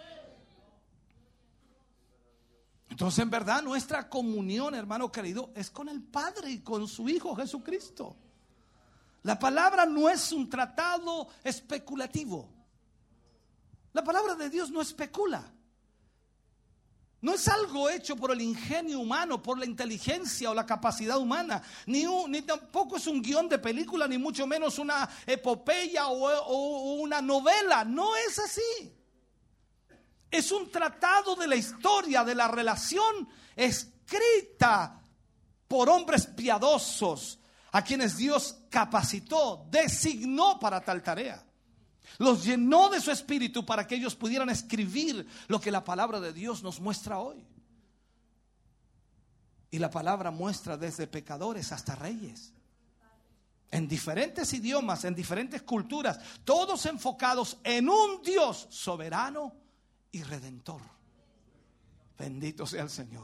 Entonces, en verdad, nuestra comunión, hermano querido, es con el Padre y con su Hijo Jesucristo. La palabra no es un tratado especulativo. La palabra de Dios no especula. No es algo hecho por el ingenio humano, por la inteligencia o la capacidad humana. Ni tampoco es un guión de película, ni mucho menos una epopeya o una novela. No es así. Es un tratado de la historia, de la relación escrita por hombres piadosos, a quienes Dios capacitó, designó para tal tarea. Los llenó de su espíritu para que ellos pudieran escribir lo que la palabra de Dios nos muestra hoy. Y la palabra muestra desde pecadores hasta reyes, en diferentes idiomas, en diferentes culturas, todos enfocados en un Dios soberano y redentor. Bendito sea el Señor.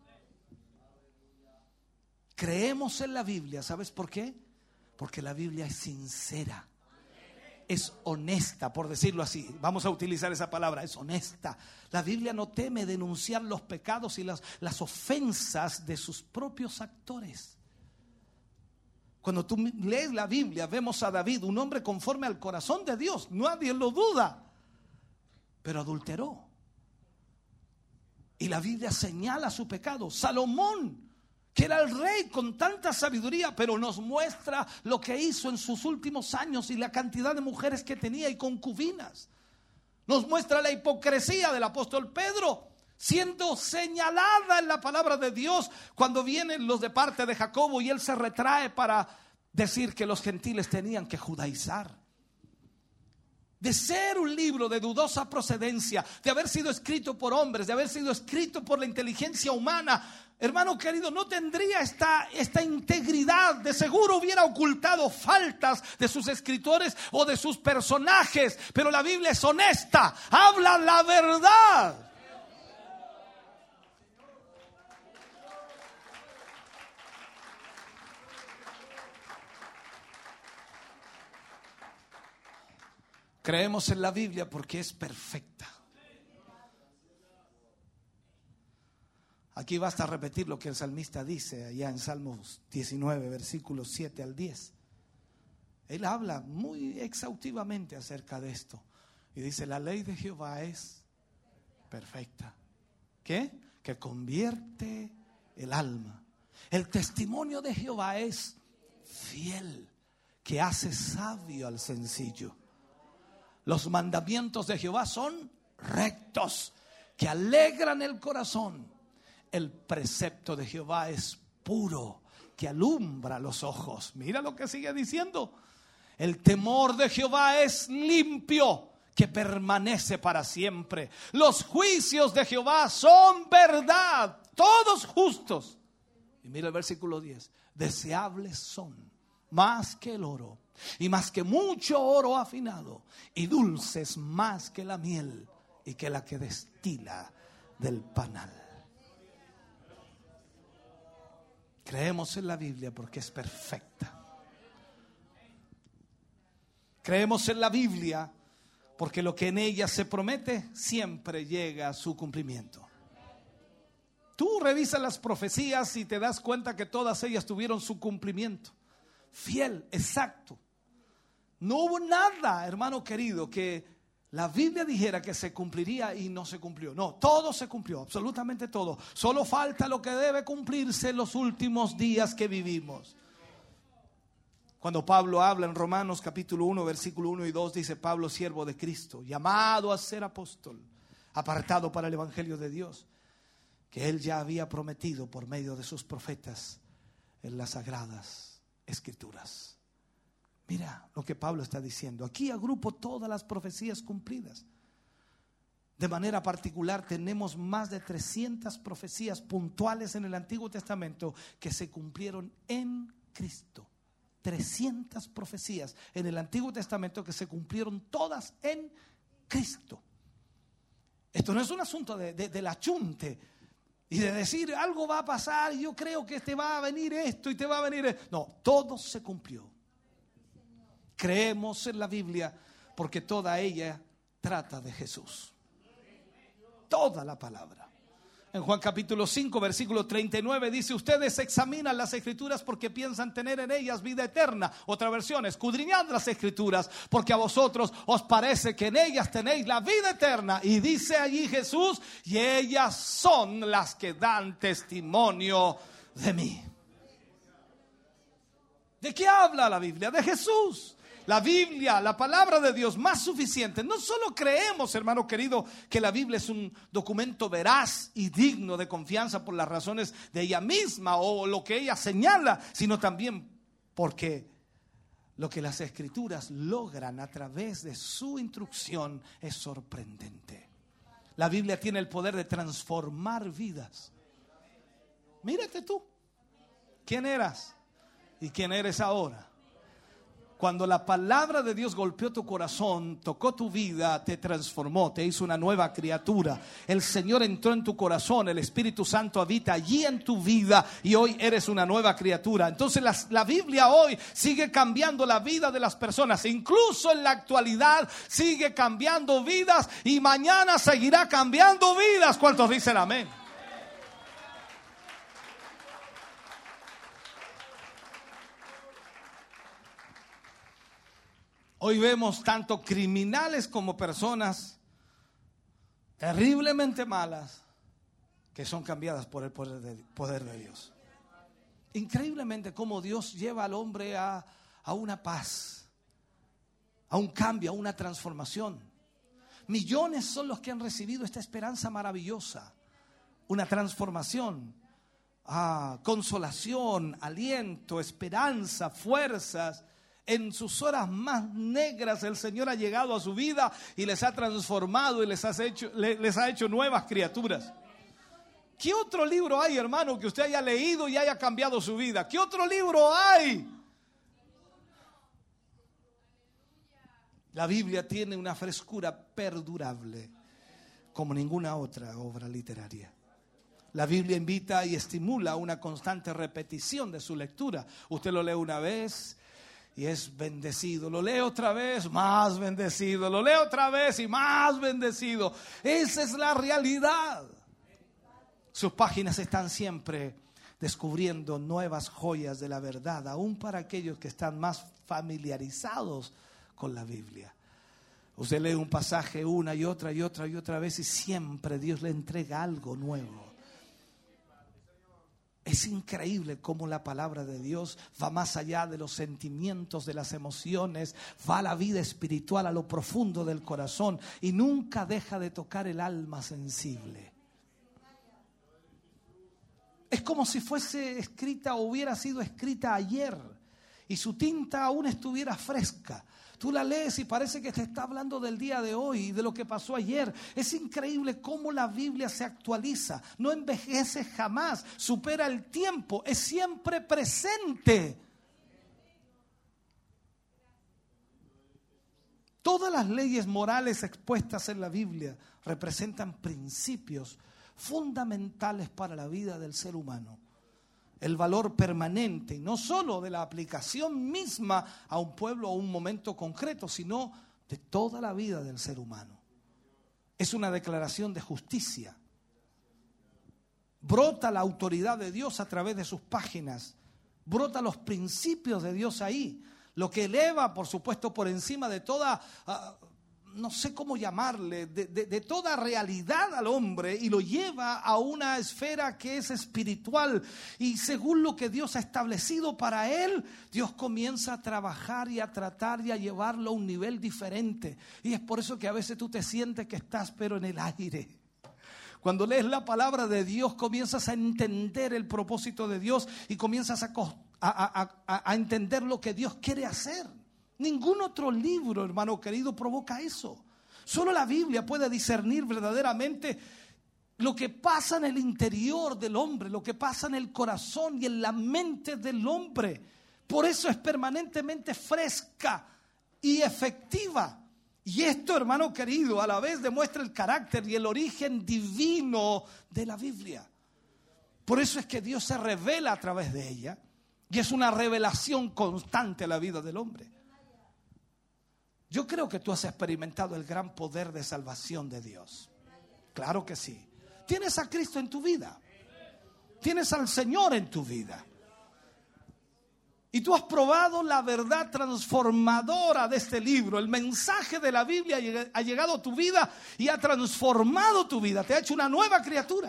Creemos en la Biblia, ¿sabes por qué? Porque la Biblia es sincera, es honesta, por decirlo así. Vamos a utilizar esa palabra, es honesta. La Biblia no teme denunciar los pecados y las ofensas de sus propios actores. Cuando tú lees la Biblia, vemos a David, un hombre conforme al corazón de Dios, nadie lo duda, pero adulteró. Y la Biblia señala su pecado. Salomón, que era el rey con tanta sabiduría, pero nos muestra lo que hizo en sus últimos años y la cantidad de mujeres que tenía y concubinas. Nos muestra la hipocresía del apóstol Pedro, siendo señalada en la palabra de Dios cuando vienen los de parte de Jacobo y él se retrae para decir que los gentiles tenían que judaizar. De ser un libro de dudosa procedencia, de haber sido escrito por hombres, de haber sido escrito por la inteligencia humana, hermano querido, no tendría esta integridad. De seguro hubiera ocultado faltas de sus escritores o de sus personajes, pero la Biblia es honesta, habla la verdad. Creemos en la Biblia porque es perfecta. Aquí basta repetir lo que el salmista dice allá en Salmos 19, versículos 7 al 10. Él habla muy exhaustivamente acerca de esto. Y dice: la ley de Jehová es perfecta. ¿Qué? Que convierte el alma. El testimonio de Jehová es fiel, que hace sabio al sencillo. Los mandamientos de Jehová son rectos, que alegran el corazón. El precepto de Jehová es puro, que alumbra los ojos. Mira lo que sigue diciendo. El temor de Jehová es limpio, que permanece para siempre. Los juicios de Jehová son verdad, todos justos. Y mira el versículo 10. Deseables son más que el oro, y más que mucho oro afinado, y dulces más que la miel y que la que destila del panal. Creemos en la Biblia porque es perfecta. Creemos en la Biblia porque lo que en ella se promete siempre llega a su cumplimiento. Tú revisas las profecías y te das cuenta que todas ellas tuvieron su cumplimiento. Fiel, exacto. No hubo nada, hermano querido, que la Biblia dijera que se cumpliría y no se cumplió. No, todo se cumplió, absolutamente todo. Solo falta lo que debe cumplirse en los últimos días que vivimos. Cuando Pablo habla en Romanos capítulo 1, versículo 1 y 2, dice: Pablo, siervo de Cristo, llamado a ser apóstol, apartado para el evangelio de Dios, que él ya había prometido por medio de sus profetas en las sagradas escrituras. Mira lo que Pablo está diciendo. Aquí agrupo todas las profecías cumplidas. De manera particular tenemos más de 300 profecías puntuales en el Antiguo Testamento que se cumplieron en Cristo. 300 profecías en el Antiguo Testamento que se cumplieron todas en Cristo. Esto no es un asunto de la chunte y de decir algo va a pasar y yo creo que te va a venir esto y te va a venir esto. No, todo se cumplió. Creemos en la Biblia porque toda ella trata de Jesús. Toda la palabra. En Juan capítulo 5, versículo 39 dice: ustedes examinan las escrituras porque piensan tener en ellas vida eterna. Otra versión: escudriñad las escrituras porque a vosotros os parece que en ellas tenéis la vida eterna. Y dice allí Jesús: y ellas son las que dan testimonio de mí. ¿De qué habla la Biblia? De Jesús. La Biblia, la palabra de Dios, más suficiente. No solo creemos, hermano querido, que la Biblia es un documento veraz y digno de confianza por las razones de ella misma o lo que ella señala, sino también porque lo que las Escrituras logran a través de su instrucción es sorprendente. La Biblia tiene el poder de transformar vidas. Mírate tú, ¿quién eras y quién eres ahora? Cuando la palabra de Dios golpeó tu corazón, tocó tu vida, te transformó, te hizo una nueva criatura. El Señor entró en tu corazón, el Espíritu Santo habita allí en tu vida y hoy eres una nueva criatura. Entonces la Biblia hoy sigue cambiando la vida de las personas. Incluso en la actualidad sigue cambiando vidas y mañana seguirá cambiando vidas. ¿Cuántos dicen amén? Hoy vemos tanto criminales como personas terriblemente malas que son cambiadas por el poder de Dios. Increíblemente cómo Dios lleva al hombre a una paz, a un cambio, a una transformación. Millones son los que han recibido esta esperanza maravillosa, una transformación, consolación, aliento, esperanza, fuerzas. En sus horas más negras el Señor ha llegado a su vida y les ha transformado y les ha hecho nuevas criaturas. ¿Qué otro libro hay, hermano, que usted haya leído y haya cambiado su vida? ¿Qué otro libro hay? La Biblia tiene una frescura perdurable como ninguna otra obra literaria. La Biblia invita y estimula una constante repetición de su lectura. Usted lo lee una vez y es bendecido, lo lee otra vez, más bendecido, lo lee otra vez y más bendecido. Esa es la realidad. Sus páginas están siempre descubriendo nuevas joyas de la verdad, aún para aquellos que están más familiarizados con la Biblia. Usted lee un pasaje una y otra y otra y otra vez y siempre Dios le entrega algo nuevo. Es increíble cómo la palabra de Dios va más allá de los sentimientos, de las emociones, va a la vida espiritual, a lo profundo del corazón y nunca deja de tocar el alma sensible. Es como si fuese escrita o hubiera sido escrita ayer y su tinta aún estuviera fresca. Tú la lees y parece que te está hablando del día de hoy y de lo que pasó ayer. Es increíble cómo la Biblia se actualiza. No envejece jamás, supera el tiempo, es siempre presente. Todas las leyes morales expuestas en la Biblia representan principios fundamentales para la vida del ser humano. El valor permanente, y no solo de la aplicación misma a un pueblo o un momento concreto, sino de toda la vida del ser humano. Es una declaración de justicia. Brota la autoridad de Dios a través de sus páginas. Brota los principios de Dios ahí. Lo que eleva, por supuesto, por encima de toda, no sé cómo llamarle, de toda realidad al hombre, y lo lleva a una esfera que es espiritual. Y según lo que Dios ha establecido para él, Dios comienza a trabajar y a tratar y a llevarlo a un nivel diferente. Y es por eso que a veces tú te sientes que estás pero en el aire. Cuando lees la palabra de Dios, comienzas a entender el propósito de Dios y comienzas a entender lo que Dios quiere hacer. Ningún otro libro, hermano querido, provoca eso. Solo la Biblia puede discernir verdaderamente lo que pasa en el interior del hombre, lo que pasa en el corazón y en la mente del hombre. Por eso es permanentemente fresca y efectiva. Y esto, hermano querido, a la vez demuestra el carácter y el origen divino de la Biblia. Por eso es que Dios se revela a través de ella, y es una revelación constante a la vida del hombre. Yo creo que tú has experimentado el gran poder de salvación de Dios. Claro que sí. Tienes a Cristo en tu vida. Tienes al Señor en tu vida. Y tú has probado la verdad transformadora de este libro. El mensaje de la Biblia ha llegado a tu vida y ha transformado tu vida. Te ha hecho una nueva criatura.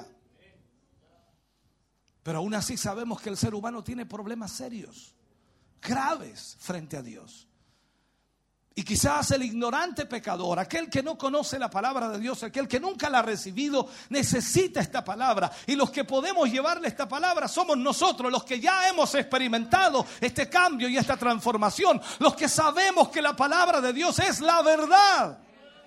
Pero aún así sabemos que el ser humano tiene problemas serios, graves frente a Dios. Y quizás el ignorante pecador, aquel que no conoce la palabra de Dios, aquel que nunca la ha recibido, necesita esta palabra. Y los que podemos llevarle esta palabra somos nosotros, los que ya hemos experimentado este cambio y esta transformación, los que sabemos que la palabra de Dios es la verdad.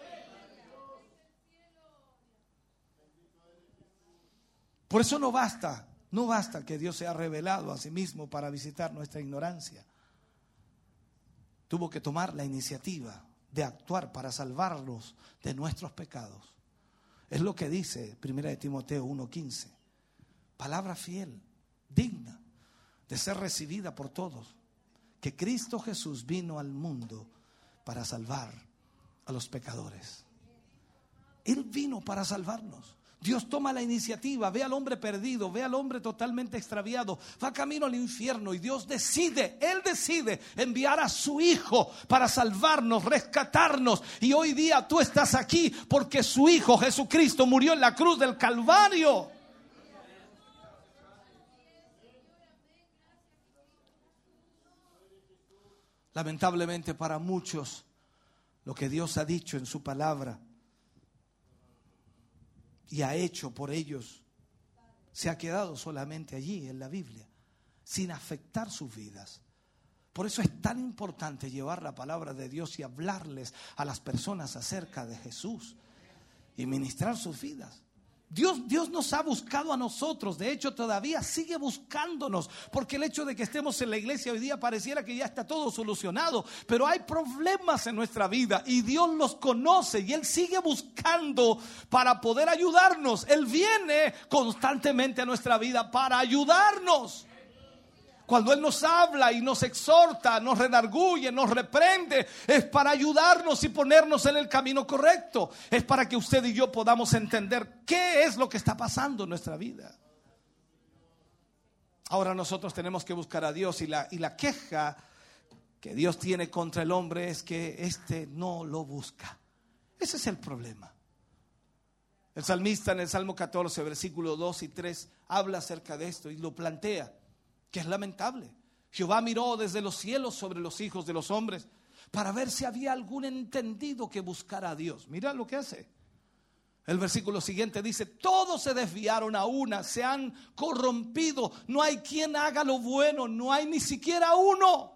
Por eso no basta que Dios sea revelado a sí mismo para visitar nuestra ignorancia. Tuvo que tomar la iniciativa de actuar para salvarnos de nuestros pecados. Es lo que dice 1 Timoteo 1:15. Palabra fiel, digna de ser recibida por todos. Que Cristo Jesús vino al mundo para salvar a los pecadores. Él vino para salvarnos. Dios toma la iniciativa, ve al hombre perdido, ve al hombre totalmente extraviado, va camino al infierno y Dios Él decide enviar a su Hijo para salvarnos, rescatarnos. Y hoy día tú estás aquí porque su Hijo Jesucristo murió en la cruz del Calvario. Lamentablemente para muchos, lo que Dios ha dicho en su palabra y ha hecho por ellos se ha quedado solamente allí en la Biblia, sin afectar sus vidas. Por eso es tan importante llevar la palabra de Dios y hablarles a las personas acerca de Jesús y ministrar sus vidas. Dios nos ha buscado a nosotros, de hecho todavía sigue buscándonos, porque el hecho de que estemos en la iglesia hoy día pareciera que ya está todo solucionado, pero hay problemas en nuestra vida y Dios los conoce y Él sigue buscando para poder ayudarnos. Él viene constantemente a nuestra vida para ayudarnos. Cuando Él nos habla y nos exhorta, nos redarguye, nos reprende, es para ayudarnos y ponernos en el camino correcto. Es para que usted y yo podamos entender qué es lo que está pasando en nuestra vida. Ahora nosotros tenemos que buscar a Dios y la queja que Dios tiene contra el hombre es que éste no lo busca. Ese es el problema. El salmista en el Salmo 14, versículos 2 y 3 habla acerca de esto y lo plantea. Que es lamentable. Jehová miró desde los cielos sobre los hijos de los hombres para ver si había algún entendido que buscara a Dios. Mira lo que hace. El versículo siguiente dice: todos se desviaron a una, se han corrompido, no hay quien haga lo bueno, no hay ni siquiera uno.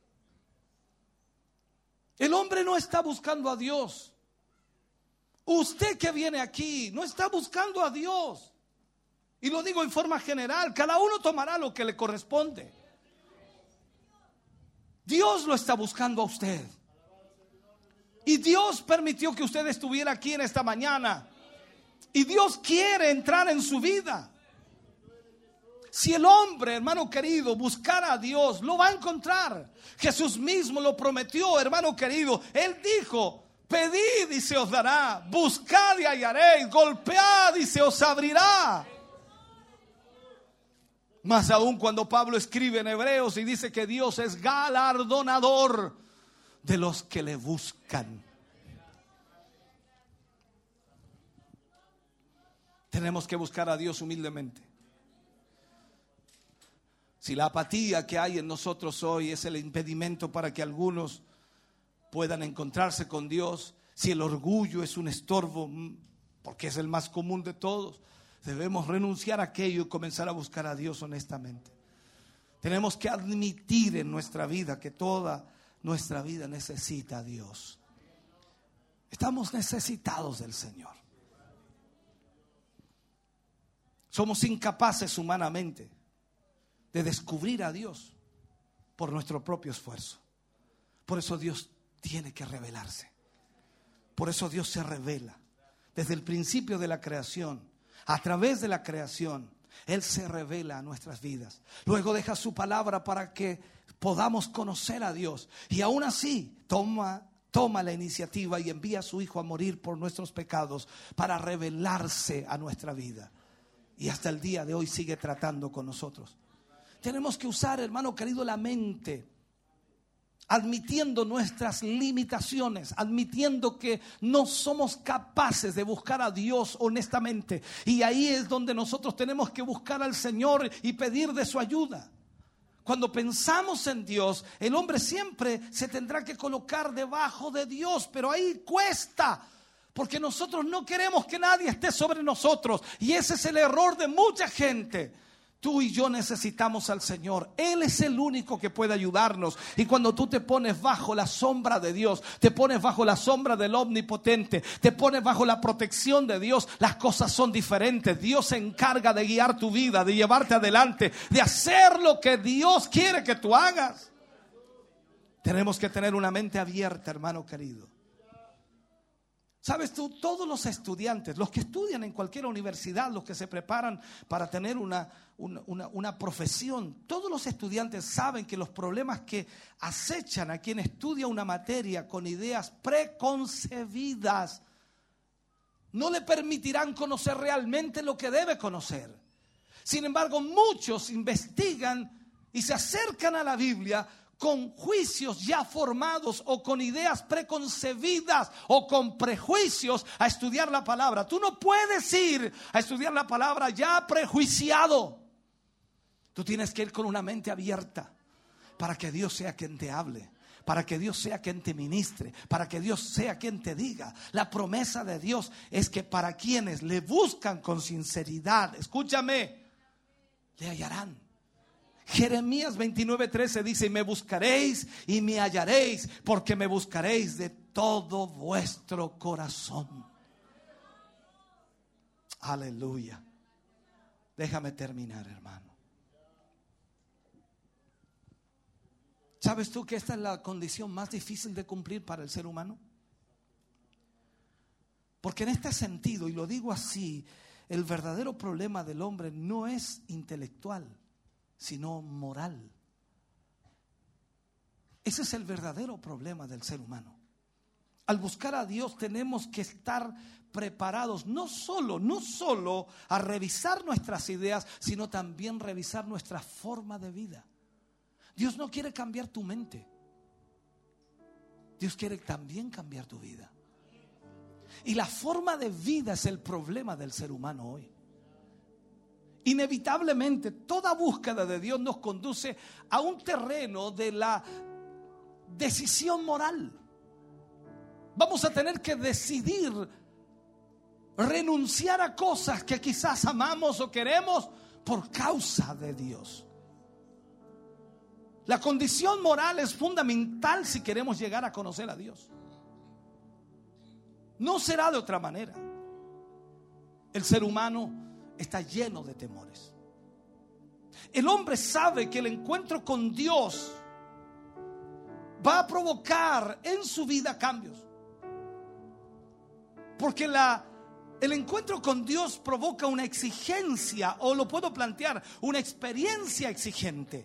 El hombre no está buscando a Dios. Usted que viene aquí no está buscando a Dios. Y lo digo en forma general, cada uno tomará lo que le corresponde. Dios lo está buscando a usted. Y Dios permitió que usted estuviera aquí en esta mañana. Y Dios quiere entrar en su vida. Si el hombre, hermano querido, buscara a Dios, lo va a encontrar. Jesús mismo lo prometió, hermano querido. Él dijo: pedid y se os dará, buscad y hallaréis, golpead y se os abrirá. Más aún cuando Pablo escribe en Hebreos y dice que Dios es galardonador de los que le buscan. Tenemos que buscar a Dios humildemente. Si la apatía que hay en nosotros hoy es el impedimento para que algunos puedan encontrarse con Dios, si el orgullo es un estorbo, porque es el más común de todos, debemos renunciar a aquello y comenzar a buscar a Dios honestamente. Tenemos que admitir en nuestra vida que toda nuestra vida necesita a Dios. Estamos necesitados del Señor. Somos incapaces humanamente de descubrir a Dios por nuestro propio esfuerzo. Por eso Dios tiene que revelarse. Por eso Dios se revela. Desde el principio de la creación, a través de la creación, Él se revela a nuestras vidas. Luego deja su palabra para que podamos conocer a Dios. Y aún así toma la iniciativa y envía a su Hijo a morir por nuestros pecados para revelarse a nuestra vida. Y hasta el día de hoy sigue tratando con nosotros. Tenemos que usar, hermano querido, la mente, admitiendo nuestras limitaciones, admitiendo que no somos capaces de buscar a Dios honestamente. Y ahí es donde nosotros tenemos que buscar al Señor y pedir de su ayuda. Cuando pensamos en Dios, el hombre siempre se tendrá que colocar debajo de Dios, pero ahí cuesta. Porque nosotros no queremos que nadie esté sobre nosotros. Y ese es el error de mucha gente. Tú y yo necesitamos al Señor. Él es el único que puede ayudarnos. Y cuando tú te pones bajo la sombra de Dios, te pones bajo la sombra del Omnipotente, te pones bajo la protección de Dios, las cosas son diferentes. Dios se encarga de guiar tu vida, de llevarte adelante, de hacer lo que Dios quiere que tú hagas. Tenemos que tener una mente abierta, hermano querido. Sabes tú, todos los estudiantes, los que estudian en cualquier universidad, los que se preparan para tener una profesión, todos los estudiantes saben que los problemas que acechan a quien estudia una materia con ideas preconcebidas no le permitirán conocer realmente lo que debe conocer. Sin embargo, muchos investigan y se acercan a la Biblia con juicios ya formados o con ideas preconcebidas o con prejuicios a estudiar la palabra. Tú no puedes ir a estudiar la palabra ya prejuiciado. Tú tienes que ir con una mente abierta para que Dios sea quien te hable, para que Dios sea quien te ministre, para que Dios sea quien te diga. La promesa de Dios es que para quienes le buscan con sinceridad, escúchame, le hallarán. Jeremías 29:13 dice: y me buscaréis y me hallaréis, porque me buscaréis de todo vuestro corazón. Aleluya. Déjame terminar, hermano. ¿Sabes tú que esta es la condición más difícil de cumplir para el ser humano? Porque en este sentido, y lo digo así, el verdadero problema del hombre no es intelectual, sino moral. Ese es el verdadero problema del ser humano. Al buscar a Dios tenemos que estar preparados no solo a revisar nuestras ideas, sino también revisar nuestra forma de vida. Dios no quiere cambiar tu mente. Dios quiere también cambiar tu vida. Y la forma de vida es el problema del ser humano hoy. Inevitablemente toda búsqueda de Dios nos conduce a un terreno de la decisión moral. Vamos a tener que decidir renunciar a cosas que quizás amamos o queremos por causa de Dios. La condición moral es fundamental si queremos llegar a conocer a Dios. No será de otra manera. El ser humano está lleno de temores. El hombre sabe que el encuentro con Dios va a provocar en su vida cambios. Porque el encuentro con Dios provoca una exigencia, o lo puedo plantear, una experiencia exigente.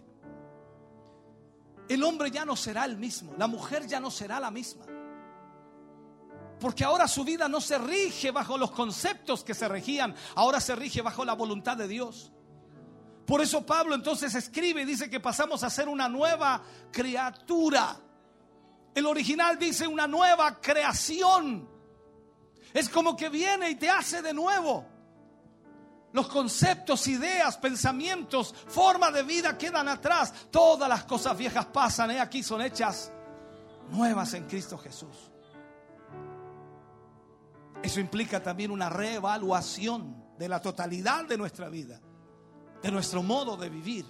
El hombre ya no será el mismo, la mujer ya no será la misma. Porque ahora su vida no se rige bajo los conceptos que se regían, ahora se rige bajo la voluntad de Dios. Por eso Pablo entonces escribe y dice que pasamos a ser una nueva criatura. El original dice una nueva creación. Es como que viene y te hace de nuevo. Los conceptos, ideas, pensamientos, forma de vida quedan atrás. Todas las cosas viejas pasan, aquí son hechas nuevas en Cristo Jesús. Eso implica también una reevaluación de la totalidad de nuestra vida, de nuestro modo de vivir.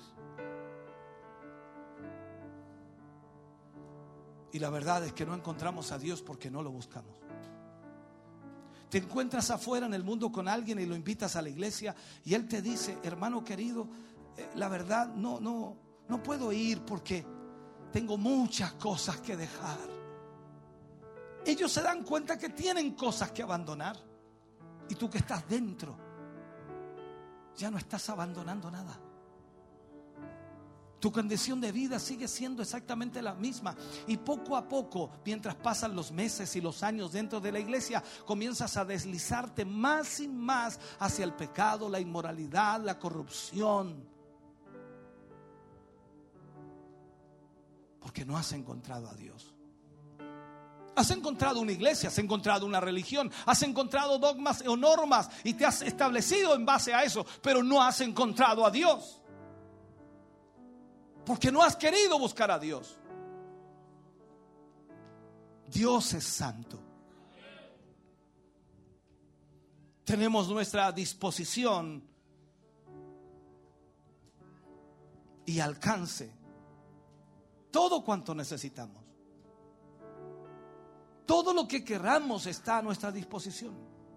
Y la verdad es que no encontramos a Dios porque no lo buscamos. Te encuentras afuera en el mundo con alguien y lo invitas a la iglesia y él te dice: hermano querido, la verdad no puedo ir porque tengo muchas cosas que dejar. Ellos se dan cuenta que tienen cosas que abandonar, y tú que estás dentro ya no estás abandonando nada. Tu condición de vida sigue siendo exactamente la misma. Y poco a poco, mientras pasan los meses y los años dentro de la iglesia, comienzas a deslizarte más y más hacia el pecado, la inmoralidad, la corrupción. Porque no has encontrado a Dios. Has encontrado una iglesia, has encontrado una religión, has encontrado dogmas o normas y te has establecido en base a eso, pero no has encontrado a Dios. Porque no has querido buscar a Dios. Dios es santo. Tenemos nuestra disposición y alcance todo cuanto necesitamos. Todo lo que queramos está a nuestra disposición.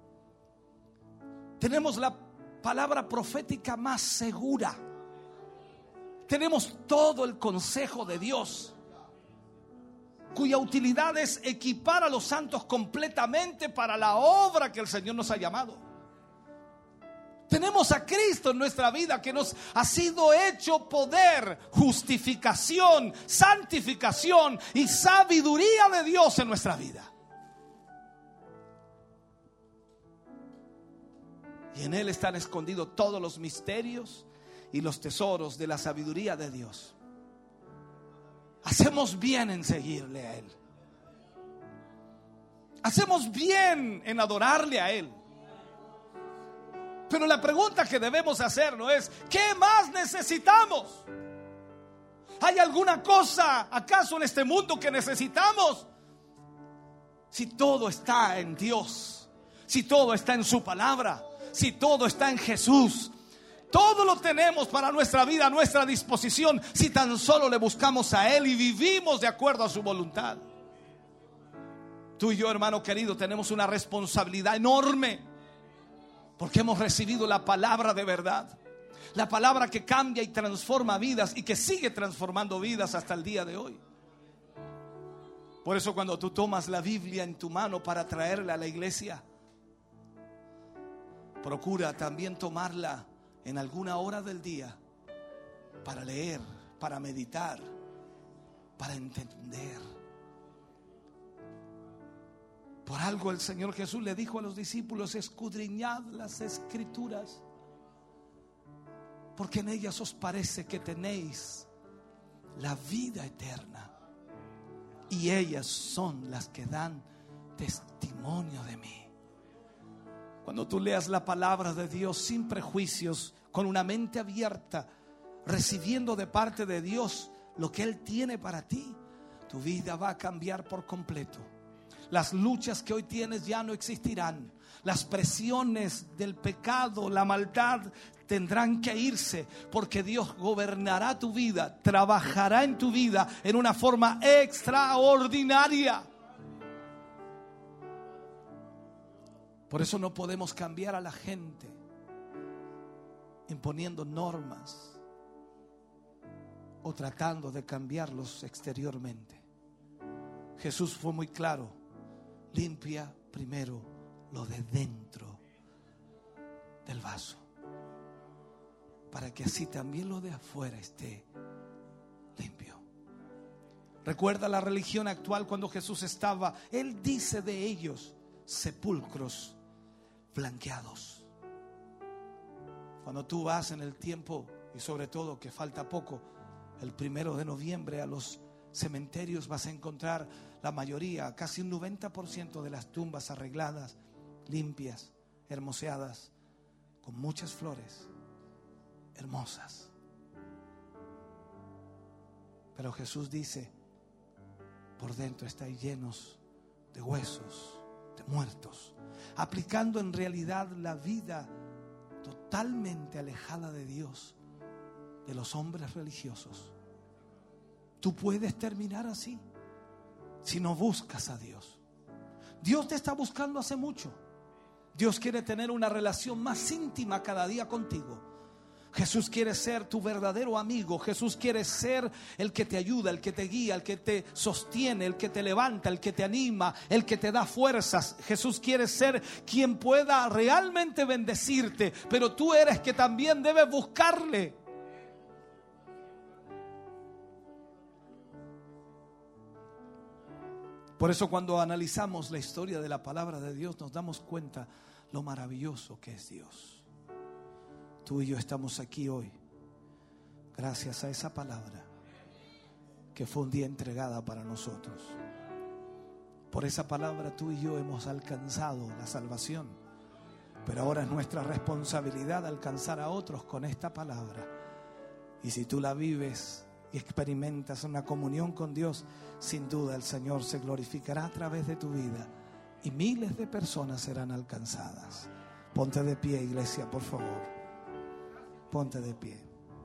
Tenemos la palabra profética más segura. Tenemos todo el consejo de Dios, cuya utilidad es equipar a los santos completamente para la obra que el Señor nos ha llamado. Tenemos a Cristo en nuestra vida, que nos ha sido hecho poder, justificación, santificación y sabiduría de Dios en nuestra vida. Y en Él están escondidos todos los misterios y los tesoros de la sabiduría de Dios. Hacemos bien en seguirle a Él. Hacemos bien en adorarle a Él. Pero la pregunta que debemos hacernos es: ¿qué más necesitamos? ¿Hay alguna cosa acaso en este mundo que necesitamos? Si todo está en Dios, si todo está en su palabra, si todo está en Jesús, todo lo tenemos para nuestra vida a nuestra disposición, si tan solo le buscamos a Él y vivimos de acuerdo a su voluntad. Tú y yo, hermano querido, tenemos una responsabilidad enorme, porque hemos recibido la palabra de verdad, la palabra que cambia y transforma vidas y que sigue transformando vidas hasta el día de hoy. Por eso cuando tú tomas la Biblia en tu mano para traerla a la iglesia, procura también tomarla en alguna hora del día para leer, para meditar, para entender. Por algo el Señor Jesús le dijo a los discípulos: escudriñad las Escrituras, porque en ellas os parece que tenéis la vida eterna, y ellas son las que dan testimonio de mí. Cuando tú leas la palabra de Dios sin prejuicios, con una mente abierta, recibiendo de parte de Dios lo que Él tiene para ti, tu vida va a cambiar por completo. Las luchas que hoy tienes ya no existirán. Las presiones del pecado, la maldad tendrán que irse, porque Dios gobernará tu vida, trabajará en tu vida en una forma extraordinaria. Por eso no podemos cambiar a la gente imponiendo normas o tratando de cambiarlos exteriormente. Jesús fue muy claro: limpia primero lo de dentro del vaso, para que así también lo de afuera esté limpio. Recuerda la religión actual cuando Jesús estaba, Él dice de ellos, sepulcros blanqueados. Cuando tú vas en el tiempo, y sobre todo que falta poco, el 1 de noviembre, a los cementerios, vas a encontrar la mayoría, casi un 90% de las tumbas arregladas, limpias, hermoseadas, con muchas flores hermosas. Pero Jesús dice, por dentro están llenos de huesos, de muertos, aplicando en realidad la vida totalmente alejada de Dios, de los hombres religiosos. Tú puedes terminar así si no buscas a Dios. Dios te está buscando hace mucho. Dios quiere tener una relación más íntima cada día contigo. Jesús quiere ser tu verdadero amigo. Jesús quiere ser el que te ayuda, el que te guía, el que te sostiene, el que te levanta, el que te anima, el que te da fuerzas. Jesús quiere ser quien pueda realmente bendecirte, pero tú eres que también debes buscarle. Por eso cuando analizamos la historia de la palabra de Dios nos damos cuenta lo maravilloso que es Dios. Tú y yo estamos aquí hoy gracias a esa palabra que fue un día entregada para nosotros. Por esa palabra tú y yo hemos alcanzado la salvación, pero ahora es nuestra responsabilidad alcanzar a otros con esta palabra. Y si tú la vives y experimentas una comunión con Dios, sin duda el Señor se glorificará a través de tu vida y miles de personas serán alcanzadas. Ponte de pie, iglesia, por favor. Ponte de pie.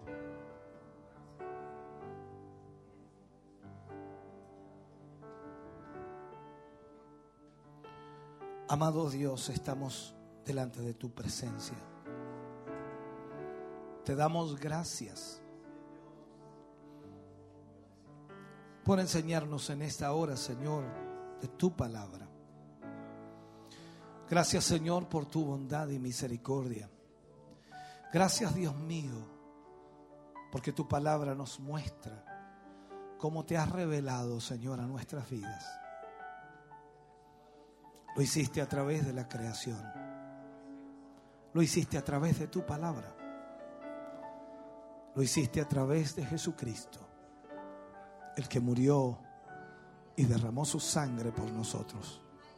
Amado Dios, estamos delante de tu presencia. Te damos gracias por enseñarnos en esta hora, Señor, de tu palabra. Gracias, Señor, por tu bondad y misericordia. Gracias, Dios mío, porque tu palabra nos muestra cómo te has revelado, Señor, a nuestras vidas. Lo hiciste a través de la creación. Lo hiciste a través de tu palabra. Lo hiciste a través de Jesucristo, el que murió y derramó su sangre por nosotros.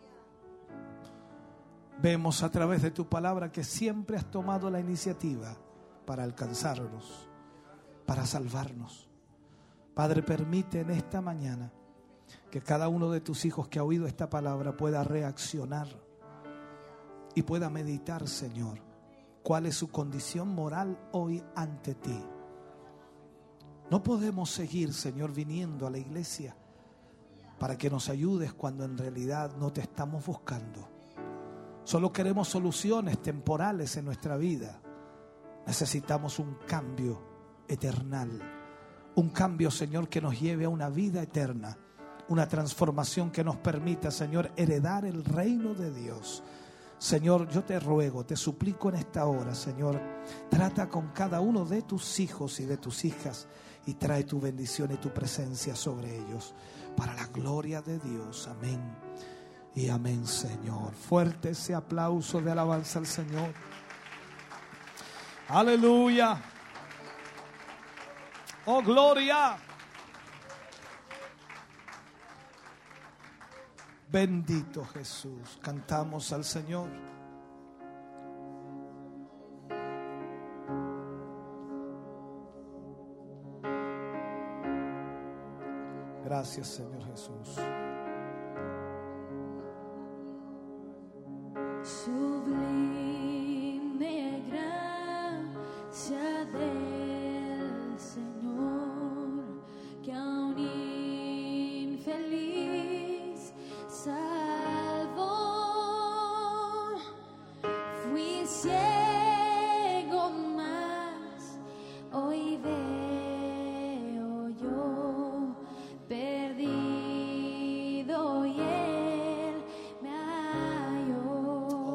Vemos a través de tu palabra que siempre has tomado la iniciativa para alcanzarnos, para salvarnos. Padre, permite en esta mañana que cada uno de tus hijos que ha oído esta palabra pueda reaccionar y pueda meditar, Señor, cuál es su condición moral hoy ante ti. No podemos seguir, Señor, viniendo a la iglesia para que nos ayudes cuando en realidad no te estamos buscando. Solo queremos soluciones temporales en nuestra vida. Necesitamos un cambio eternal. Un cambio, Señor, que nos lleve a una vida eterna. Una transformación que nos permita, Señor, heredar el reino de Dios. Señor, yo te ruego, te suplico en esta hora, Señor, trata con cada uno de tus hijos y de tus hijas y trae tu bendición y tu presencia sobre ellos para la gloria de Dios. Amén y amén, Señor. Fuerte ese aplauso de alabanza al Señor. Aleluya. Oh, gloria. Bendito Jesús. Cantamos al Señor. Gracias, Señor Jesús. Sublime gracia del Señor, que a un infeliz salvó. Fui ciego, mas hoy veo yo, perdido y él me halló.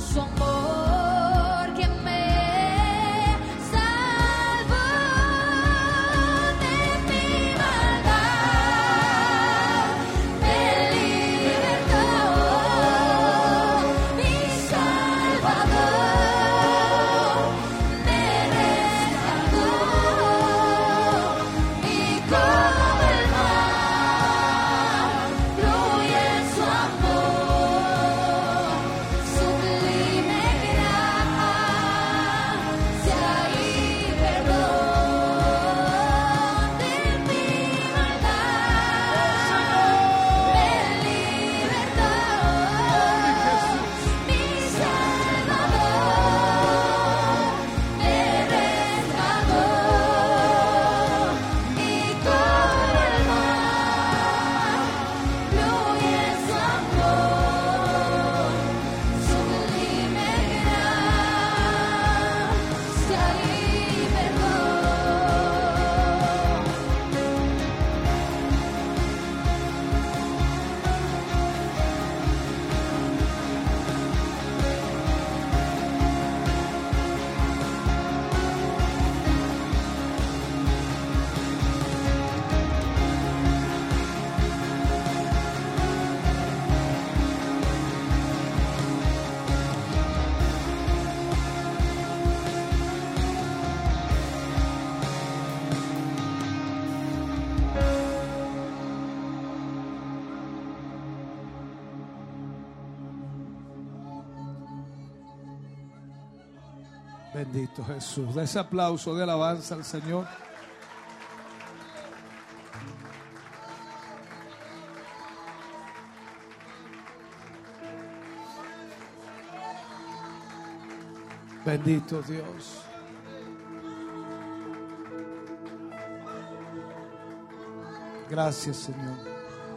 su amor que me salvó de mi maldad, me libertó, mi Salvador me rescató, y como el mar fluye su amor, sublime gracia y perdón de mi maldad, me libertó, mi Salvador me rescató, y como el mar fluye su amor, sublime gracia y Bendito Jesús. Da ese aplauso de alabanza al Señor. Bendito Dios. Gracias, Señor.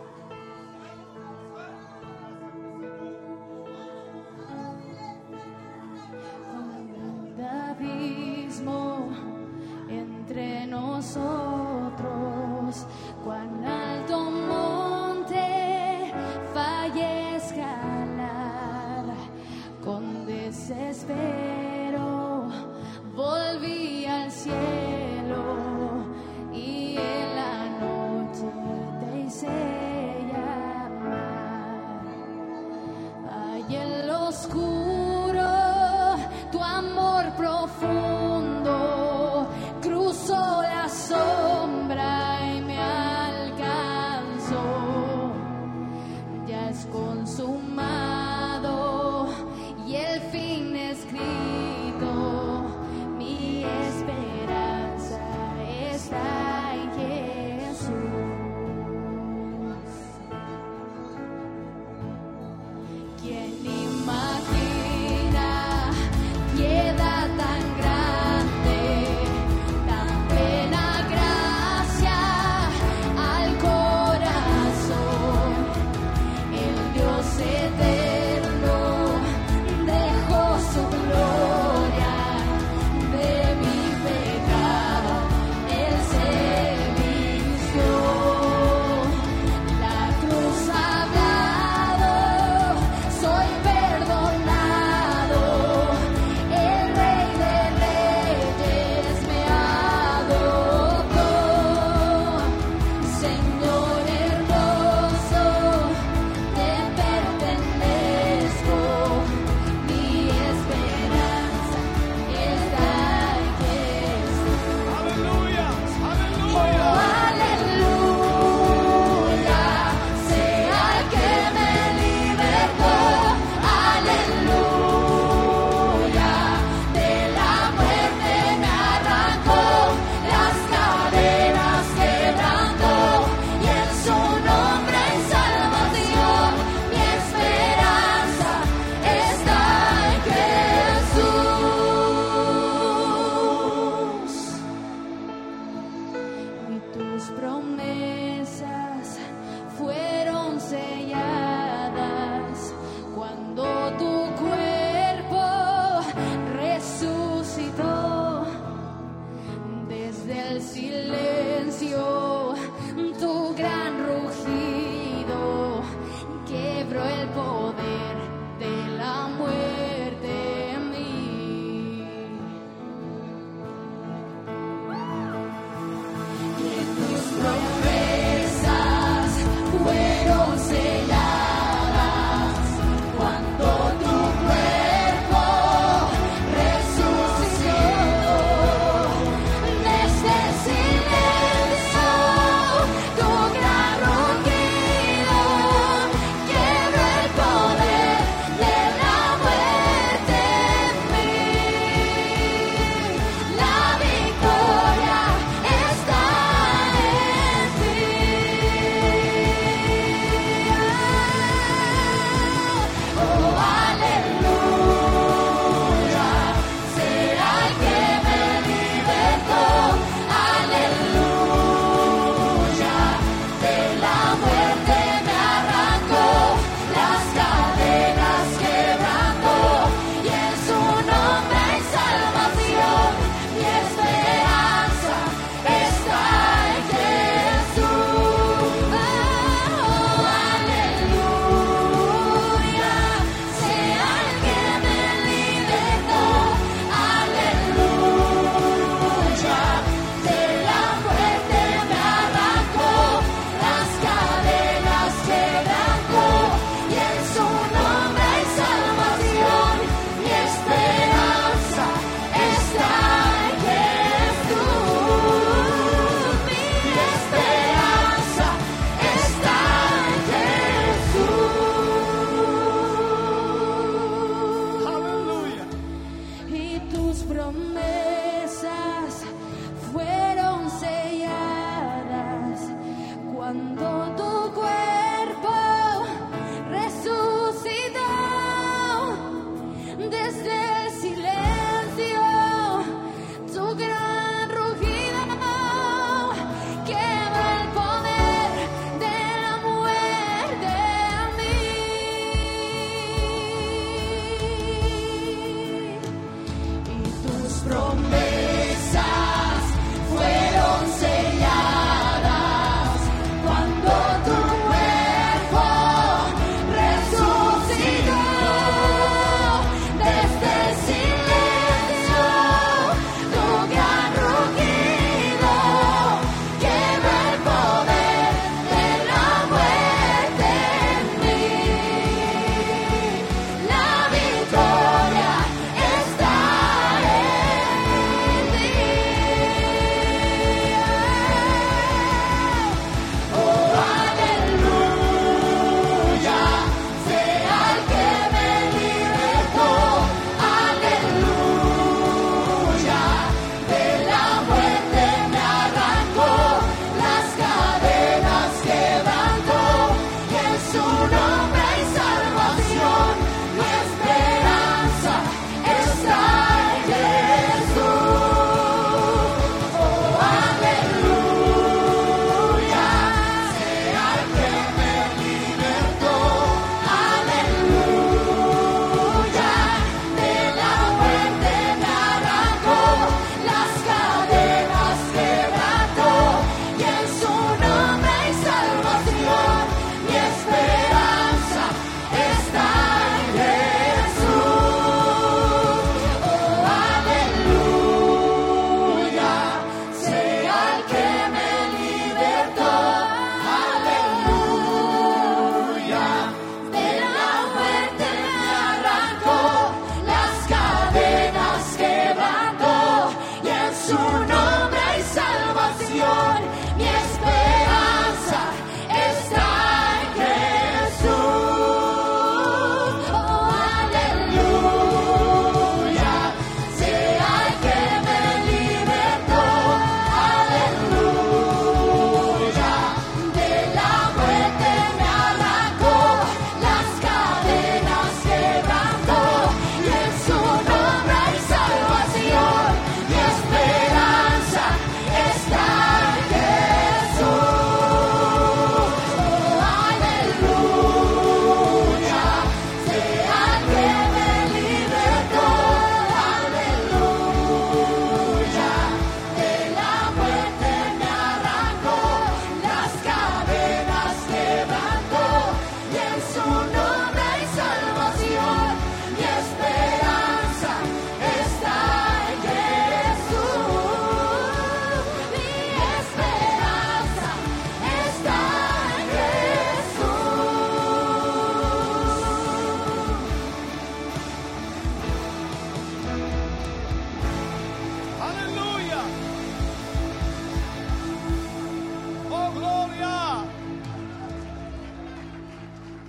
un abismo entre nosotros, cuán alto monte falle escalar, con desespero volví al cielo y en la noche te hice llamar. Ay, en lo oscuro tu amor profundo cruzó la sombra y me alcanzó. Ya es consumado y el fin escrito, mi esperanza está en Jesús. ¿Quién imagina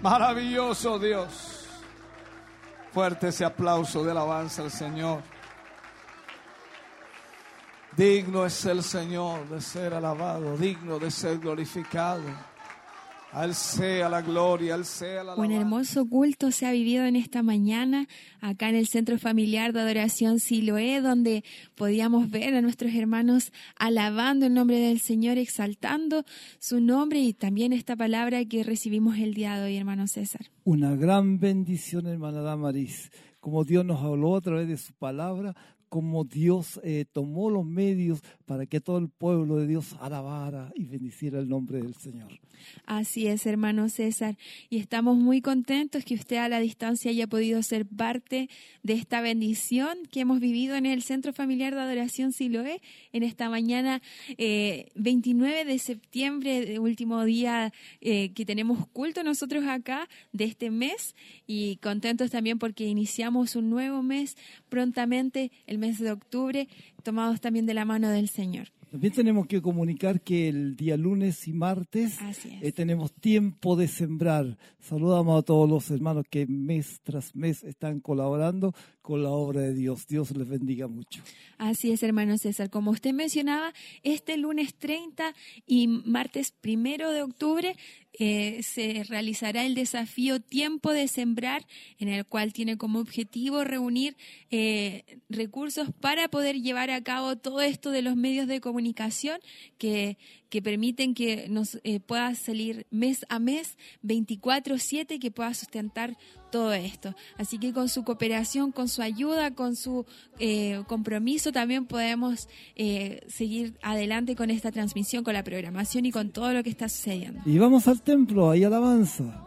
Maravilloso Dios. Fuerte ese aplauso de alabanza al Señor. Digno es el Señor de ser alabado, digno de ser glorificado. A Él sea la gloria, a Él sea la alabanza. Un hermoso culto se ha vivido en esta mañana acá en el Centro Familiar de Adoración Siloé, donde podíamos ver a nuestros hermanos alabando el nombre del Señor, exaltando su nombre y también esta palabra que recibimos el día de hoy, hermano César. Una gran bendición, hermana Damaris, como Dios nos habló a través de su palabra, como Dios tomó los medios para que todo el pueblo de Dios alabara y bendiciera el nombre del Señor. Así es, hermano César, y estamos muy contentos que usted a la distancia haya podido ser parte de esta bendición que hemos vivido en el Centro Familiar de Adoración Siloé en esta mañana 29 de septiembre, último día que tenemos culto nosotros acá de este mes, y contentos también porque iniciamos un nuevo mes prontamente, el mes de octubre, tomados también de la mano del Señor. También tenemos que comunicar que el día lunes y martes tenemos tiempo de sembrar. Saludamos a todos los hermanos que mes tras mes están colaborando con la obra de Dios. Dios les bendiga mucho. Así es, hermano César. Como usted mencionaba, este lunes 30 y martes 1 de octubre se realizará el desafío Tiempo de Sembrar, en el cual tiene como objetivo reunir recursos para poder llevar a cabo todo esto de los medios de comunicación que permiten que nos pueda salir mes a mes, 24/7, que pueda sustentar todo esto. Así que con su cooperación, con su ayuda, con su compromiso, también podemos seguir adelante con esta transmisión, con la programación y con todo lo que está sucediendo. Y vamos al templo, hay alabanza.